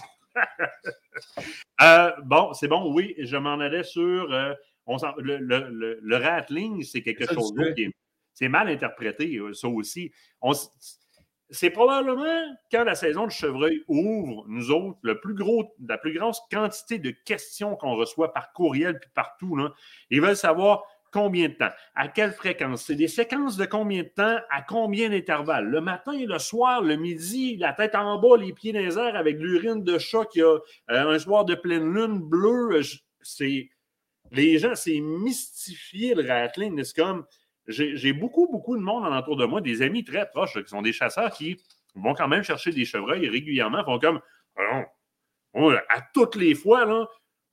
Bon, c'est bon, oui, je m'en allais sur... le rattling, c'est quelque chose d'autre qui est... C'est mal interprété, ça aussi. C'est probablement, quand la saison de chevreuil ouvre, nous autres, la plus grosse quantité de questions qu'on reçoit par courriel puis partout, là, ils veulent savoir combien de temps, à quelle fréquence. C'est des séquences de combien de temps, à combien d'intervalles. Le matin, le soir, le midi, la tête en bas, les pieds dans les airs avec l'urine de chat qui a un soir de pleine lune bleue. Les gens, c'est mystifié le rattling. C'est comme... J'ai beaucoup de monde alentour de moi, des amis très proches qui sont des chasseurs qui vont quand même chercher des chevreuils régulièrement, font comme à toutes les fois, là,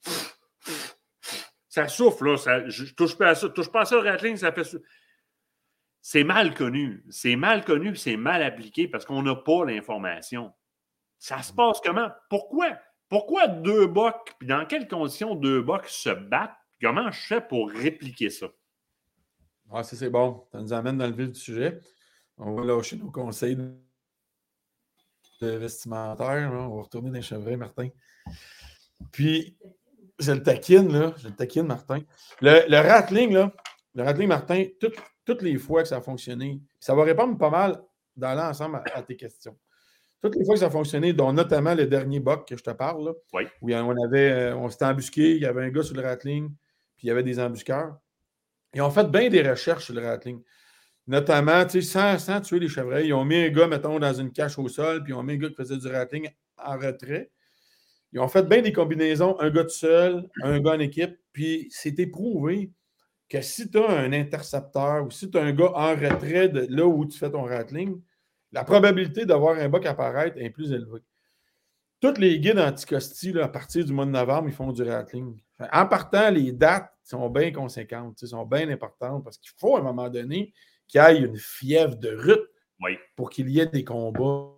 ça souffle, là, je touche pas à ça, le rattling, ça fait ça. C'est mal connu, c'est mal appliqué parce qu'on n'a pas l'information. Ça se passe comment? Pourquoi deux bocs, puis dans quelles conditions deux bocs se battent? Comment je fais pour répliquer ça? Ah, ça, c'est bon. Ça nous amène dans le vif du sujet. On va lâcher nos conseils de vestimentaire. Là. On va retourner dans les chevreuils, Martin. Puis, je le taquine, là. Martin. Le rattling, là. Le rattling, Martin, toutes les fois que ça a fonctionné, ça va répondre pas mal dans l'ensemble à tes questions. Toutes les fois que ça a fonctionné, dont notamment le dernier boc que je te parle, là, oui. Où on s'était embusqué, il y avait un gars sur le rattling, puis il y avait des embusqueurs. Ils ont fait bien des recherches sur le rattling. Notamment, sans tuer les chevreuils. Ils ont mis un gars, mettons, dans une cache au sol, puis ils ont mis un gars qui faisait du rattling en retrait. Ils ont fait bien des combinaisons, un gars tout seul, un gars en équipe, puis c'est éprouvé que si tu as un intercepteur ou si tu as un gars en retrait de là où tu fais ton rattling, la probabilité d'avoir un buck apparaître est plus élevée. Tous les guides anticosti, à partir du mois de novembre, ils font du rattling. En partant, les dates sont bien conséquentes, sont bien importantes parce qu'il faut à un moment donné qu'il y ait une fièvre de rut pour qu'il y ait des combats.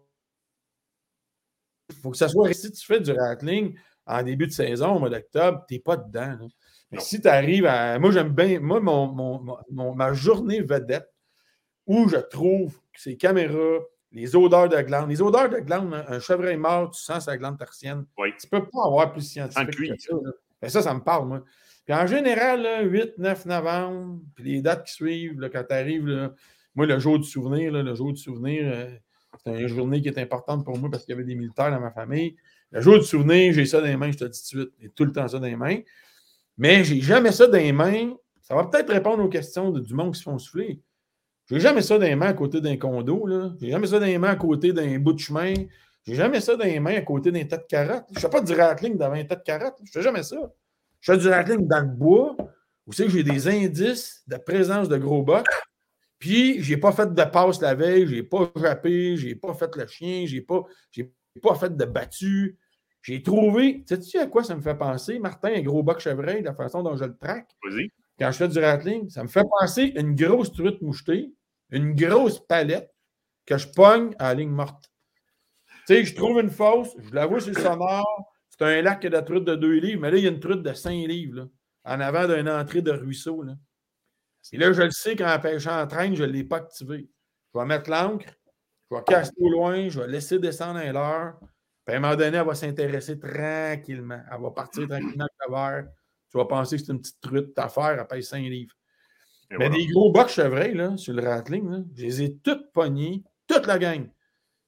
Il faut que ça soit... Si tu fais du rattling en début de saison, au mois d'octobre, tu n'es pas dedans. Là. Mais si tu arrives à... Moi, j'aime bien... Moi, ma journée vedette où je trouve que ces caméras, les odeurs de glande. Les odeurs de glande, un chevreuil mort, tu sens sa glande tarsienne. Oui. Tu ne peux pas avoir plus scientifique que ça. Mais ça me parle, moi. Puis en général, là, 8-9 novembre, puis les dates qui suivent, là, quand tu arrives, moi, le jour du souvenir, c'est une journée qui est importante pour moi parce qu'il y avait des militaires dans ma famille. Le jour du souvenir, j'ai ça dans les mains, je te le dis tout de suite. J'ai tout le temps ça dans les mains. Mais j'ai jamais ça dans les mains. Ça va peut-être répondre aux questions du monde qui se font souffler. J'ai jamais ça dans les mains à côté d'un condo. Là. J'ai jamais ça dans les mains à côté d'un bout de chemin. J'ai jamais ça dans les mains à côté d'un tas de carottes. Je ne fais pas du rattling devant un tas de carottes. Je ne fais jamais ça. Je fais du rattling dans le bois où c'est que j'ai des indices de présence de gros bocs. Puis, je n'ai pas fait de passe la veille, je n'ai pas jappé, je n'ai pas fait le chien, je n'ai pas fait de battu. J'ai trouvé... Sais-tu à quoi ça me fait penser, Martin, un gros boc chevreuil, la façon dont je le traque? Vas-y. Quand je fais du rattling, ça me fait penser à une grosse truite mouchetée, une grosse palette que je pogne à la ligne morte. Tu sais, je trouve une fosse, je la vois sur le sonore, c'est un lac qui a de la truite de 2 livres, mais là, il y a une truite de 5 livres, là, en avant d'une entrée de ruisseau. Là. Et là, je le sais, quand la pêche en traîne, je ne l'ai pas activé. Je vais mettre l'ancre, je vais caster au loin, je vais laisser descendre un leurre, puis à un moment donné, elle va s'intéresser tranquillement. Elle va partir tranquillement avec le verre. Tu vas penser que c'est une petite truite. Ta affaire, elle pèse 5 livres. Mais des gros bocs chevreuils, là, sur le rattling, là, je les ai toutes pognées, toute la gang.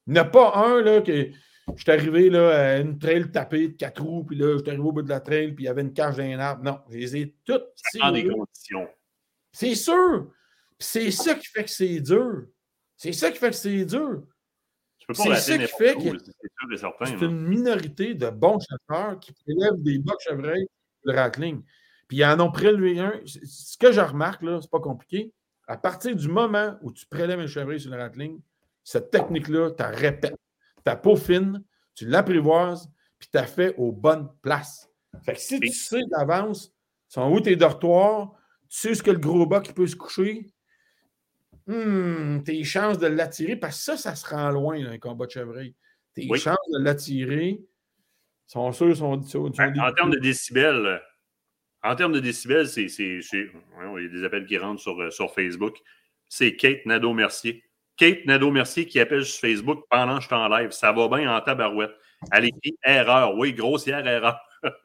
Il n'y en a pas un là, que je suis arrivé là, à une trail tapée de 4 roues, puis là, je suis arrivé au bout de la trail, puis il y avait une cage dans un arbre. Non, je les ai toutes Dans des tirées. conditions. C'est sûr. Puis c'est ça qui fait que c'est dur. C'est ça qui fait que c'est dur. Tu peux pas C'est rater ça qui n'importe fait où, que c'est sûr et certain. c'est là. une minorité de bons chasseurs qui prélèvent des bocs chevreuils de rattling. Puis ils en ont prélevé un. Ce que je remarque, là, c'est pas compliqué. À partir du moment où tu prélèves un chevreuil sur le rattling, cette technique-là, tu la répètes. Ta peau fine, tu l'apprivoises, puis tu as fait aux bonnes places. Fait que si tu sais d'avance, sont où tes dortoirs, tu sais où est-ce que le gros boc il peut se coucher, tes chances de l'attirer, parce que ça se rend loin, là, un combat de chevreuil. Tes chances de l'attirer sont sûres, sont En termes de décibels, c'est il y a des appels qui rentrent sur Facebook. C'est Kate Nadeau-Mercier. Kate Nadeau-Mercier qui appelle sur Facebook pendant que je suis en live. Ça va bien en tabarouette. Elle écrit erreur. Oui, grossière erreur.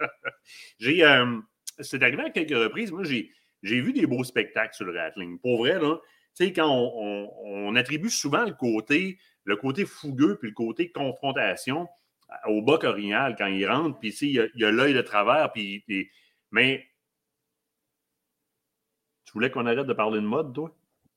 C'est arrivé à quelques reprises. Moi, j'ai vu des beaux spectacles sur le rattling. Pour vrai, là, tu sais, quand on attribue souvent le côté fougueux puis le côté confrontation au boc original quand il rentre, puis il y a l'œil de travers, mais tu voulais qu'on arrête de parler de mode, toi?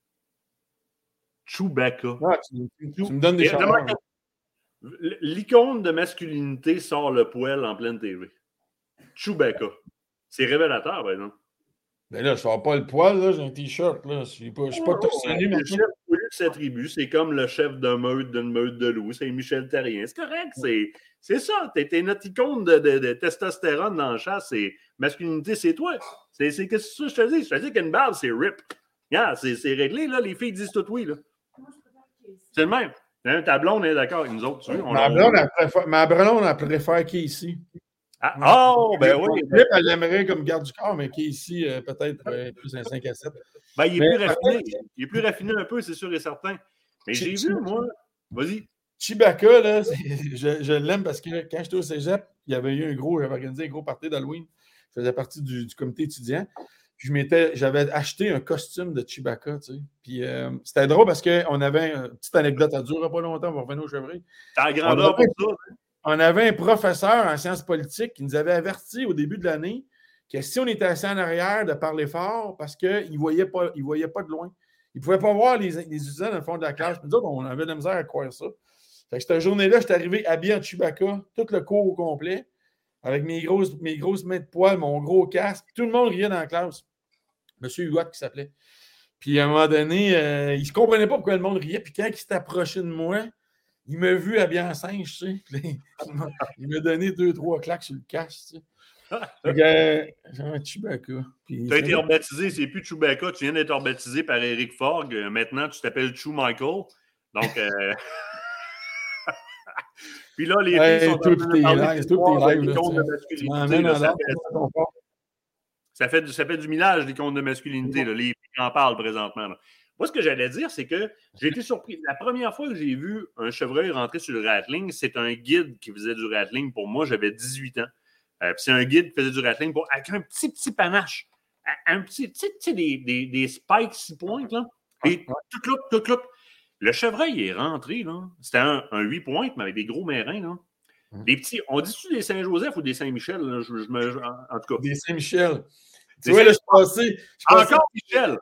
Chewbacca. Ah, tu me donnes des chaleurs. L'icône de masculinité sort le poêle en pleine TV. Chewbacca. C'est révélateur, par exemple. Ben là, je ne sors pas le poil, là, j'ai un t-shirt, là. Je ne suis pas torsionné, le chef de sa tribu, c'est comme le chef de meute d'une meute de loups, c'est Michel Terrien. C'est correct, c'est ça. T'es notre icône de testostérone dans le chat, c'est masculinité, c'est toi. C'est ce que je te dis. Je te dis qu'une barbe, c'est rip. Yeah, c'est réglé, là. Les filles disent tout oui, là. C'est le même. Ta blonde est d'accord avec nous autres, tu veux? Ma blonde, elle préfère qui ici. Ah, oh, ben oui. Philippe, elle l'aimerait comme garde du corps, mais qui ici, peut-être plus un 5 à 7. Ben, il est plus raffiné. Il est plus raffiné un peu, c'est sûr et certain. Mais j'ai vu, moi. Vas-y. Chewbacca, là, je l'aime parce que quand j'étais au cégep, j'avais organisé un gros party d'Halloween. Je faisais partie du comité étudiant. Puis j'avais acheté un costume de Chewbacca, tu sais. Puis c'était drôle parce qu'on avait une petite anecdote, ça ne durera pas longtemps, on va revenir au chevreuil. T'as la grandeur pour ça. On avait un professeur en sciences politiques qui nous avait averti au début de l'année que si on était assis en arrière, de parler fort parce qu'il ne voyait pas de loin. Il ne pouvait pas voir les étudiants dans le fond de la classe. Nous autres, on avait de la misère à croire ça. Fait que cette journée-là, j'étais arrivé habillé en Chewbacca, tout le cours au complet, avec mes grosses mains de poil, mon gros casque. Tout le monde riait dans la classe. Monsieur Huot qui s'appelait. Puis à un moment donné, il ne se comprenait pas pourquoi le monde riait. Puis quand il s'est approché de moi, il m'a vu habillé en singe, tu sais. Il m'a donné 2-3 claques sur le casque, tu sais. J'ai un Chewbacca. Tu as été rebaptisé, c'est plus Chewbacca, tu viens d'être rebaptisé par Eric Fogg. Maintenant, tu t'appelles Chew Michael. Donc, puis là, les filles sont tout tes lives, ça fait du millage, les comptes de masculinité. Là. Les filles en parlent présentement. Là. Moi, ce que j'allais dire, c'est que j'ai été surpris. La première fois que j'ai vu un chevreuil rentrer sur le rattling, c'est un guide qui faisait du rattling. Pour moi, j'avais 18 ans. C'est un guide qui faisait du rattling avec un petit panache. Un petit, tu sais, des spikes 6 pointes, là. Et tout loup. Le chevreuil est rentré, là. C'était un 8 pointes, mais avec des gros mérins, là. Des petits, on dit-tu des Saint-Joseph ou des Saint-Michel? Là? En tout cas. Des Saint-Michel. Tu vois, là, je passais. Encore Michel.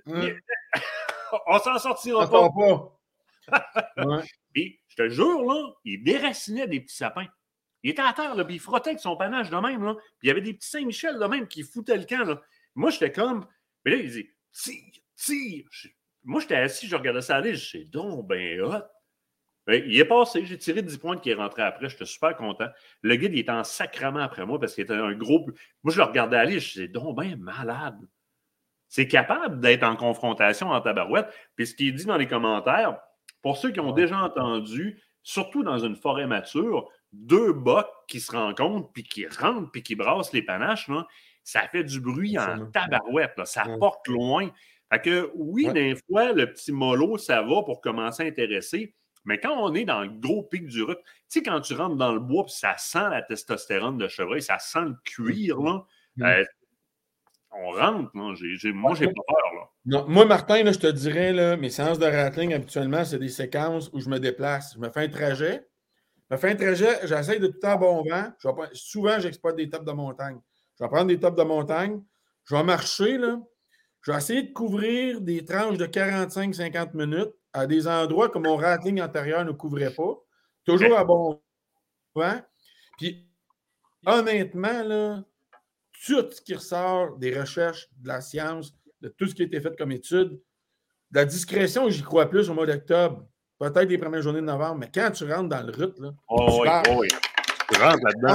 On s'en sortira pas. Ouais. Et je te jure, là, il déracinait des petits sapins. Il était à terre, là, puis il frottait avec son panache de même. Là. Puis il y avait des petits Saint-Michel de même qui foutaient le camp. Là. Moi, j'étais comme. Mais là, il dit tire. Moi, j'étais assis, je regardais ça aller. Je dis, c'est donc ben hot. Il est passé, j'ai tiré 10 points qui est rentré après. J'étais super content. Le guide, il était en sacrement après moi parce qu'il était un gros. Moi, je le regardais aller. Je disais, donc ben malade. C'est capable d'être en confrontation en tabarouette. Puis ce qui est dit dans les commentaires, pour ceux qui ont déjà entendu, surtout dans une forêt mature, 2 bocs qui se rencontrent, puis qui rentrent, puis qui brassent les panaches, là, ça fait du bruit en tabarouette. Là, ça porte loin. Fait que oui, des fois, le petit mollo, ça va pour commencer à intéresser. Mais quand on est dans le gros pic du rut, tu sais, quand tu rentres dans le bois, puis ça sent la testostérone de chevreuil, ça sent le cuir, là. On rentre, non? Moi, j'ai pas peur, là. Non, moi, Martin, là, je te dirais, là, mes séances de rattling, habituellement, c'est des séquences où je me déplace. Je me fais un trajet. J'essaie de tout le temps bon vent. Souvent, j'exploite des tops de montagne. Je vais prendre des tops de montagne. Je vais marcher, là. Je vais essayer de couvrir des tranches de 45-50 minutes à des endroits que mon rattling antérieur ne couvrait pas. Toujours à bon vent. Puis, honnêtement, là, tout ce qui ressort des recherches, de la science, de tout ce qui a été fait comme étude, de la discrétion, j'y crois plus au mois d'octobre. Peut-être les premières journées de novembre, mais quand tu rentres dans le rythme, là, oui. Tu rentres là-dedans.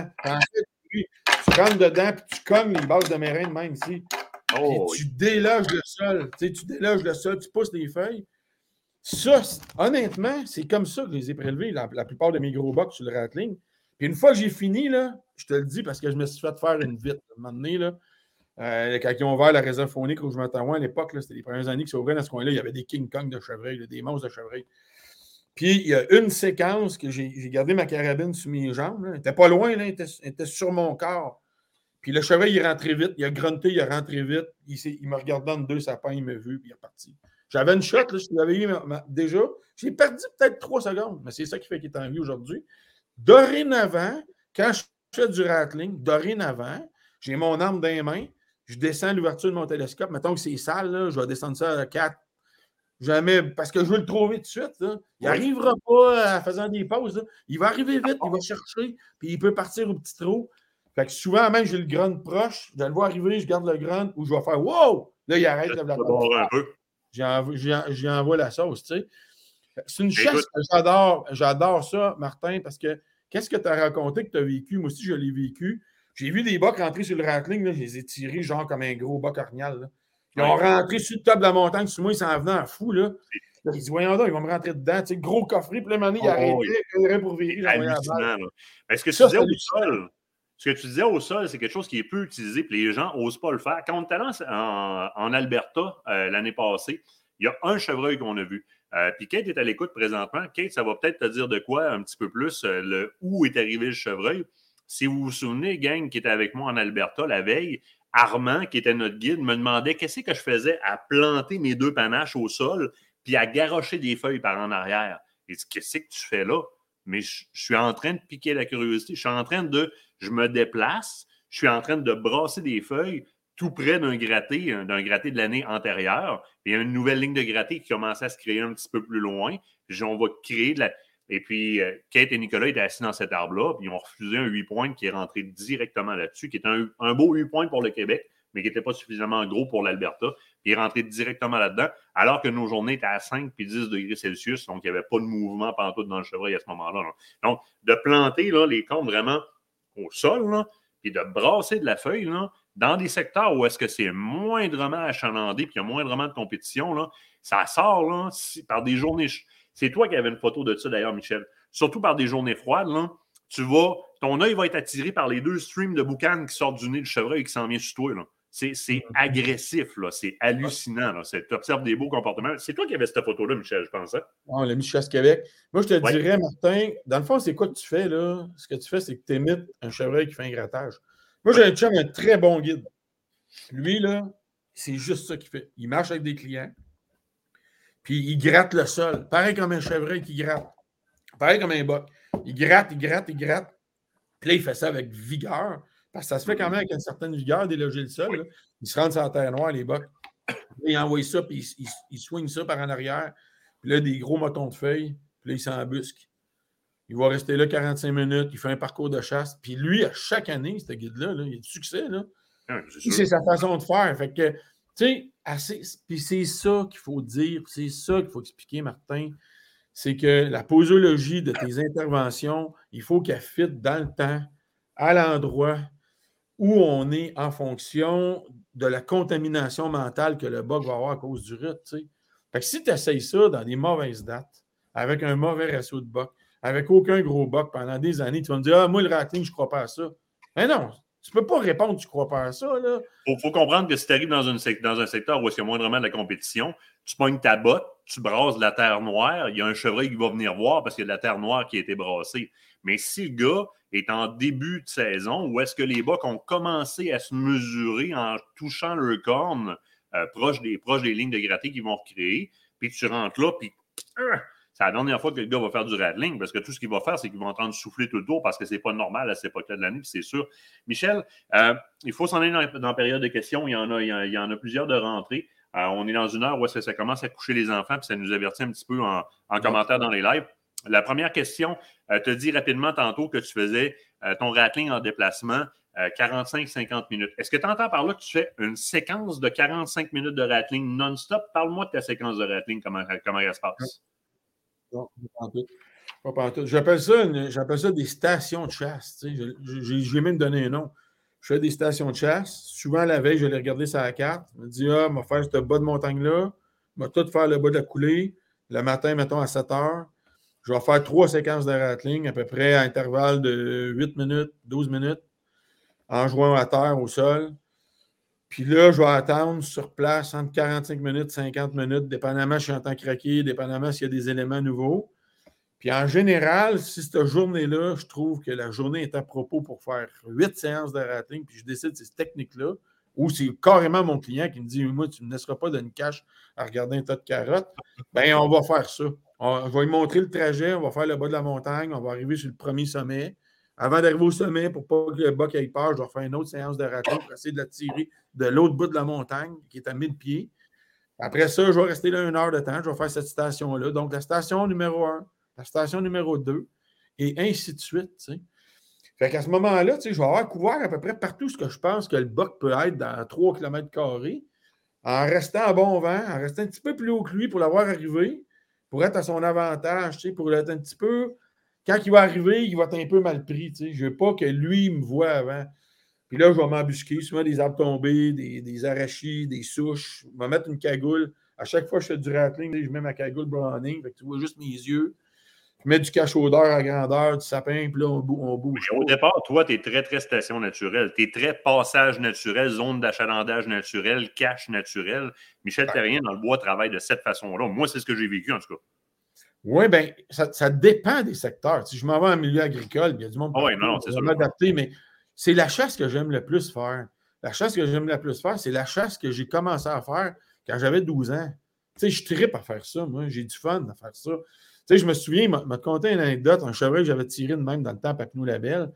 Tu rentres dedans, puis tu cognes les bases de mérin de même ici. Tu déloges le sol. Tu déloges le sol, tu pousses les feuilles. Ça, honnêtement, c'est comme ça que je les ai prélevés, la plupart de mes gros box sur le rattling. Puis une fois que j'ai fini, là, je te le dis parce que je me suis fait faire une vite. À un moment donné, là, quand ils ont ouvert la réserve faunique au Rouge-Matawan à l'époque, c'était les premières années qui s'ouvraient dans ce coin-là, il y avait des King Kong de chevreuil, là, des monstres de chevreuil. Puis il y a une séquence que j'ai gardé ma carabine sous mes jambes. Elle n'était pas loin, là, elle était sur mon corps. Puis le chevreuil, il est rentré vite. Il a grunté, il est rentré vite. Il me regardait en deux sapins, il m'a vu, puis il est reparti. J'avais une shot, là, je l'avais eu déjà. J'ai perdu peut-être 3 secondes, mais c'est ça qui fait qu'il est en vie aujourd'hui. Dorénavant, quand je fais du rattling, j'ai mon arme dans les mains, je descends l'ouverture de mon télescope. Mettons que c'est sale, là, je vais descendre ça à 4. Jamais, parce que je veux le trouver tout de suite. Là. Il n'arrivera pas en faisant des pauses. Là. Il va arriver vite, il va chercher, puis il peut partir au petit trou. Fait que souvent, même, j'ai le grunt proche, je le vois arriver, je garde le grunt, ou je vais faire wow! Là, il arrête, lève la tête. J'y envoie la sauce, tu sais. C'est une chasse que j'adore ça, Martin, parce que qu'est-ce que tu as raconté que tu as vécu? Moi aussi, je l'ai vécu. J'ai vu des bocs rentrer sur le rattling, là, je les ai tirés genre comme un gros boc orignal. Là. Ils ont rentré sur le top de la montagne, sur moi, ils s'en venaient en fou. Là. Ils disent, voyons donc, ils vont me rentrer dedans. Tu sais, gros coffret, puis là, maintenant, il arrêtait pour virer. Est-ce que tu disais au sol? Ce que tu disais au sol, c'est quelque chose qui est peu utilisé, puis les gens n'osent pas le faire. Quand on était là en Alberta l'année passée, il y a un chevreuil qu'on a vu. Puis Kate est à l'écoute présentement. Kate, ça va peut-être te dire de quoi un petit peu plus, où est arrivé le chevreuil. Si vous vous souvenez, gang qui était avec moi en Alberta la veille, Armand, qui était notre guide, me demandait qu'est-ce que je faisais à planter mes 2 panaches au sol puis à garrocher des feuilles par en arrière. Il dit, qu'est-ce que tu fais là? Mais je suis en train de piquer la curiosité. Je me déplace, je suis en train de brasser des feuilles tout près d'un gratté de l'année antérieure. Il y a une nouvelle ligne de gratté qui commençait à se créer un petit peu plus loin. Puis on va créer de la... Et puis, Kate et Nicolas étaient assis dans cet arbre-là, puis ils ont refusé un 8 points qui est rentré directement là-dessus, qui est un beau 8 points pour le Québec, mais qui n'était pas suffisamment gros pour l'Alberta. Il est rentré directement là-dedans, alors que nos journées étaient à 5 puis 10 degrés Celsius, donc il n'y avait pas de mouvement pantoute dans le chevreuil à ce moment-là. Là. Donc, de planter là, les cônes vraiment au sol, là, puis de brasser de la feuille là, dans des secteurs où est-ce que c'est moindrement achalandé puis il y a moindrement de compétition, là, ça sort là, par des journées... C'est toi qui avais une photo de ça d'ailleurs, Michel. Surtout par des journées froides, là, ton œil va être attiré par les 2 streams de boucan qui sortent du nez du chevreuil et qui s'en vient sur toi. Là. C'est agressif, là. C'est hallucinant. Tu observes des beaux comportements. C'est toi qui avais cette photo-là, Michel, je pense. Hein? On l'a mis sur Chasse Québec. Moi, je te dirais, Martin, dans le fond, c'est quoi que tu fais, là? Ce que tu fais, c'est que tu imites un chevreuil qui fait un grattage. Moi, j'ai un chum, un très bon guide. Lui, là, c'est juste ça qu'il fait. Il marche avec des clients, puis il gratte le sol. Pareil comme un chevreuil qui gratte. Pareil comme un boc. Il gratte. Puis là, il fait ça avec vigueur. Parce que ça se fait quand même avec une certaine vigueur déloger le sol. Là. Il se rend sur la terre noire, les bocs. Il envoie ça, puis il swing ça par en arrière. Puis là, des gros motons de feuilles. Puis là, il s'embusque. Il va rester là 45 minutes. Il fait un parcours de chasse. Puis lui, à chaque année, ce guide-là, là, il a du succès. Là. C'est sa façon de faire. Fait que, tu sais, puis c'est ça qu'il faut dire. C'est ça qu'il faut expliquer, Martin. C'est que la posologie de tes interventions, il faut qu'elle fitte dans le temps, à l'endroit où on est en fonction de la contamination mentale que le bug va avoir à cause du rythme. Tu sais. Fait que si tu essayes ça dans des mauvaises dates, avec un mauvais ratio de buck, avec aucun gros buck pendant des années, tu vas me dire « Ah, moi, le rattling, je ne crois pas à ça. » Mais non, tu ne peux pas répondre « Tu ne crois pas à ça. » Il faut comprendre que si tu arrives dans un secteur où il y a moindrement de la compétition, tu pognes ta botte, tu brasses de la terre noire, il y a un chevreuil qui va venir voir parce qu'il y a de la terre noire qui a été brassée. Mais si le gars est en début de saison, où est-ce que les bocs ont commencé à se mesurer en touchant leur corne proche des lignes de gratté qu'ils vont recréer, puis tu rentres là, puis c'est la dernière fois que le gars va faire du rattling, parce que tout ce qu'il va faire, c'est qu'il va entendre souffler tout le tour, parce que c'est pas normal à cette époque-là de l'année, puis c'est sûr. Michel, il faut s'en aller dans la période de questions. Il y en a plusieurs de rentrées. On est dans une heure où ça commence à coucher les enfants, puis ça nous avertit un petit peu en commentaire dans les lives. La première question, te dit rapidement tantôt que tu faisais ton rattling en déplacement 45-50 minutes. Est-ce que tu entends par là que tu fais une séquence de 45 minutes de rattling non-stop? Parle-moi de ta séquence de rattling, comment elle se passe. Non, pas pantoute. J'appelle ça des stations de chasse. Tu sais. Je vais même donner un nom. Je fais des stations de chasse. Souvent, la veille, je vais les regarder sur la carte. Je me dis, je vais faire ce bas de montagne-là. Je vais tout faire le bas de la coulée. Le matin, mettons, à 7 heures. Je vais faire 3 séquences de rattling, à peu près à intervalle de 8 minutes, 12 minutes, en jouant à terre, au sol. Puis là, je vais attendre sur place entre 45 minutes, 50 minutes, dépendamment si j'entends craquer, dépendamment s'il y a des éléments nouveaux. Puis en général, si cette journée-là, je trouve que la journée est à propos pour faire 8 séances de rattling, puis je décide ces techniques-là, ou c'est carrément mon client qui me dit « Moi, tu ne me laisseras pas d'une cache à regarder un tas de carottes. » Bien, on va faire ça. Je vais lui montrer le trajet, on va faire le bas de la montagne, on va arriver sur le premier sommet. Avant d'arriver au sommet, pour pas que le buck ait peur, je vais faire une autre séance de rattling pour essayer de la tirer de l'autre bout de la montagne, qui est à 1000 pieds. Après ça, je vais rester là 1 heure de temps, je vais faire cette station-là. Donc, la station numéro 1, la station numéro 2, et ainsi de suite. Tu sais. Fait qu'à ce moment-là, tu sais, je vais avoir couvert à peu près partout ce que je pense que le buck peut être dans 3 km², en restant à bon vent, en restant un petit peu plus haut que lui pour l'avoir arrivé, pour être à son avantage, tu sais, pour être un petit peu... Quand il va arriver, il va être un peu mal pris. Tu sais. Je ne veux pas que lui me voie avant. Puis là, je vais m'embusquer, souvent des arbres tombés, des arachis, des souches. Je vais mettre une cagoule. À chaque fois que je fais du rattling, je mets ma cagoule browning. Fait que tu vois juste mes yeux. Je mets du cache-odeur à grandeur, du sapin, puis là, on bouge. Mais au départ, toi, tu es très, très station naturelle. Tu es très passage naturel, zone d'achalandage naturel, cache naturel. Michel Terrien, dans le bois, travaille de cette façon-là. Moi, c'est ce que j'ai vécu, en tout cas. Oui, bien, ça dépend des secteurs. Si je m'en vais en milieu agricole, il y a du monde oui, non, c'est ça va m'adapter, mais c'est la chasse que j'aime le plus faire. La chasse que j'aime le plus faire, c'est la chasse que j'ai commencé à faire quand j'avais 12 ans. Tu sais, je trippe à faire ça, moi. J'ai du fun à faire ça. Tu sais, je me souviens, il m'a conté une anecdote, un chevreuil que j'avais tiré de même dans le temps à Papineau-Labelle.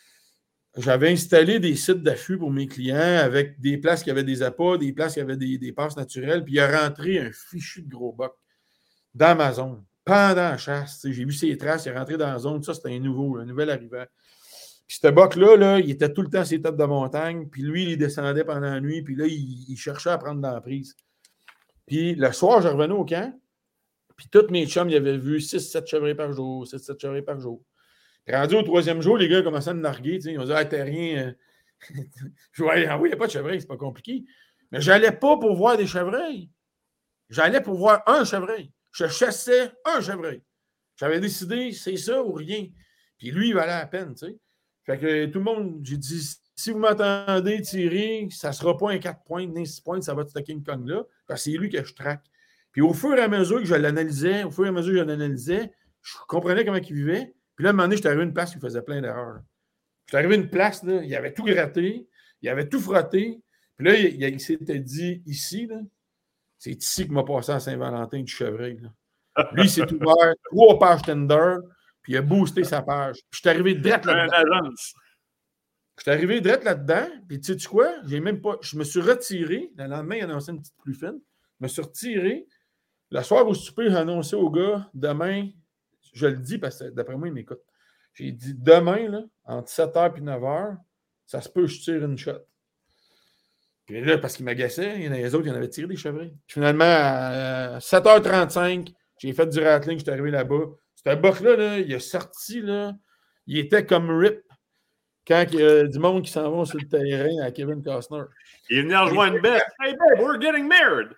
J'avais installé des sites d'affût pour mes clients avec des places qui avaient des appâts, des places qui avaient des passes naturelles, puis il a rentré un fichu de gros boc dans ma zone. Pendant la chasse, j'ai vu ses traces, il est rentré dans la zone, ça c'était un nouvel arrivant. Puis ce boc-là, il était tout le temps sur les tops de montagne, puis lui, il descendait pendant la nuit, puis là, il cherchait à prendre l'emprise. Puis le soir, je revenais au camp, puis tous mes chums, ils avaient vu 6-7 chevreuils par jour, 6-7 chevreuils par jour. Puis rendu au 3e jour, les gars commençaient à me narguer, ils ont dit « Ah, t'as rien. » Je dis « Ah oui, il n'y a pas de chevreuil, c'est pas compliqué. » Mais je n'allais pas pour voir des chevreuils. J'allais pour voir un chevreuil. Je chassais un chevreuil. J'avais décidé, c'est ça ou rien. Puis lui, il valait la peine, tu sais. Fait que tout le monde, j'ai dit, si vous m'entendez tirer, ça ne sera pas un 4 points, ni 6 points, ça va être ce King Kong-là, parce que c'est lui que je traque. Puis au fur et à mesure que je l'analysais, je comprenais comment il vivait. Puis là, à un moment donné, j'étais arrivé à une place où il faisait plein d'erreurs. J'étais arrivé à une place, là, il avait tout gratté, il avait tout frotté. Puis là, il s'était dit, ici, là, c'est ici qu'il m'a passé à Saint-Valentin du chevreuil. Là. Lui, il s'est ouvert 3 pages Tinder, puis il a boosté sa page. Puis je suis arrivé direct là-dedans. Je suis arrivé direct là-dedans, puis tu sais quoi? Je me suis retiré. Le lendemain, il a annoncé une petite plus fine. Je me suis retiré. Le soir au souper, j'ai annoncé au gars, demain, je le dis parce que d'après moi, il m'écoute. J'ai dit, demain, là, entre 7h et 9h, ça se peut que je tire une shot. Puis là, parce qu'il m'agaçait, il y en a les autres, il y en avait tiré des chevreuils. Finalement, à 7h35, j'ai fait du rattling, j'étais arrivé là-bas. Ce boc-là, là, il est sorti, là, il était comme Rip quand il y a du monde qui s'en va sur le terrain à Kevin Costner. Il est venu rejoindre Beth. Hey, babe, we're getting married!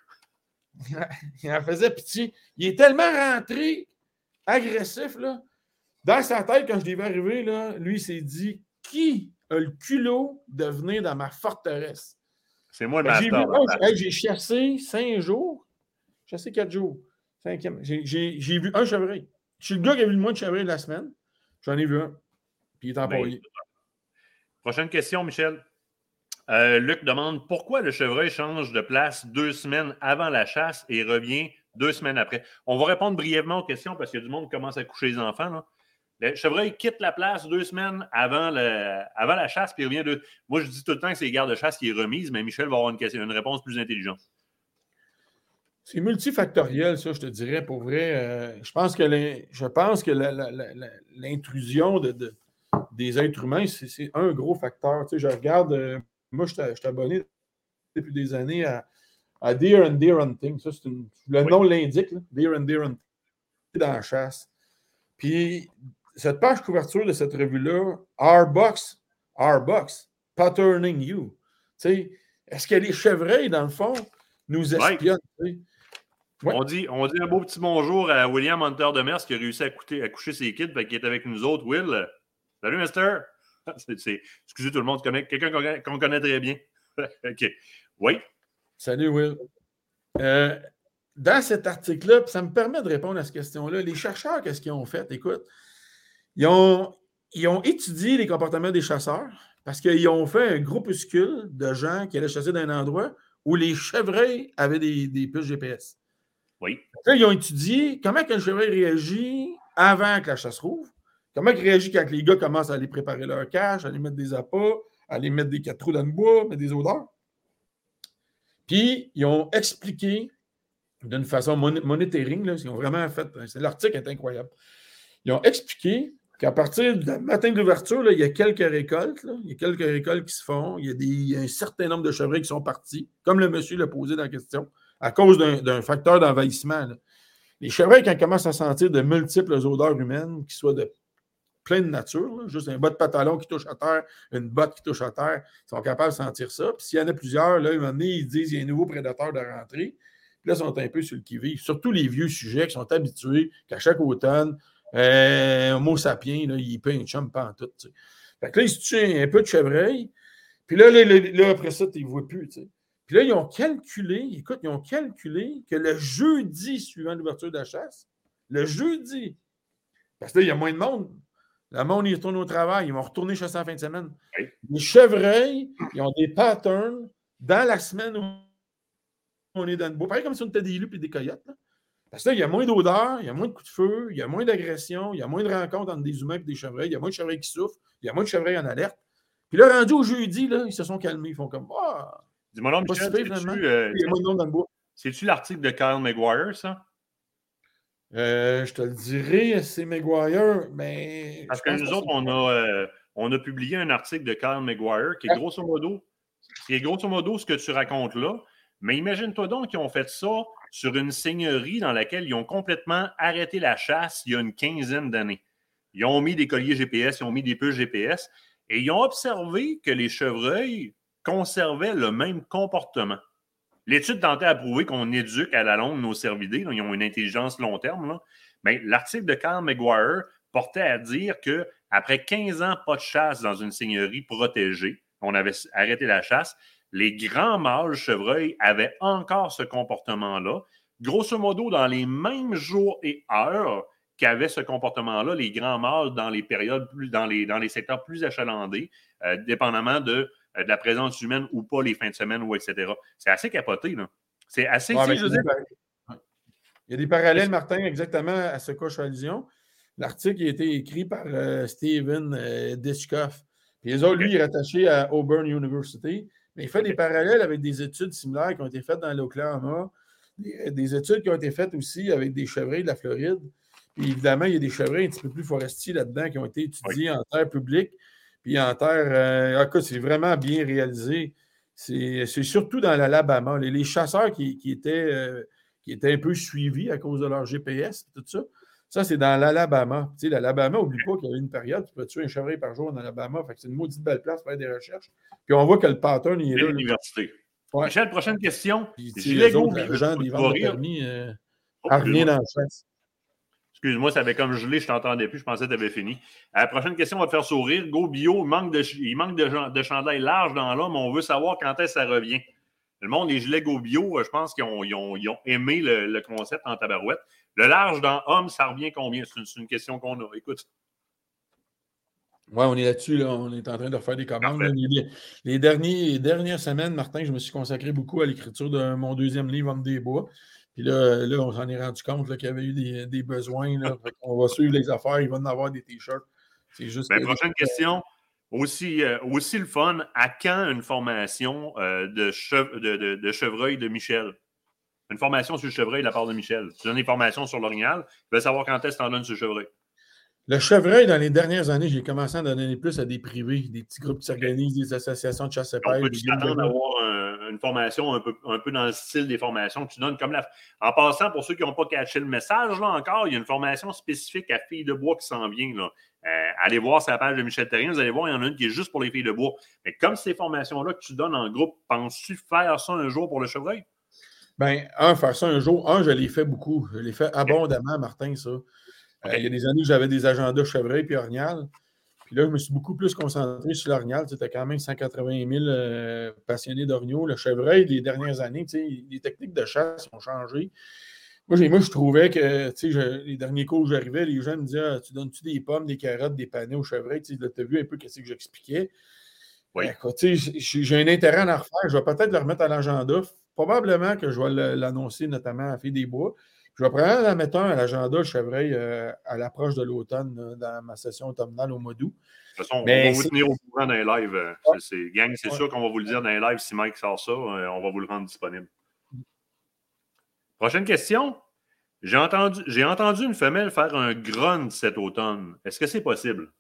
Il en faisait pitié. Il est tellement rentré agressif, là. Dans sa tête, quand je l'ai vu arriver, là, lui, il s'est dit, qui a le culot de venir dans ma forteresse? C'est moi le master. J'ai chassé 5 jours. Chassé 4 jours. 5e. J'ai vu un chevreuil. Je suis le gars qui a vu le moins de chevreuil de la semaine. J'en ai vu un. Puis il est empaillé. Prochaine question, Michel. Luc demande pourquoi le chevreuil change de place 2 semaines avant la chasse et revient 2 semaines après. On va répondre brièvement aux questions parce qu'il y a du monde qui commence à coucher les enfants. Là. Le chevreuil quitte la place 2 semaines avant la chasse puis il revient 2. Moi, je dis tout le temps que c'est les gardes de chasse qui est remise, mais Michel va avoir une réponse plus intelligente. C'est multifactoriel, ça, je te dirais, pour vrai. Je pense que l'intrusion des êtres humains, c'est un gros facteur. Tu sais, je regarde, moi, je suis abonné depuis des années à Deer and Deer Hunting. Ça, le nom l'indique, là, Deer and Deer Hunting, dans la chasse. Puis, cette page couverture de cette revue-là, Our Box, Patterning You. Tu sais, est-ce que les chevreuils, dans le fond, nous espionnent? Tu sais? Ouais. On dit un beau petit bonjour à William Hunter de Mers qui a réussi à coucher ses kids, qui est avec nous autres. Will, salut, mister! Excusez tout le monde, quelqu'un qu'on connaît très bien. OK. Oui? Salut, Will. Dans cet article-là, ça me permet de répondre à cette question-là. Les chercheurs, qu'est-ce qu'ils ont fait? Écoute, ils ont étudié les comportements des chasseurs parce qu'ils ont fait un groupuscule de gens qui allaient chasser dans un endroit où les chevreuils avaient des puces GPS. Oui. Là, ils ont étudié comment un chevreuil réagit avant que la chasse rouvre, comment il réagit quand les gars commencent à aller préparer leur cache, à aller mettre des appâts, à aller mettre des 4 trous dans le bois, mettre des odeurs. Puis, ils ont expliqué d'une façon monitoring, là, ils ont vraiment fait, l'article est incroyable. Ils ont expliqué qu'à partir du matin d'ouverture, il y a quelques récoltes, là, il y a quelques récoltes qui se font, il y a un certain nombre de chevreuils qui sont partis, comme le monsieur l'a posé dans la question, à cause d'un facteur d'envahissement. Là. Les chevreuils, quand ils commencent à sentir de multiples odeurs humaines, qui soient de pleine nature, là, juste un bas de pantalon qui touche à terre, une botte qui touche à terre, ils sont capables de sentir ça. Puis s'il y en a plusieurs, là, un moment donné, ils disent qu'il y a un nouveau prédateur de rentrée. Puis là, ils sont un peu sur le qui-vive. Surtout les vieux sujets qui sont habitués qu'à chaque automne, Homo sapiens, là, il paye un chum pas en tout. T'sais. Fait que là, ils se tuent un peu de chevreuil. Puis là, après ça, tu ne vois plus. T'sais. Puis là, ils ont calculé que le jeudi suivant l'ouverture de la chasse, le jeudi, parce que là, il y a moins de monde. Le monde, ils retournent au travail, ils vont retourner chasser en fin de semaine. Oui. Les chevreuils, ils ont des patterns dans la semaine où on est dans le bois. Pareil comme si on était des loups et des coyotes. Là. Parce que là, il y a moins d'odeur, il y a moins de coups de feu, il y a moins d'agression, il y a moins de rencontres entre des humains et des chevreuils, il y a moins de chevreuils qui souffrent, il y a moins de chevreuils en alerte. Puis là, rendu au jeudi, là, ils se sont calmés. Ils font comme dis-moi non, Michel, il y a moins de monde dans le bois. C'est-tu l'article de Kyle McGuire, ça? Je te le dirai, c'est McGuire, mais... Parce que nous autres, on a publié un article de Kyle McGuire qui est grosso modo ce que tu racontes là. Mais imagine-toi donc qu'ils ont fait ça sur une seigneurie dans laquelle ils ont complètement arrêté la chasse il y a une quinzaine d'années. Ils ont mis des colliers GPS, ils ont mis des puces GPS et ils ont observé que les chevreuils conservaient le même comportement. L'étude tentait à prouver qu'on éduque à la longue nos cervidés, là, ils ont une intelligence long terme. Là. Mais l'article de Kyle McGuire portait à dire qu'après 15 ans pas de chasse dans une seigneurie protégée, on avait arrêté la chasse, les grands mâles chevreuils avaient encore ce comportement-là. Grosso modo, dans les mêmes jours et heures qu'avaient ce comportement-là, les grands mâles dans les périodes dans les secteurs plus achalandés, dépendamment de la présence humaine ou pas les fins de semaine ou etc. C'est assez capoté, là. C'est assez... Il y a des parallèles, Martin, exactement à ce cas je fais allusion. L'article a été écrit par Steven Ditchkoff. Puis les autres, lui, il est rattaché à Auburn University. Mais il fait des parallèles avec des études similaires qui ont été faites dans l'Oklahoma, des études qui ont été faites aussi avec des chevreuils de la Floride. Puis évidemment, il y a des chevreuils un petit peu plus forestiers là-dedans qui ont été étudiés en terre publique. Puis en terre, c'est vraiment bien réalisé. C'est surtout dans l'Alabama. Les chasseurs qui étaient un peu suivis à cause de leur GPS et tout ça. Ça, c'est dans l'Alabama. Tu sais, l'Alabama, n'oublie pas qu'il y avait une période, tu peux tuer un chevreuil par jour en Alabama. Fait que c'est une maudite belle place pour faire des recherches. Puis on voit que le pattern, il est là. L'université. Ouais. Michel, prochaine question. Les autres gens, des ventes de permis, à revenir dans le chasse. Excuse-moi, ça avait comme gelé, je t'entendais plus, je pensais que tu avais fini. La prochaine question va te faire sourire. Go Bio, il manque de chandail large dans l'homme, on veut savoir quand est-ce que ça revient. Le monde, les gilets Go Bio, je pense qu'ils ont aimé le concept en tabarouette. Le large dans homme, ça revient combien? C'est une question qu'on a. Écoute. Oui, on est là-dessus. Là. On est en train de refaire des commandes. Parfait. Les dernières semaines, Martin, je me suis consacré beaucoup à l'écriture de mon deuxième livre, Homme des bois. Puis là on s'en est rendu compte là, qu'il y avait eu des besoins. Là. On va suivre les affaires. Il va en avoir des T-shirts. C'est juste. Prochaine question. Aussi le fun. À quand une formation de chevreuil de Michel? Une formation sur le chevreuil de la part de Michel. Tu donnes des formations sur l'orignal. Je veux savoir quand est-ce que tu en donnes sur le chevreuil. Le chevreuil, dans les dernières années, j'ai commencé à en donner plus à des privés, des petits groupes qui s'organisent, des associations de chasse et pêche. On peut s'attendre à avoir une formation un peu dans le style des formations que tu donnes. En passant, pour ceux qui n'ont pas catché le message, là encore, il y a une formation spécifique à filles de bois qui s'en vient. Là. Allez voir sur la page de Michel Therrien, vous allez voir, il y en a une qui est juste pour les filles de bois. Mais comme ces formations-là que tu donnes en groupe, penses-tu faire ça un jour pour le chevreuil? Bien, faire ça un jour, je l'ai fait beaucoup. Je l'ai fait abondamment, Martin, ça. Il y a des années, j'avais des agendas chevreuil puis orignal. Puis là, je me suis beaucoup plus concentré sur l'orignal. C'était quand même 180 000 passionnés d'orignaux. Le chevreuil, les dernières années, les techniques de chasse ont changé. Moi, je trouvais que les derniers cours où j'arrivais, les gens me disaient tu donnes-tu des pommes, des carottes, des panais au chevreuil? Tu as vu un peu ce que j'expliquais. Oui. J'ai un intérêt à en refaire. Je vais peut-être le remettre à l'agenda. Probablement que je vais l'annoncer notamment à Filles des Bois. Je vais prendre la mettre à l'agenda, le chevreuil, à l'approche de l'automne, dans ma session automnale au mois d'août. De toute façon, on va vous tenir au courant dans les lives. Gang, c'est sûr qu'on va vous le dire dans les lives. Si Mike sort ça, on va vous le rendre disponible. Prochaine question. J'ai entendu une femelle faire un grunt cet automne. Est-ce que c'est possible?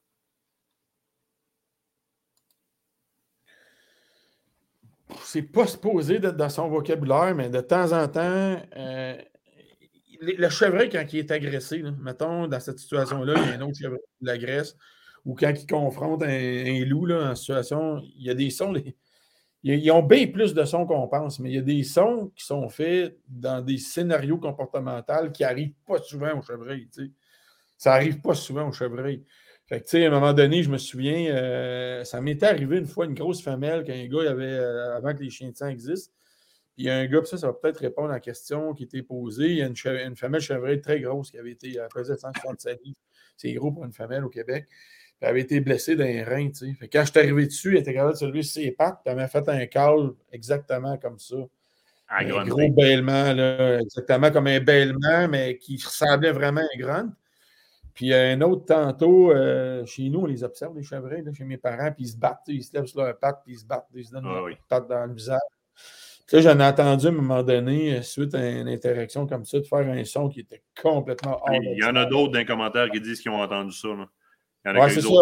C'est pas supposé d'être dans son vocabulaire, mais de temps en temps, le chevreuil, quand il est agressé, là, mettons, dans cette situation-là, il y a un autre chevreuil qui l'agresse, ou quand il confronte un loup là, en situation, il y a des sons, ils ont bien plus de sons qu'on pense, mais il y a des sons qui sont faits dans des scénarios comportementaux qui n'arrivent pas souvent au chevreuil. T'sais. Ça n'arrive pas souvent au chevreuil. Fait que, tu sais, à un moment donné, je me souviens, ça m'était arrivé une fois, une grosse femelle, qu'un gars, il avait, avant que les chiens de sang existent. Puis il y a un gars, puis ça va peut-être répondre à la question qui était posée. Il y a une femelle chevreuil très grosse qui avait été, elle pesait 167 livres. C'est gros pour une femelle au Québec. Puis elle avait été blessée d'un rein, tu sais. Fait que quand je suis arrivé dessus, elle était capable de se lever sur ses pattes, puis elle m'a fait un call exactement comme ça. Un gros bêlement, là, exactement comme un bêlement, mais qui ressemblait vraiment à un grunt. Puis un autre tantôt, chez nous, on les observe, les chevreuils, là, chez mes parents, puis ils se battent, ils se lèvent sur leurs pattes, puis ils se battent, ils se donnent une patte dans le visage. Puis là, j'en ai entendu à un moment donné, suite à une interaction comme ça, de faire un son qui était complètement hors. Il y en a d'autres dans les commentaires qui disent qu'ils ont entendu ça. Oui, c'est ça.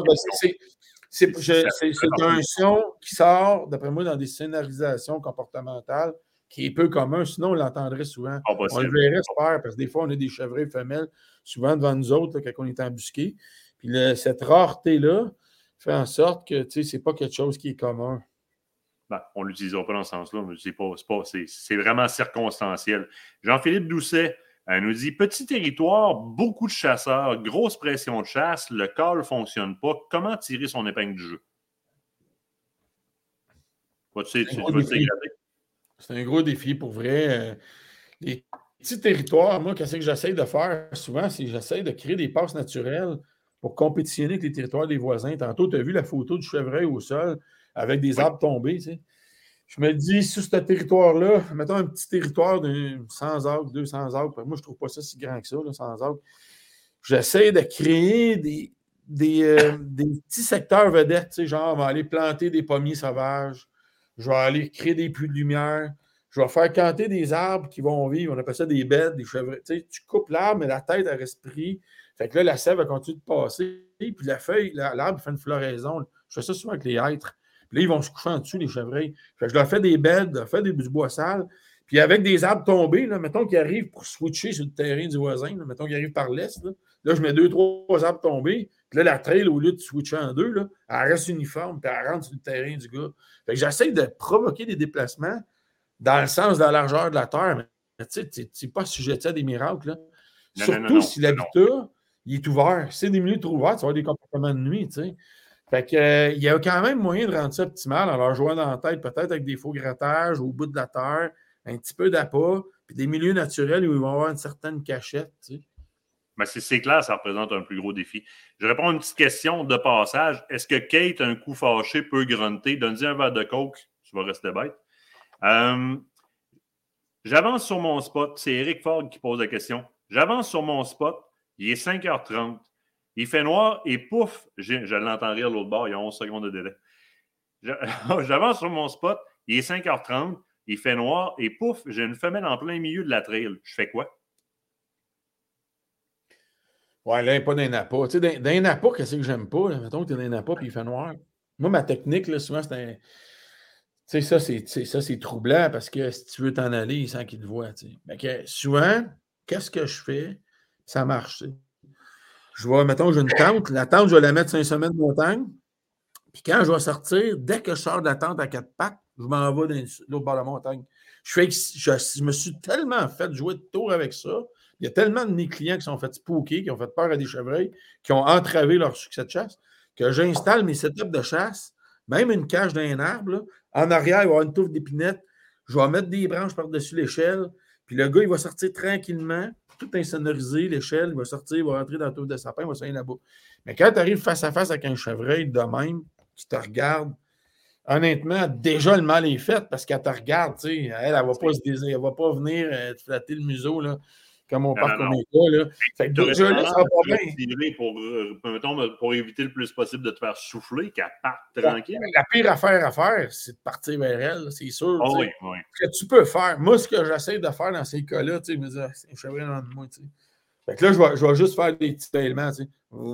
C'est un son qui sort, d'après moi, dans des scénarisations comportementales qui est peu commun, sinon on l'entendrait souvent. On le verrait se faire, parce que des fois, on a des chevreuils femelles souvent devant nous autres là, quand on est embusqué. Puis cette rareté-là fait en sorte que c'est pas quelque chose qui est commun. Ben, on ne l'utilisera pas dans ce sens-là, mais c'est vraiment circonstanciel. Jean-Philippe Doucet nous dit petit territoire, beaucoup de chasseurs, grosse pression de chasse, le call ne fonctionne pas. Comment tirer son épingle du jeu? C'est un gros défi pour vrai. Les petits territoires, moi, qu'est-ce que j'essaie de faire souvent, c'est que j'essaie de créer des passes naturelles pour compétitionner avec les territoires des voisins. Tantôt, tu as vu la photo du chevreuil au sol avec des arbres tombés. Tu sais. Je me dis, sur ce territoire-là, mettons un petit territoire de 100 acres, 200 acres, moi, je ne trouve pas ça si grand que ça, là, 100 acres. J'essaie de créer des petits secteurs vedettes, tu sais, genre, on va aller planter des pommiers sauvages, je vais aller créer des puits de lumière, je vais faire canter des arbres qui vont vivre, on appelle ça des bêtes, des chevreuils. Tu sais, tu coupes l'arbre, mais la tête, elle reste prise. Fait que là, la sève va continuer de passer, puis la feuille, l'arbre fait une floraison. Je fais ça souvent avec les hêtres. Puis là, ils vont se coucher en dessous, les chevreuils. Fait que je leur fais des bêtes, je leur fais du bois sale. Puis avec des arbres tombés, là, mettons qu'ils arrivent pour switcher sur le terrain du voisin, là, mettons qu'ils arrivent par l'est, là, je mets 2-3 arbres tombés. Puis là, la trail, au lieu de switcher en deux, là, elle reste uniforme, puis elle rentre sur le terrain du gars. Fait que j'essaie de provoquer des déplacements dans le sens de la largeur de la terre. Mais tu sais, tu n'es pas sujet à des miracles. Là. Surtout si l'habitat il est ouvert. Si c'est des milieux trop ouverts, tu vas avoir des comportements de nuit, tu sais. Fait que, il y a quand même moyen de rendre ça optimal en leur jouant dans la tête, peut-être avec des faux grattages au bout de la terre, un petit peu d'appât, puis des milieux naturels où ils vont avoir une certaine cachette, tu sais. Mais c'est clair, ça représente un plus gros défi. Je réponds à une petite question de passage. Est-ce que Kate, un coup fâché, peut grunter? Donne-y un verre de coke, tu vas rester bête. J'avance sur mon spot. C'est Eric Ford qui pose la question. J'avance sur mon spot. Il est 5h30. Il fait noir et pouf, je l'entends rire l'autre bord, il y a 11 secondes de délai. J'avance sur mon spot. Il est 5h30. Il fait noir et pouf, j'ai une femelle en plein milieu de la trail. Je fais quoi? Ouais, là, il n'est pas dans un appât. Tu sais, dans un appât, qu'est-ce que j'aime pas? Là? Mettons que tu es dans un appât et il fait noir. Moi, ma technique, là, souvent, c'est un. Tu sais, ça, c'est troublant parce que si tu veux t'en aller sans qu'il te voie. Tu sais. Mais que, souvent, qu'est-ce que je fais? Ça marche. Tu sais. Je vais, mettons, j'ai une tente. La tente, je vais la mettre sur un sommet de montagne. Puis quand je vais sortir, dès que je sors de la tente à 4 pattes, je m'en vais dans l'autre bord de la montagne. Je me suis tellement fait jouer de tour avec ça. Il y a tellement de mes clients qui sont fait spooker, qui ont fait peur à des chevreuils, qui ont entravé leur succès de chasse, que j'installe mes setups de chasse, même une cage dans un arbre. Là. En arrière, il va y avoir une touffe d'épinettes. Je vais mettre des branches par-dessus l'échelle. Puis le gars, il va sortir tranquillement, tout insonorisé, l'échelle. Il va sortir, il va rentrer dans la touffe de sapin, il va s'en là-bas. Mais quand tu arrives face à face avec un chevreuil de même, qui te regarde, honnêtement, déjà le mal est fait parce qu'elle te regarde, tu sais, elle ne va pas venir te flatter le museau, là, comme on part comme un là. Fait que déjà, là, ça va pas bien. Pour éviter le plus possible de te faire souffler, qu'elle parte tranquille. La pire affaire à faire, c'est de partir vers elle, c'est sûr. Oh, oui. Ce que tu peux faire. Moi, ce que j'essaie de faire dans ces cas-là, tu sais, me dire, c'est un chevreuil dans de moi, tu sais. Fait que là, je vais juste faire des petits bêlements, tu sais.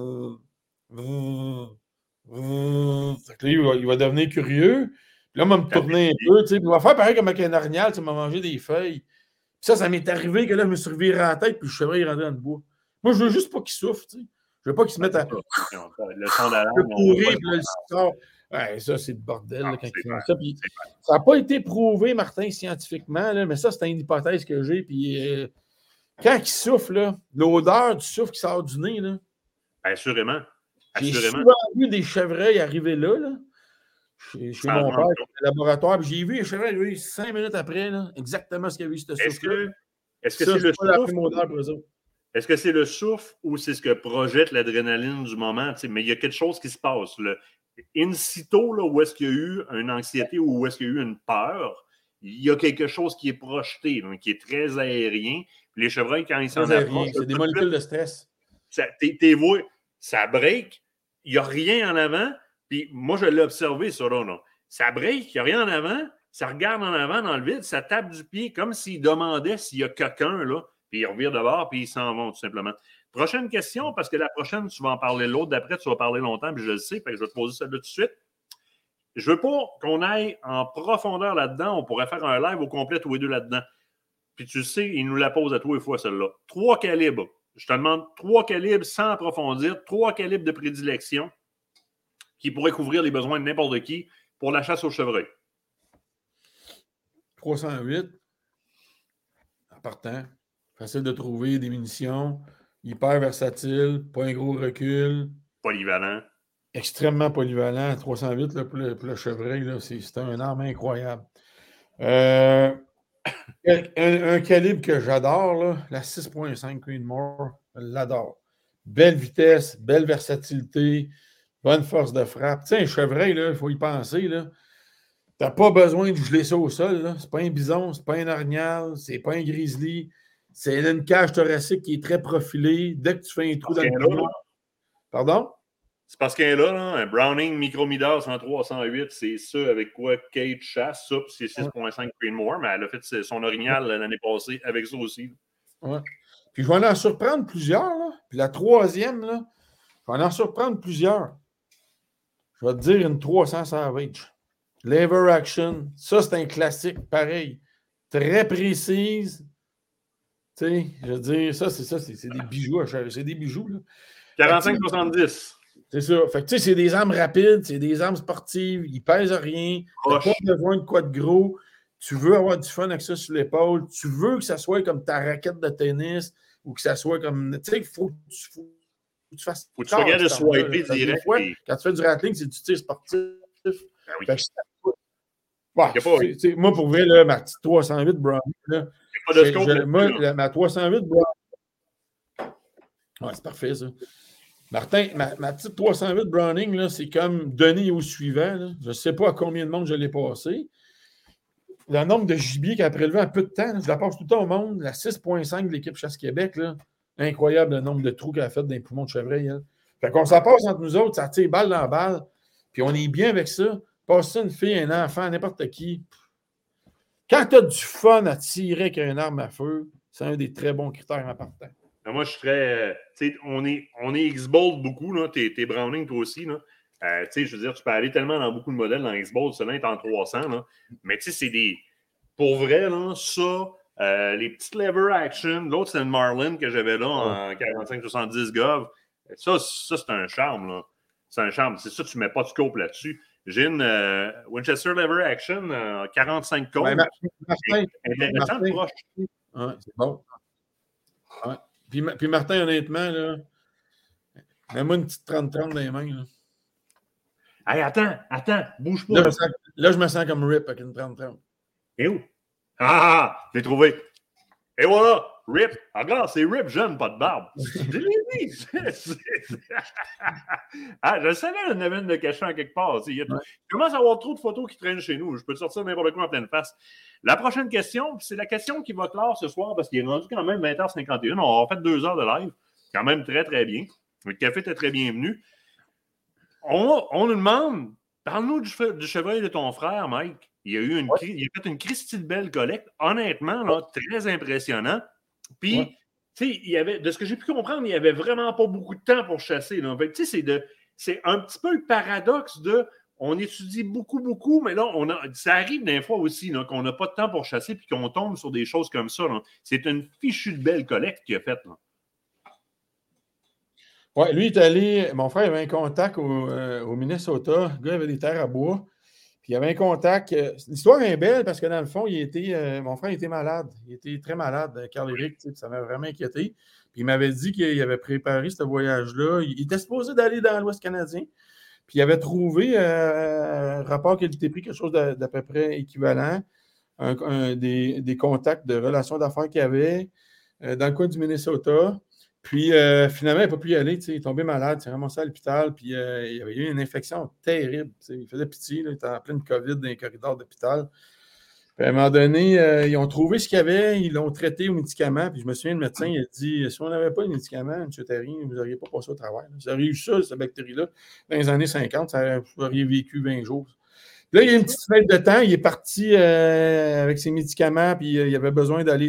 Fait que là, il va devenir curieux. Puis là, il va me tourner un peu. Il va faire pareil comme avec un orignal, il m'a mangé des feuilles. Puis ça m'est arrivé que là, je me suis reviré à la tête, puis le chevreuil est rentré dans le bois. Moi, je veux juste pas qu'il souffre. Je veux pas qu'il se mette à. Le son d'alarme. Courir, puis là, il sort. Ouais, ça, c'est le bordel là, quand ils font ça. Puis, ça n'a pas été prouvé, Martin, scientifiquement, là, mais ça, c'est une hypothèse que j'ai. Puis quand il souffle, là, l'odeur du souffle qui sort du nez, là. Assurément. J'ai souvent vu des chevreuils arriver là chez mon père, au laboratoire. Puis j'ai vu un chevreuil arriver 5 minutes après, là, exactement ce qu'il y avait eu, ce souffle-là. Est-ce que c'est le souffle ou c'est ce que projette l'adrénaline du moment? Mais il y a quelque chose qui se passe. Là. In sitôt, là, où est-ce qu'il y a eu une anxiété ou où est-ce qu'il y a eu une peur, il y a quelque chose qui est projeté, donc, qui est très aérien. Puis les chevreuils, quand ils s'en approchent... C'est des molécules de stress. T'es voix, ça break, il n'y a rien en avant. Puis moi, je l'ai observé, ça, là. Ça break, il n'y a rien en avant. Ça regarde en avant dans le vide, ça tape du pied comme s'il demandait s'il y a quelqu'un, là. Puis ils revirent de bord, puis ils s'en vont, tout simplement. Prochaine question, parce que la prochaine, tu vas en parler l'autre. D'après, tu vas parler longtemps, puis je le sais, fait que je vais te poser celle-là tout de suite. Je veux pas qu'on aille en profondeur là-dedans. On pourrait faire un live au complet tous les deux là-dedans. Puis tu sais, il nous la pose à toi et fois, celle-là. 3 calibres. Je te demande 3 calibres sans approfondir, 3 calibres de prédilection qui pourraient couvrir les besoins de n'importe qui pour la chasse au chevreuil. 308. En partant. Facile de trouver, des munitions. Hyper versatile. Pas un gros recul. Polyvalent. Extrêmement polyvalent. 308 là, pour le chevreuil, là, c'est un arme incroyable. Un calibre que j'adore, là, la 6.5 Creedmoor, je l'adore. Belle vitesse, belle versatilité, bonne force de frappe. Tu sais, un chevreuil, il faut y penser. Tu n'as pas besoin de geler ça au sol. Ce n'est pas un bison, ce n'est pas un orignal, ce n'est pas un grizzly. C'est une cage thoracique qui est très profilée. Dès que tu fais un trou dans le bois. Pardon? C'est parce qu'il y a là, un Browning Micromidas en 308, c'est ça avec quoi Kate chasse, ça, puis c'est 6.5 Creedmoor, mais elle a fait son orignal l'année passée avec ça aussi. Ouais. Puis je vais en surprendre plusieurs, là. Puis la troisième, là, je vais en surprendre plusieurs. Je vais te dire une 300 Savage. Lever Action, ça c'est un classique, pareil. Très précise. Tu sais, je veux dire, c'est des bijoux à chercher. C'est des bijoux, là. 45-70. C'est ça. Fait que tu sais, c'est des armes rapides, c'est des armes sportives, ils pèsent rien. Tu n'as pas besoin de quoi de gros. Tu veux avoir du fun avec ça sur l'épaule. Tu veux que ça soit comme ta raquette de tennis ou que ça soit comme. Tu sais, il faut que tu fasses. Faut que tu regardes le swiper direct. Quand tu fais du rattling, c'est du tir sportif. Ben oui. Moi, pour vrai, là, ma petite 308 Brownie, là, ma 308 Brownie. Ouais, c'est parfait, ça. Martin, ma petite 308 Browning, là, c'est comme donné au suivant. Là. Je ne sais pas à combien de monde je l'ai passé. Le nombre de gibier qu'elle a prélevé en peu de temps, là, je la passe tout le temps au monde. La 6.5 de l'équipe Chasse-Québec, là, incroyable le nombre de trous qu'elle a fait dans les poumons de chevreuil. Hein. Fait qu'on s'en passe entre nous autres, ça tire balle dans balle. Puis on est bien avec ça. Passer une fille, un enfant, n'importe qui. Quand tu as du fun à tirer avec une arme à feu, c'est un des très bons critères en partant. Moi, je suis très. On est X-Bolt beaucoup, là. T'es Browning, toi aussi, là. Je veux dire, tu peux aller tellement dans beaucoup de modèles dans X-Bolt, celui-là est en 300, là. Mais tu sais, c'est des. Pour vrai, là, ça, les petites lever action, l'autre, c'est une Marlin que j'avais là en 45-70 Gov. Ça, c'est un charme, là. C'est un charme. C'est ça, tu ne mets pas de scope là-dessus. J'ai une Winchester lever action 45 côtes. Ouais, intéressant de proche. Ouais, c'est bon. Ouais. Puis Martin, honnêtement, là, mets-moi une petite 30-30 dans les mains. Là. Hey, attends, bouge pas. Là, je me sens comme Rip avec une 30-30. Et où? Ah, je l'ai trouvé. Et voilà, Rip. Regarde, c'est Rip jeune, pas de barbe. Je l'ai dit. Je le savais, le Nevin de cachet en quelque part. Il commence à avoir trop de photos qui traînent chez nous. Je peux te sortir n'importe quoi en pleine face. La prochaine question, c'est la question qui va clore ce soir parce qu'il est rendu quand même 20h51. On a fait 2 heures de live. Quand même très, très bien. Le café était très bienvenu. On nous demande, parle-nous du chevreuil de ton frère, Mike. Il a fait une Christie de belle collecte. Honnêtement, là, très impressionnant. Puis, tu sais, de ce que j'ai pu comprendre, il n'y avait vraiment pas beaucoup de temps pour chasser. Là. Fait, c'est un petit peu le paradoxe de on étudie beaucoup, mais là, ça arrive des fois aussi là, qu'on n'a pas de temps pour chasser puis qu'on tombe sur des choses comme ça. Là. C'est une fichue de belle collecte qu'il a faite. Oui, lui, il est allé. Mon frère avait un contact au Minnesota. Le gars avait des terres à bois. Puis il y avait un contact. L'histoire est belle parce que dans le fond, mon frère était malade. Il était très malade, Carl-Éric, ça m'avait vraiment inquiété. Puis il m'avait dit qu'il avait préparé ce voyage-là. Il était supposé d'aller dans l'Ouest canadien. Puis il avait trouvé un rapport qualité-prix, quelque chose d'à peu près équivalent, des contacts de relations d'affaires qu'il y avait dans le coin du Minnesota. Puis, finalement, il n'a pas pu y aller. Il est tombé malade, il s'est ramassé à l'hôpital, puis il avait eu une infection terrible. Il faisait pitié, il était en pleine COVID dans les corridors d'hôpital. Puis, à un moment donné, ils ont trouvé ce qu'il y avait, ils l'ont traité aux médicaments. Puis, je me souviens, le médecin, il a dit si on n'avait pas les médicaments, M. Terry, vous n'auriez pas passé au travail. Vous auriez eu ça, cette bactérie-là, dans les années 50, vous auriez vécu 20 jours. Puis là, il y a une petite fenêtre de temps, il est parti avec ses médicaments, puis il avait besoin d'aller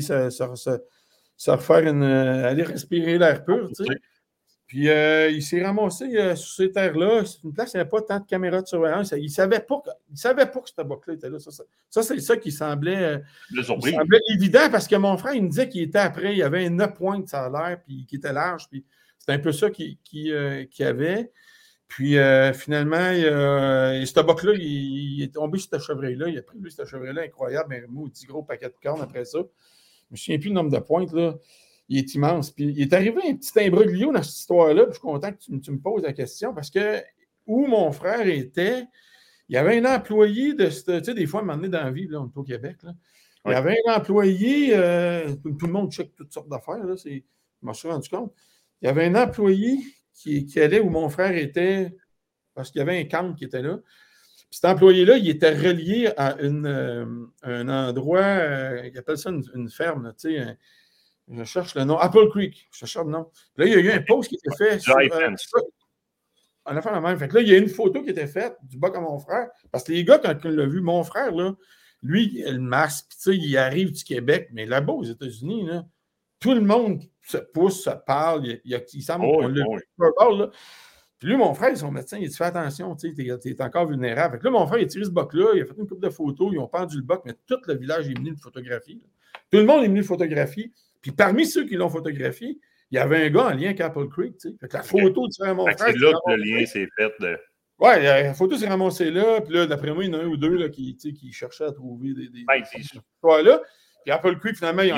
se refaire aller respirer l'air pur, tu sais. Puis il s'est ramassé sur ces terres-là. C'est une place où il n'y avait pas tant de caméras de surveillance. Il ne savait pas que cette boc-là était là. Ça c'est ça qui semblait évident parce que mon frère, il me disait qu'il était après. Il y avait 9 points de salaire, puis qui était large. Puis c'était un peu ça qu'il avait. Puis finalement, ce boc-là, il est tombé sur ce chevreuil-là. Il a pris ce chevreuil-là incroyable, un maudit gros paquet de cornes après ça. Je ne me souviens plus le nombre de pointes, là. Il est immense. Puis il est arrivé un petit imbroglio dans cette histoire-là. Puis je suis content que tu me poses la question parce que où mon frère était, il y avait un employé de tu sais, des fois, à un moment donné dans la vie, là, on est au Québec, là. Il y avait un employé, tout le monde check toutes sortes d'affaires, là. Je m'en suis rendu compte. Il y avait un employé qui allait où mon frère était parce qu'il y avait un camp qui était là. Puis cet employé-là, il était relié à un endroit, il appelle ça une ferme, tu sais, je cherche le nom, Apple Creek, je cherche le nom. Puis là, il y a eu un post qui était fait sur en affaire la même. Fait que là, il y a une photo qui était faite du bac à mon frère, parce que les gars, quand ils l'ont vu, mon frère, là, lui, il a le masque, puis tu sais, il arrive du Québec, mais là-bas, aux États-Unis, là, tout le monde se pousse, se parle, il semble qu'on l'a vu là. Puis lui, mon frère, son médecin, il a dit « Fais attention, tu es encore vulnérable. » Fait que là, mon frère, il a tiré ce boc-là, il a fait une couple de photos, ils ont pendu le boc, mais tout le village est venu le photographier. Là. Tout le monde est venu le photographier. Puis parmi ceux qui l'ont photographié, il y avait un gars en lien avec Apple Creek. Tu sais. Fait que la photo de mon frère. C'est là que le lien s'est fait. Ouais, la photo s'est ramassée là. Puis là, d'après moi, il y en a un ou deux là, qui cherchaient à trouver des là. Puis Apple Creek, finalement, il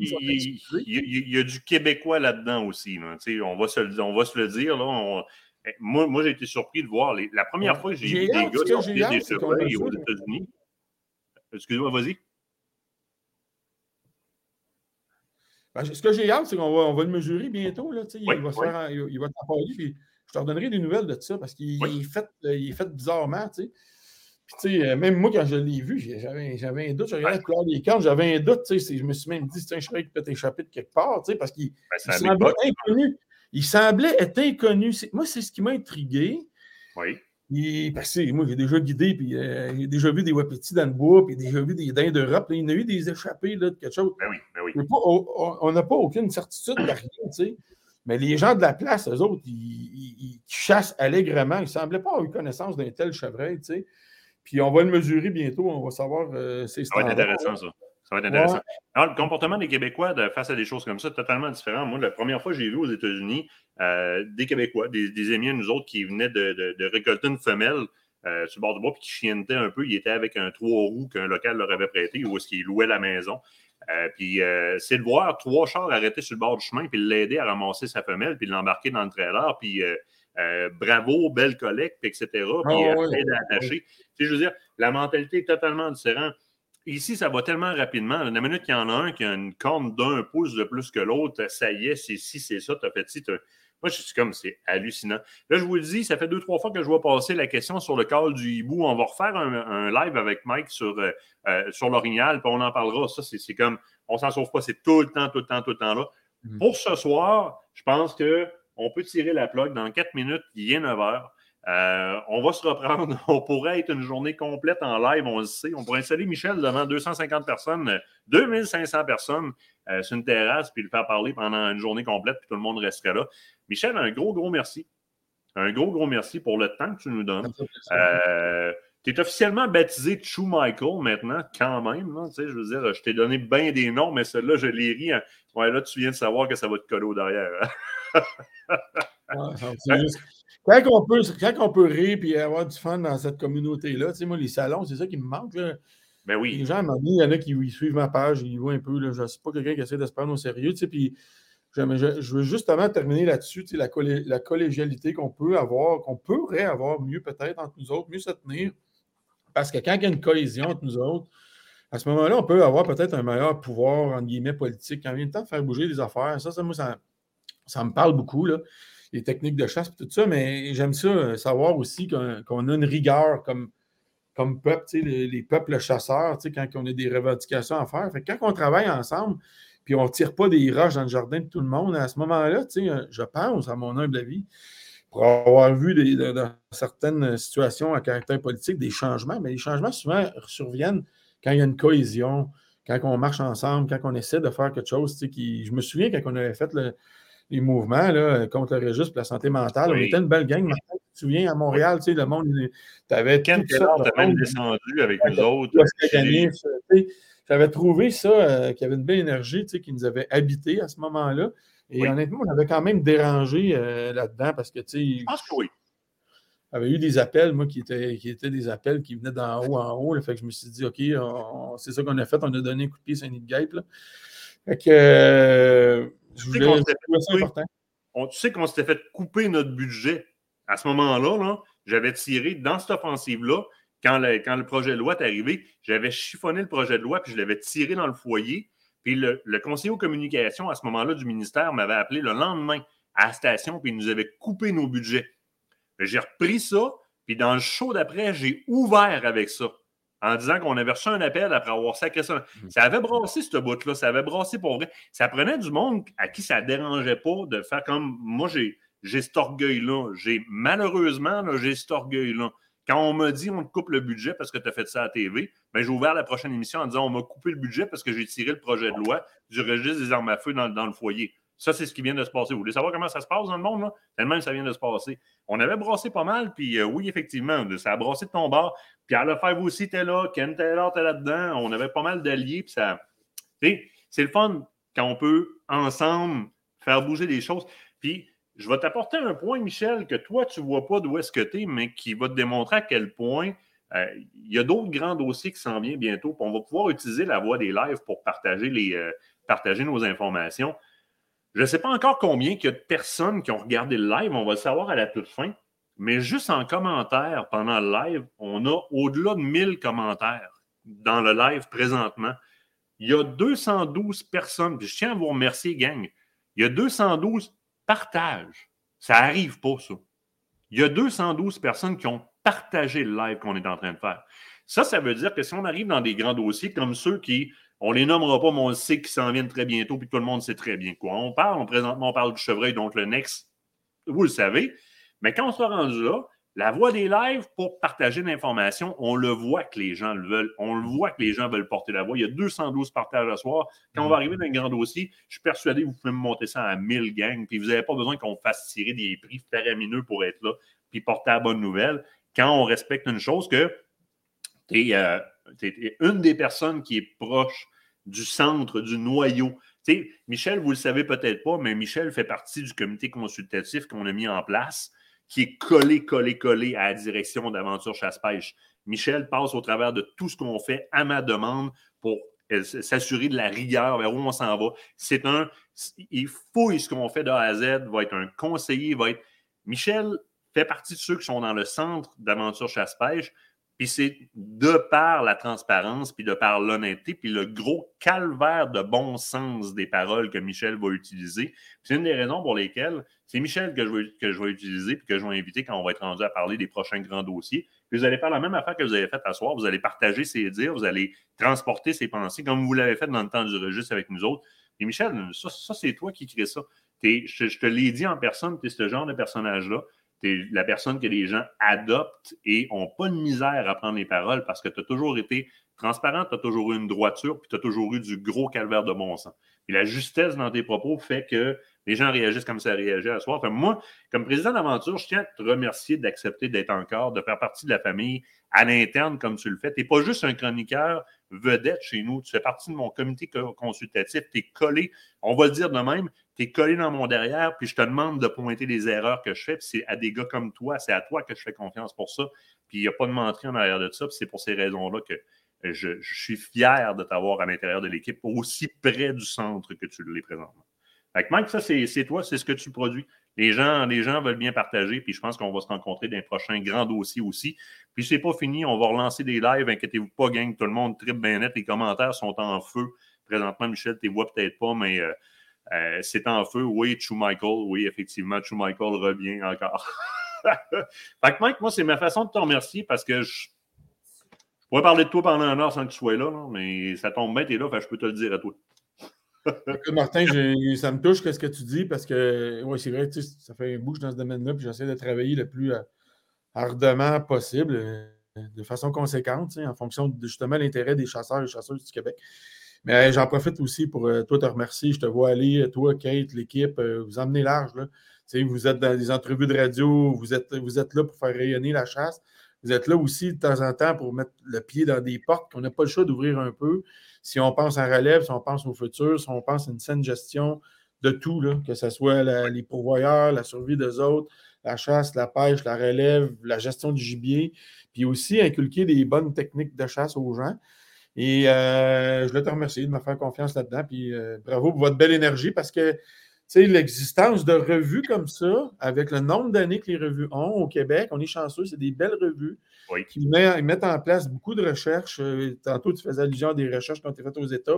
y a du Québécois là-dedans aussi. Là. On va se le dire. Là, moi, j'ai été surpris de voir. La première fois que j'ai vu des gars qui ont fait des chevreuils aux États-Unis. Excuse-moi, vas-y. Ce que j'ai hâte, c'est qu'on va le mesurer bientôt. Là, Oui, il va se faire, il va t'employer, puis je te redonnerai des nouvelles de ça parce qu'il est fait bizarrement. Puis, même moi, quand je l'ai vu, j'avais un doute. Je regardais la couleur des cornes, j'avais un doute. Je me suis même dit, c'est un cheval qui peut t'échapper de quelque part, parce qu'il semblait inconnu. Il semblait être inconnu. Moi, c'est ce qui m'a intrigué. Oui. Parce que moi, j'ai déjà guidé, puis j'ai déjà vu des wapitis dans le bois, puis j'ai déjà vu des daims d'Europe. Il y en a eu des échappées là, de quelque chose. Ben oui. On n'a pas aucune certitude de rien, Mais les gens de la place, eux autres, ils chassent allègrement. Ils ne semblaient pas avoir eu connaissance d'un tel chevreuil, Puis on va le mesurer bientôt, on va savoir ses standards. Ça va être intéressant, ça. Ça va être intéressant. Ouais. Alors, le comportement des Québécois face à des choses comme ça, totalement différent. Moi, la première fois que j'ai vu aux États-Unis des Québécois, des émiens, nous autres, qui venaient de récolter une femelle sur le bord du bois puis qui chiennetaient un peu. Ils étaient avec un 3 roues qu'un local leur avait prêté ou est-ce qu'ils louaient la maison. Puis c'est de voir 3 chars arrêtés sur le bord du chemin puis l'aider à ramasser sa femelle puis l'embarquer dans le trailer puis bravo, belle collecte, etc. Puis aide à attacher. Je veux dire, la mentalité est totalement différente. Ici, ça va tellement rapidement. La minute qu'il y en a un qui a une corne d'1 pouce de plus que l'autre, ça y est, c'est ci, c'est ça, t'as fait ci. Moi, je suis comme, c'est hallucinant. Là, je vous le dis, ça fait 2-3 fois que je vois passer la question sur le call du hibou. On va refaire un live avec Mike sur l'orignal, puis on en parlera. Ça, c'est comme, on s'en sauve pas, c'est tout le temps là. Pour ce soir, je pense qu'on peut tirer la plug dans 4 minutes, il est 9 heures. On va se reprendre. On pourrait être une journée complète en live, on le sait. On pourrait installer Michel devant 250 personnes, 2500 personnes sur une terrasse, puis le faire parler pendant une journée complète, puis tout le monde resterait là. Michel, un gros merci. Un gros merci pour le temps que tu nous donnes. Tu es officiellement baptisé True Michael maintenant, quand même. Hein, je veux dire, je t'ai donné bien des noms, mais celui-là, je l'ai ri. Hein. Ouais, là, tu viens de savoir que ça va te coller au derrière. C'est juste... Quand on peut rire et avoir du fun dans cette communauté-là, moi, les salons, c'est ça qui me manque. Là. Ben oui. Les gens, à un moment donné, il y en a qui suivent ma page, ils voient un peu. Là, je ne suis pas quelqu'un qui essaie de se prendre au sérieux. Puis je veux justement terminer là-dessus, la collégialité qu'on pourrait avoir mieux peut-être entre nous autres, mieux se tenir. Parce que quand il y a une cohésion entre nous autres, à ce moment-là, on peut avoir peut-être un meilleur pouvoir, entre guillemets, politique. Quand il vient le temps de faire bouger les affaires, moi, ça me parle beaucoup, là, les techniques de chasse et tout ça, mais j'aime ça, savoir aussi qu'on a une rigueur comme peuple, les peuples chasseurs, quand on a des revendications à faire. Fait que quand on travaille ensemble, puis on ne tire pas des roches dans le jardin de tout le monde, à ce moment-là, je pense, à mon humble avis, pour avoir vu dans certaines situations à caractère politique des changements, mais les changements souvent surviennent quand il y a une cohésion, quand on marche ensemble, quand on essaie de faire quelque chose. Je me souviens quand on avait fait les mouvements là, contre le registre pour la santé mentale, on était une belle gang. Martin, tu te souviens, à Montréal, le monde, tu avais Ken Taylor, tu as même descendu avec nous autres. J'avais trouvé ça, qu'il y avait une belle énergie qui nous avait habité à ce moment-là. Et honnêtement, on avait quand même dérangé là-dedans parce que, je pense que oui. Il y avait eu des appels, moi, qui étaient des appels qui venaient d'en haut en haut. Là, fait que je me suis dit, OK, c'est ça qu'on a fait. On a donné un coup de pied sur un nid de guêpe. Là. Fait que tu sais qu'on s'était fait couper notre budget à ce moment-là. Là, j'avais tiré dans cette offensive-là. Quand le projet de loi est arrivé, j'avais chiffonné le projet de loi puis je l'avais tiré dans le foyer. Puis le conseiller aux communications à ce moment-là du ministère m'avait appelé le lendemain à la station puis il nous avait coupé nos budgets. J'ai repris ça, puis dans le show d'après, j'ai ouvert avec ça en disant qu'on avait reçu un appel après avoir sacré ça. Ça avait brassé ce bout-là, ça avait brassé pour vrai. Ça prenait du monde à qui ça ne dérangeait pas de faire comme moi, j'ai cet orgueil-là. Malheureusement, j'ai cet orgueil-là. Quand on m'a dit on te coupe le budget parce que tu as fait ça à la TV, ben, j'ai ouvert la prochaine émission en disant on m'a coupé le budget parce que j'ai tiré le projet de loi du registre des armes à feu dans le foyer. Ça, c'est ce qui vient de se passer. Vous voulez savoir comment ça se passe dans le monde? Là? Tellement ça vient de se passer. On avait brassé pas mal, puis oui, effectivement, ça a brassé de ton bord. Pierre Lefebvre aussi était là, Ken Taylor était là-dedans. On avait pas mal d'alliés, puis ça... C'est le fun quand on peut, ensemble, faire bouger les choses. Puis, je vais t'apporter un point, Michel, que toi, tu ne vois pas d'où est-ce que tu es, mais qui va te démontrer à quel point il y a d'autres grands dossiers qui s'en viennent bientôt. Puis on va pouvoir utiliser la voie des lives pour partager nos informations. Je ne sais pas encore combien il y a de personnes qui ont regardé le live, on va le savoir à la toute fin, mais juste en commentaire pendant le live, on a au-delà de 1000 commentaires dans le live présentement. il y a 212 personnes, puis je tiens à vous remercier, gang. Il y a 212 partages. Ça n'arrive pas, ça. Il y a 212 personnes qui ont partagé le live qu'on est en train de faire. Ça veut dire que si on arrive dans des grands dossiers comme ceux qui, on les nommera pas, mais on sait qu'ils s'en viennent très bientôt, puis tout le monde sait très bien quoi on parle. Présentement, on parle du chevreuil, donc le Next, vous le savez. Mais quand on sera rendu là, la voie des lives pour partager l'information, on le voit que les gens le veulent. On le voit que les gens veulent porter la voix. Il y a 212 partages à soir. Quand on va arriver dans un grand dossier, je suis persuadé que vous pouvez me monter ça à 1000 gangs, puis vous n'avez pas besoin qu'on fasse tirer des prix faramineux pour être là, puis porter la bonne nouvelle. Quand on respecte une chose, que tu es une des personnes qui est proche du centre, du noyau. T'sais, Michel, vous ne le savez peut-être pas, mais Michel fait partie du comité consultatif qu'on a mis en place, qui est collé à la direction d'Aventure Chasse-Pêche. Michel passe au travers de tout ce qu'on fait à ma demande pour s'assurer de la rigueur vers où on s'en va. Il fouille ce qu'on fait de A à Z, va être un conseiller, Michel fait partie de ceux qui sont dans le centre d'Aventure Chasse-Pêche, puis c'est de par la transparence, puis de par l'honnêteté, puis le gros calvaire de bon sens des paroles que Michel va utiliser. C'est une des raisons pour lesquelles c'est Michel que je vais utiliser, puis que je vais inviter quand on va être rendu à parler des prochains grands dossiers. Puis vous allez faire la même affaire que vous avez fait à soir. Vous allez partager ses dires, vous allez transporter ses pensées, comme vous l'avez fait dans le temps du registre avec nous autres. Et Michel, ça c'est toi qui crée ça. Je te l'ai dit en personne, tu es ce genre de personnage-là. Tu es la personne que les gens adoptent et n'ont pas de misère à prendre les paroles parce que tu as toujours été transparent, tu as toujours eu une droiture, puis tu as toujours eu du gros calvaire de bon sens. Puis la justesse dans tes propos fait que les gens réagissent comme ça réagit à soir. Enfin, moi, comme président d'Aventure, je tiens à te remercier d'accepter d'être encore, de faire partie de la famille à l'interne comme tu le fais. Tu n'es pas juste un chroniqueur vedette chez nous. Tu fais partie de mon comité consultatif. Tu es collé, on va le dire de même, tu es collé dans mon derrière, puis je te demande de pointer les erreurs que je fais, puis c'est à des gars comme toi, c'est à toi que je fais confiance pour ça, puis il n'y a pas de menterie en arrière de ça, puis c'est pour ces raisons-là que je suis fier de t'avoir à l'intérieur de l'équipe aussi près du centre que tu l'es présentement. Fait que Mike, ça, c'est toi, c'est ce que tu produis. Les gens veulent bien partager, puis je pense qu'on va se rencontrer dans les prochains grands dossiers aussi. Puis c'est pas fini, on va relancer des lives, inquiétez-vous pas, gang, tout le monde tripe bien net, les commentaires sont en feu. Présentement, Michel, tu les vois peut-être pas, mais c'est en feu. Oui, True Michael, oui, effectivement, True Michael revient encore. Fait que Mike, moi, c'est ma façon de te remercier parce que je pourrais parler de toi pendant une heure sans que tu sois là, mais ça tombe bien, tu es là, fait que je peux te le dire à toi. Écoute, Martin, ça me touche ce que tu dis parce que, oui, c'est vrai, tu sais, ça fait un bout que je suis dans ce domaine-là, puis j'essaie de travailler le plus ardemment possible, de façon conséquente, en fonction de justement l'intérêt des chasseurs et chasseuses du Québec. Mais j'en profite aussi pour toi te remercier. Je te vois aller, toi, Kate, l'équipe, vous emmenez large. Là. Vous êtes dans des entrevues de radio, vous êtes là pour faire rayonner la chasse. Vous êtes là aussi de temps en temps pour mettre le pied dans des portes qu'on n'a pas le choix d'ouvrir un peu. Si on pense en relève, si on pense au futur, si on pense à une saine gestion de tout, là, que ce soit les pourvoyeurs, la survie d'eux autres, la chasse, la pêche, la relève, la gestion du gibier, puis aussi inculquer des bonnes techniques de chasse aux gens. Et je voulais te remercier de me faire confiance là-dedans. Puis bravo pour votre belle énergie parce que l'existence de revues comme ça, avec le nombre d'années que les revues ont au Québec, on est chanceux, c'est des belles revues qui mettent en place beaucoup de recherches. Tantôt, tu faisais allusion à des recherches qui ont été faites aux États.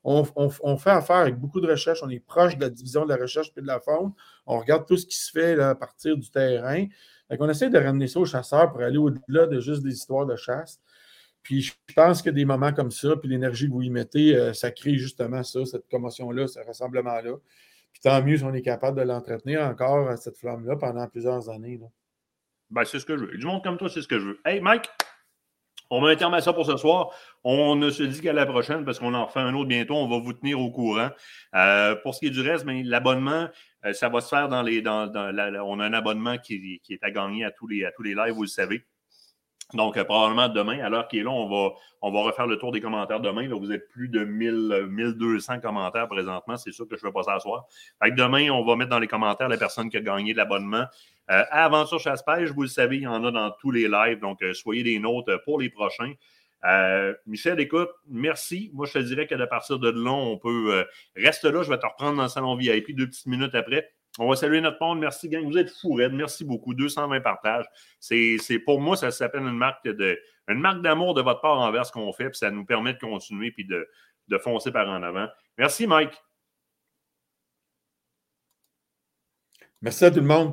On fait affaire avec beaucoup de recherches. On est proche de la division de la recherche et de la faune. On regarde tout ce qui se fait là, à partir du terrain. On essaie de ramener ça aux chasseurs pour aller au-delà de juste des histoires de chasse. Puis je pense que des moments comme ça, puis l'énergie que vous y mettez, ça crée justement ça, cette commotion-là, ce rassemblement-là. Puis tant mieux si on est capable de l'entretenir encore, cette flamme-là, pendant plusieurs années. Là. Ben, c'est ce que je veux. Du monde comme toi, c'est ce que je veux. Hey, Mike, on met un terme à ça pour ce soir. On ne se dit qu'à la prochaine parce qu'on en refait un autre bientôt. On va vous tenir au courant. Pour ce qui est du reste, ben, l'abonnement, ça va se faire on a un abonnement qui est à gagner à tous les lives, vous le savez. Donc, probablement demain, à l'heure qui est là, on va refaire le tour des commentaires demain. Là, vous êtes plus de 1200 commentaires présentement. C'est sûr que je ne vais pas s'asseoir. Fait que demain, on va mettre dans les commentaires la personne qui a gagné l'abonnement. À Aventure Chasse-Pêche, vous le savez, il y en a dans tous les lives. Donc, soyez des nôtres pour les prochains. Michel, écoute, merci. Moi, je te dirais qu'à partir de là, on peut... reste là, je vais te reprendre dans le salon VIP 2 petites minutes après. On va saluer notre monde. Merci, gang. Vous êtes fous, Red. Merci beaucoup. 220 partages. C'est pour moi, ça s'appelle une marque d'amour de votre part envers ce qu'on fait. Puis ça nous permet de continuer puis de de foncer par en avant. Merci, Mike. Merci à tout le monde.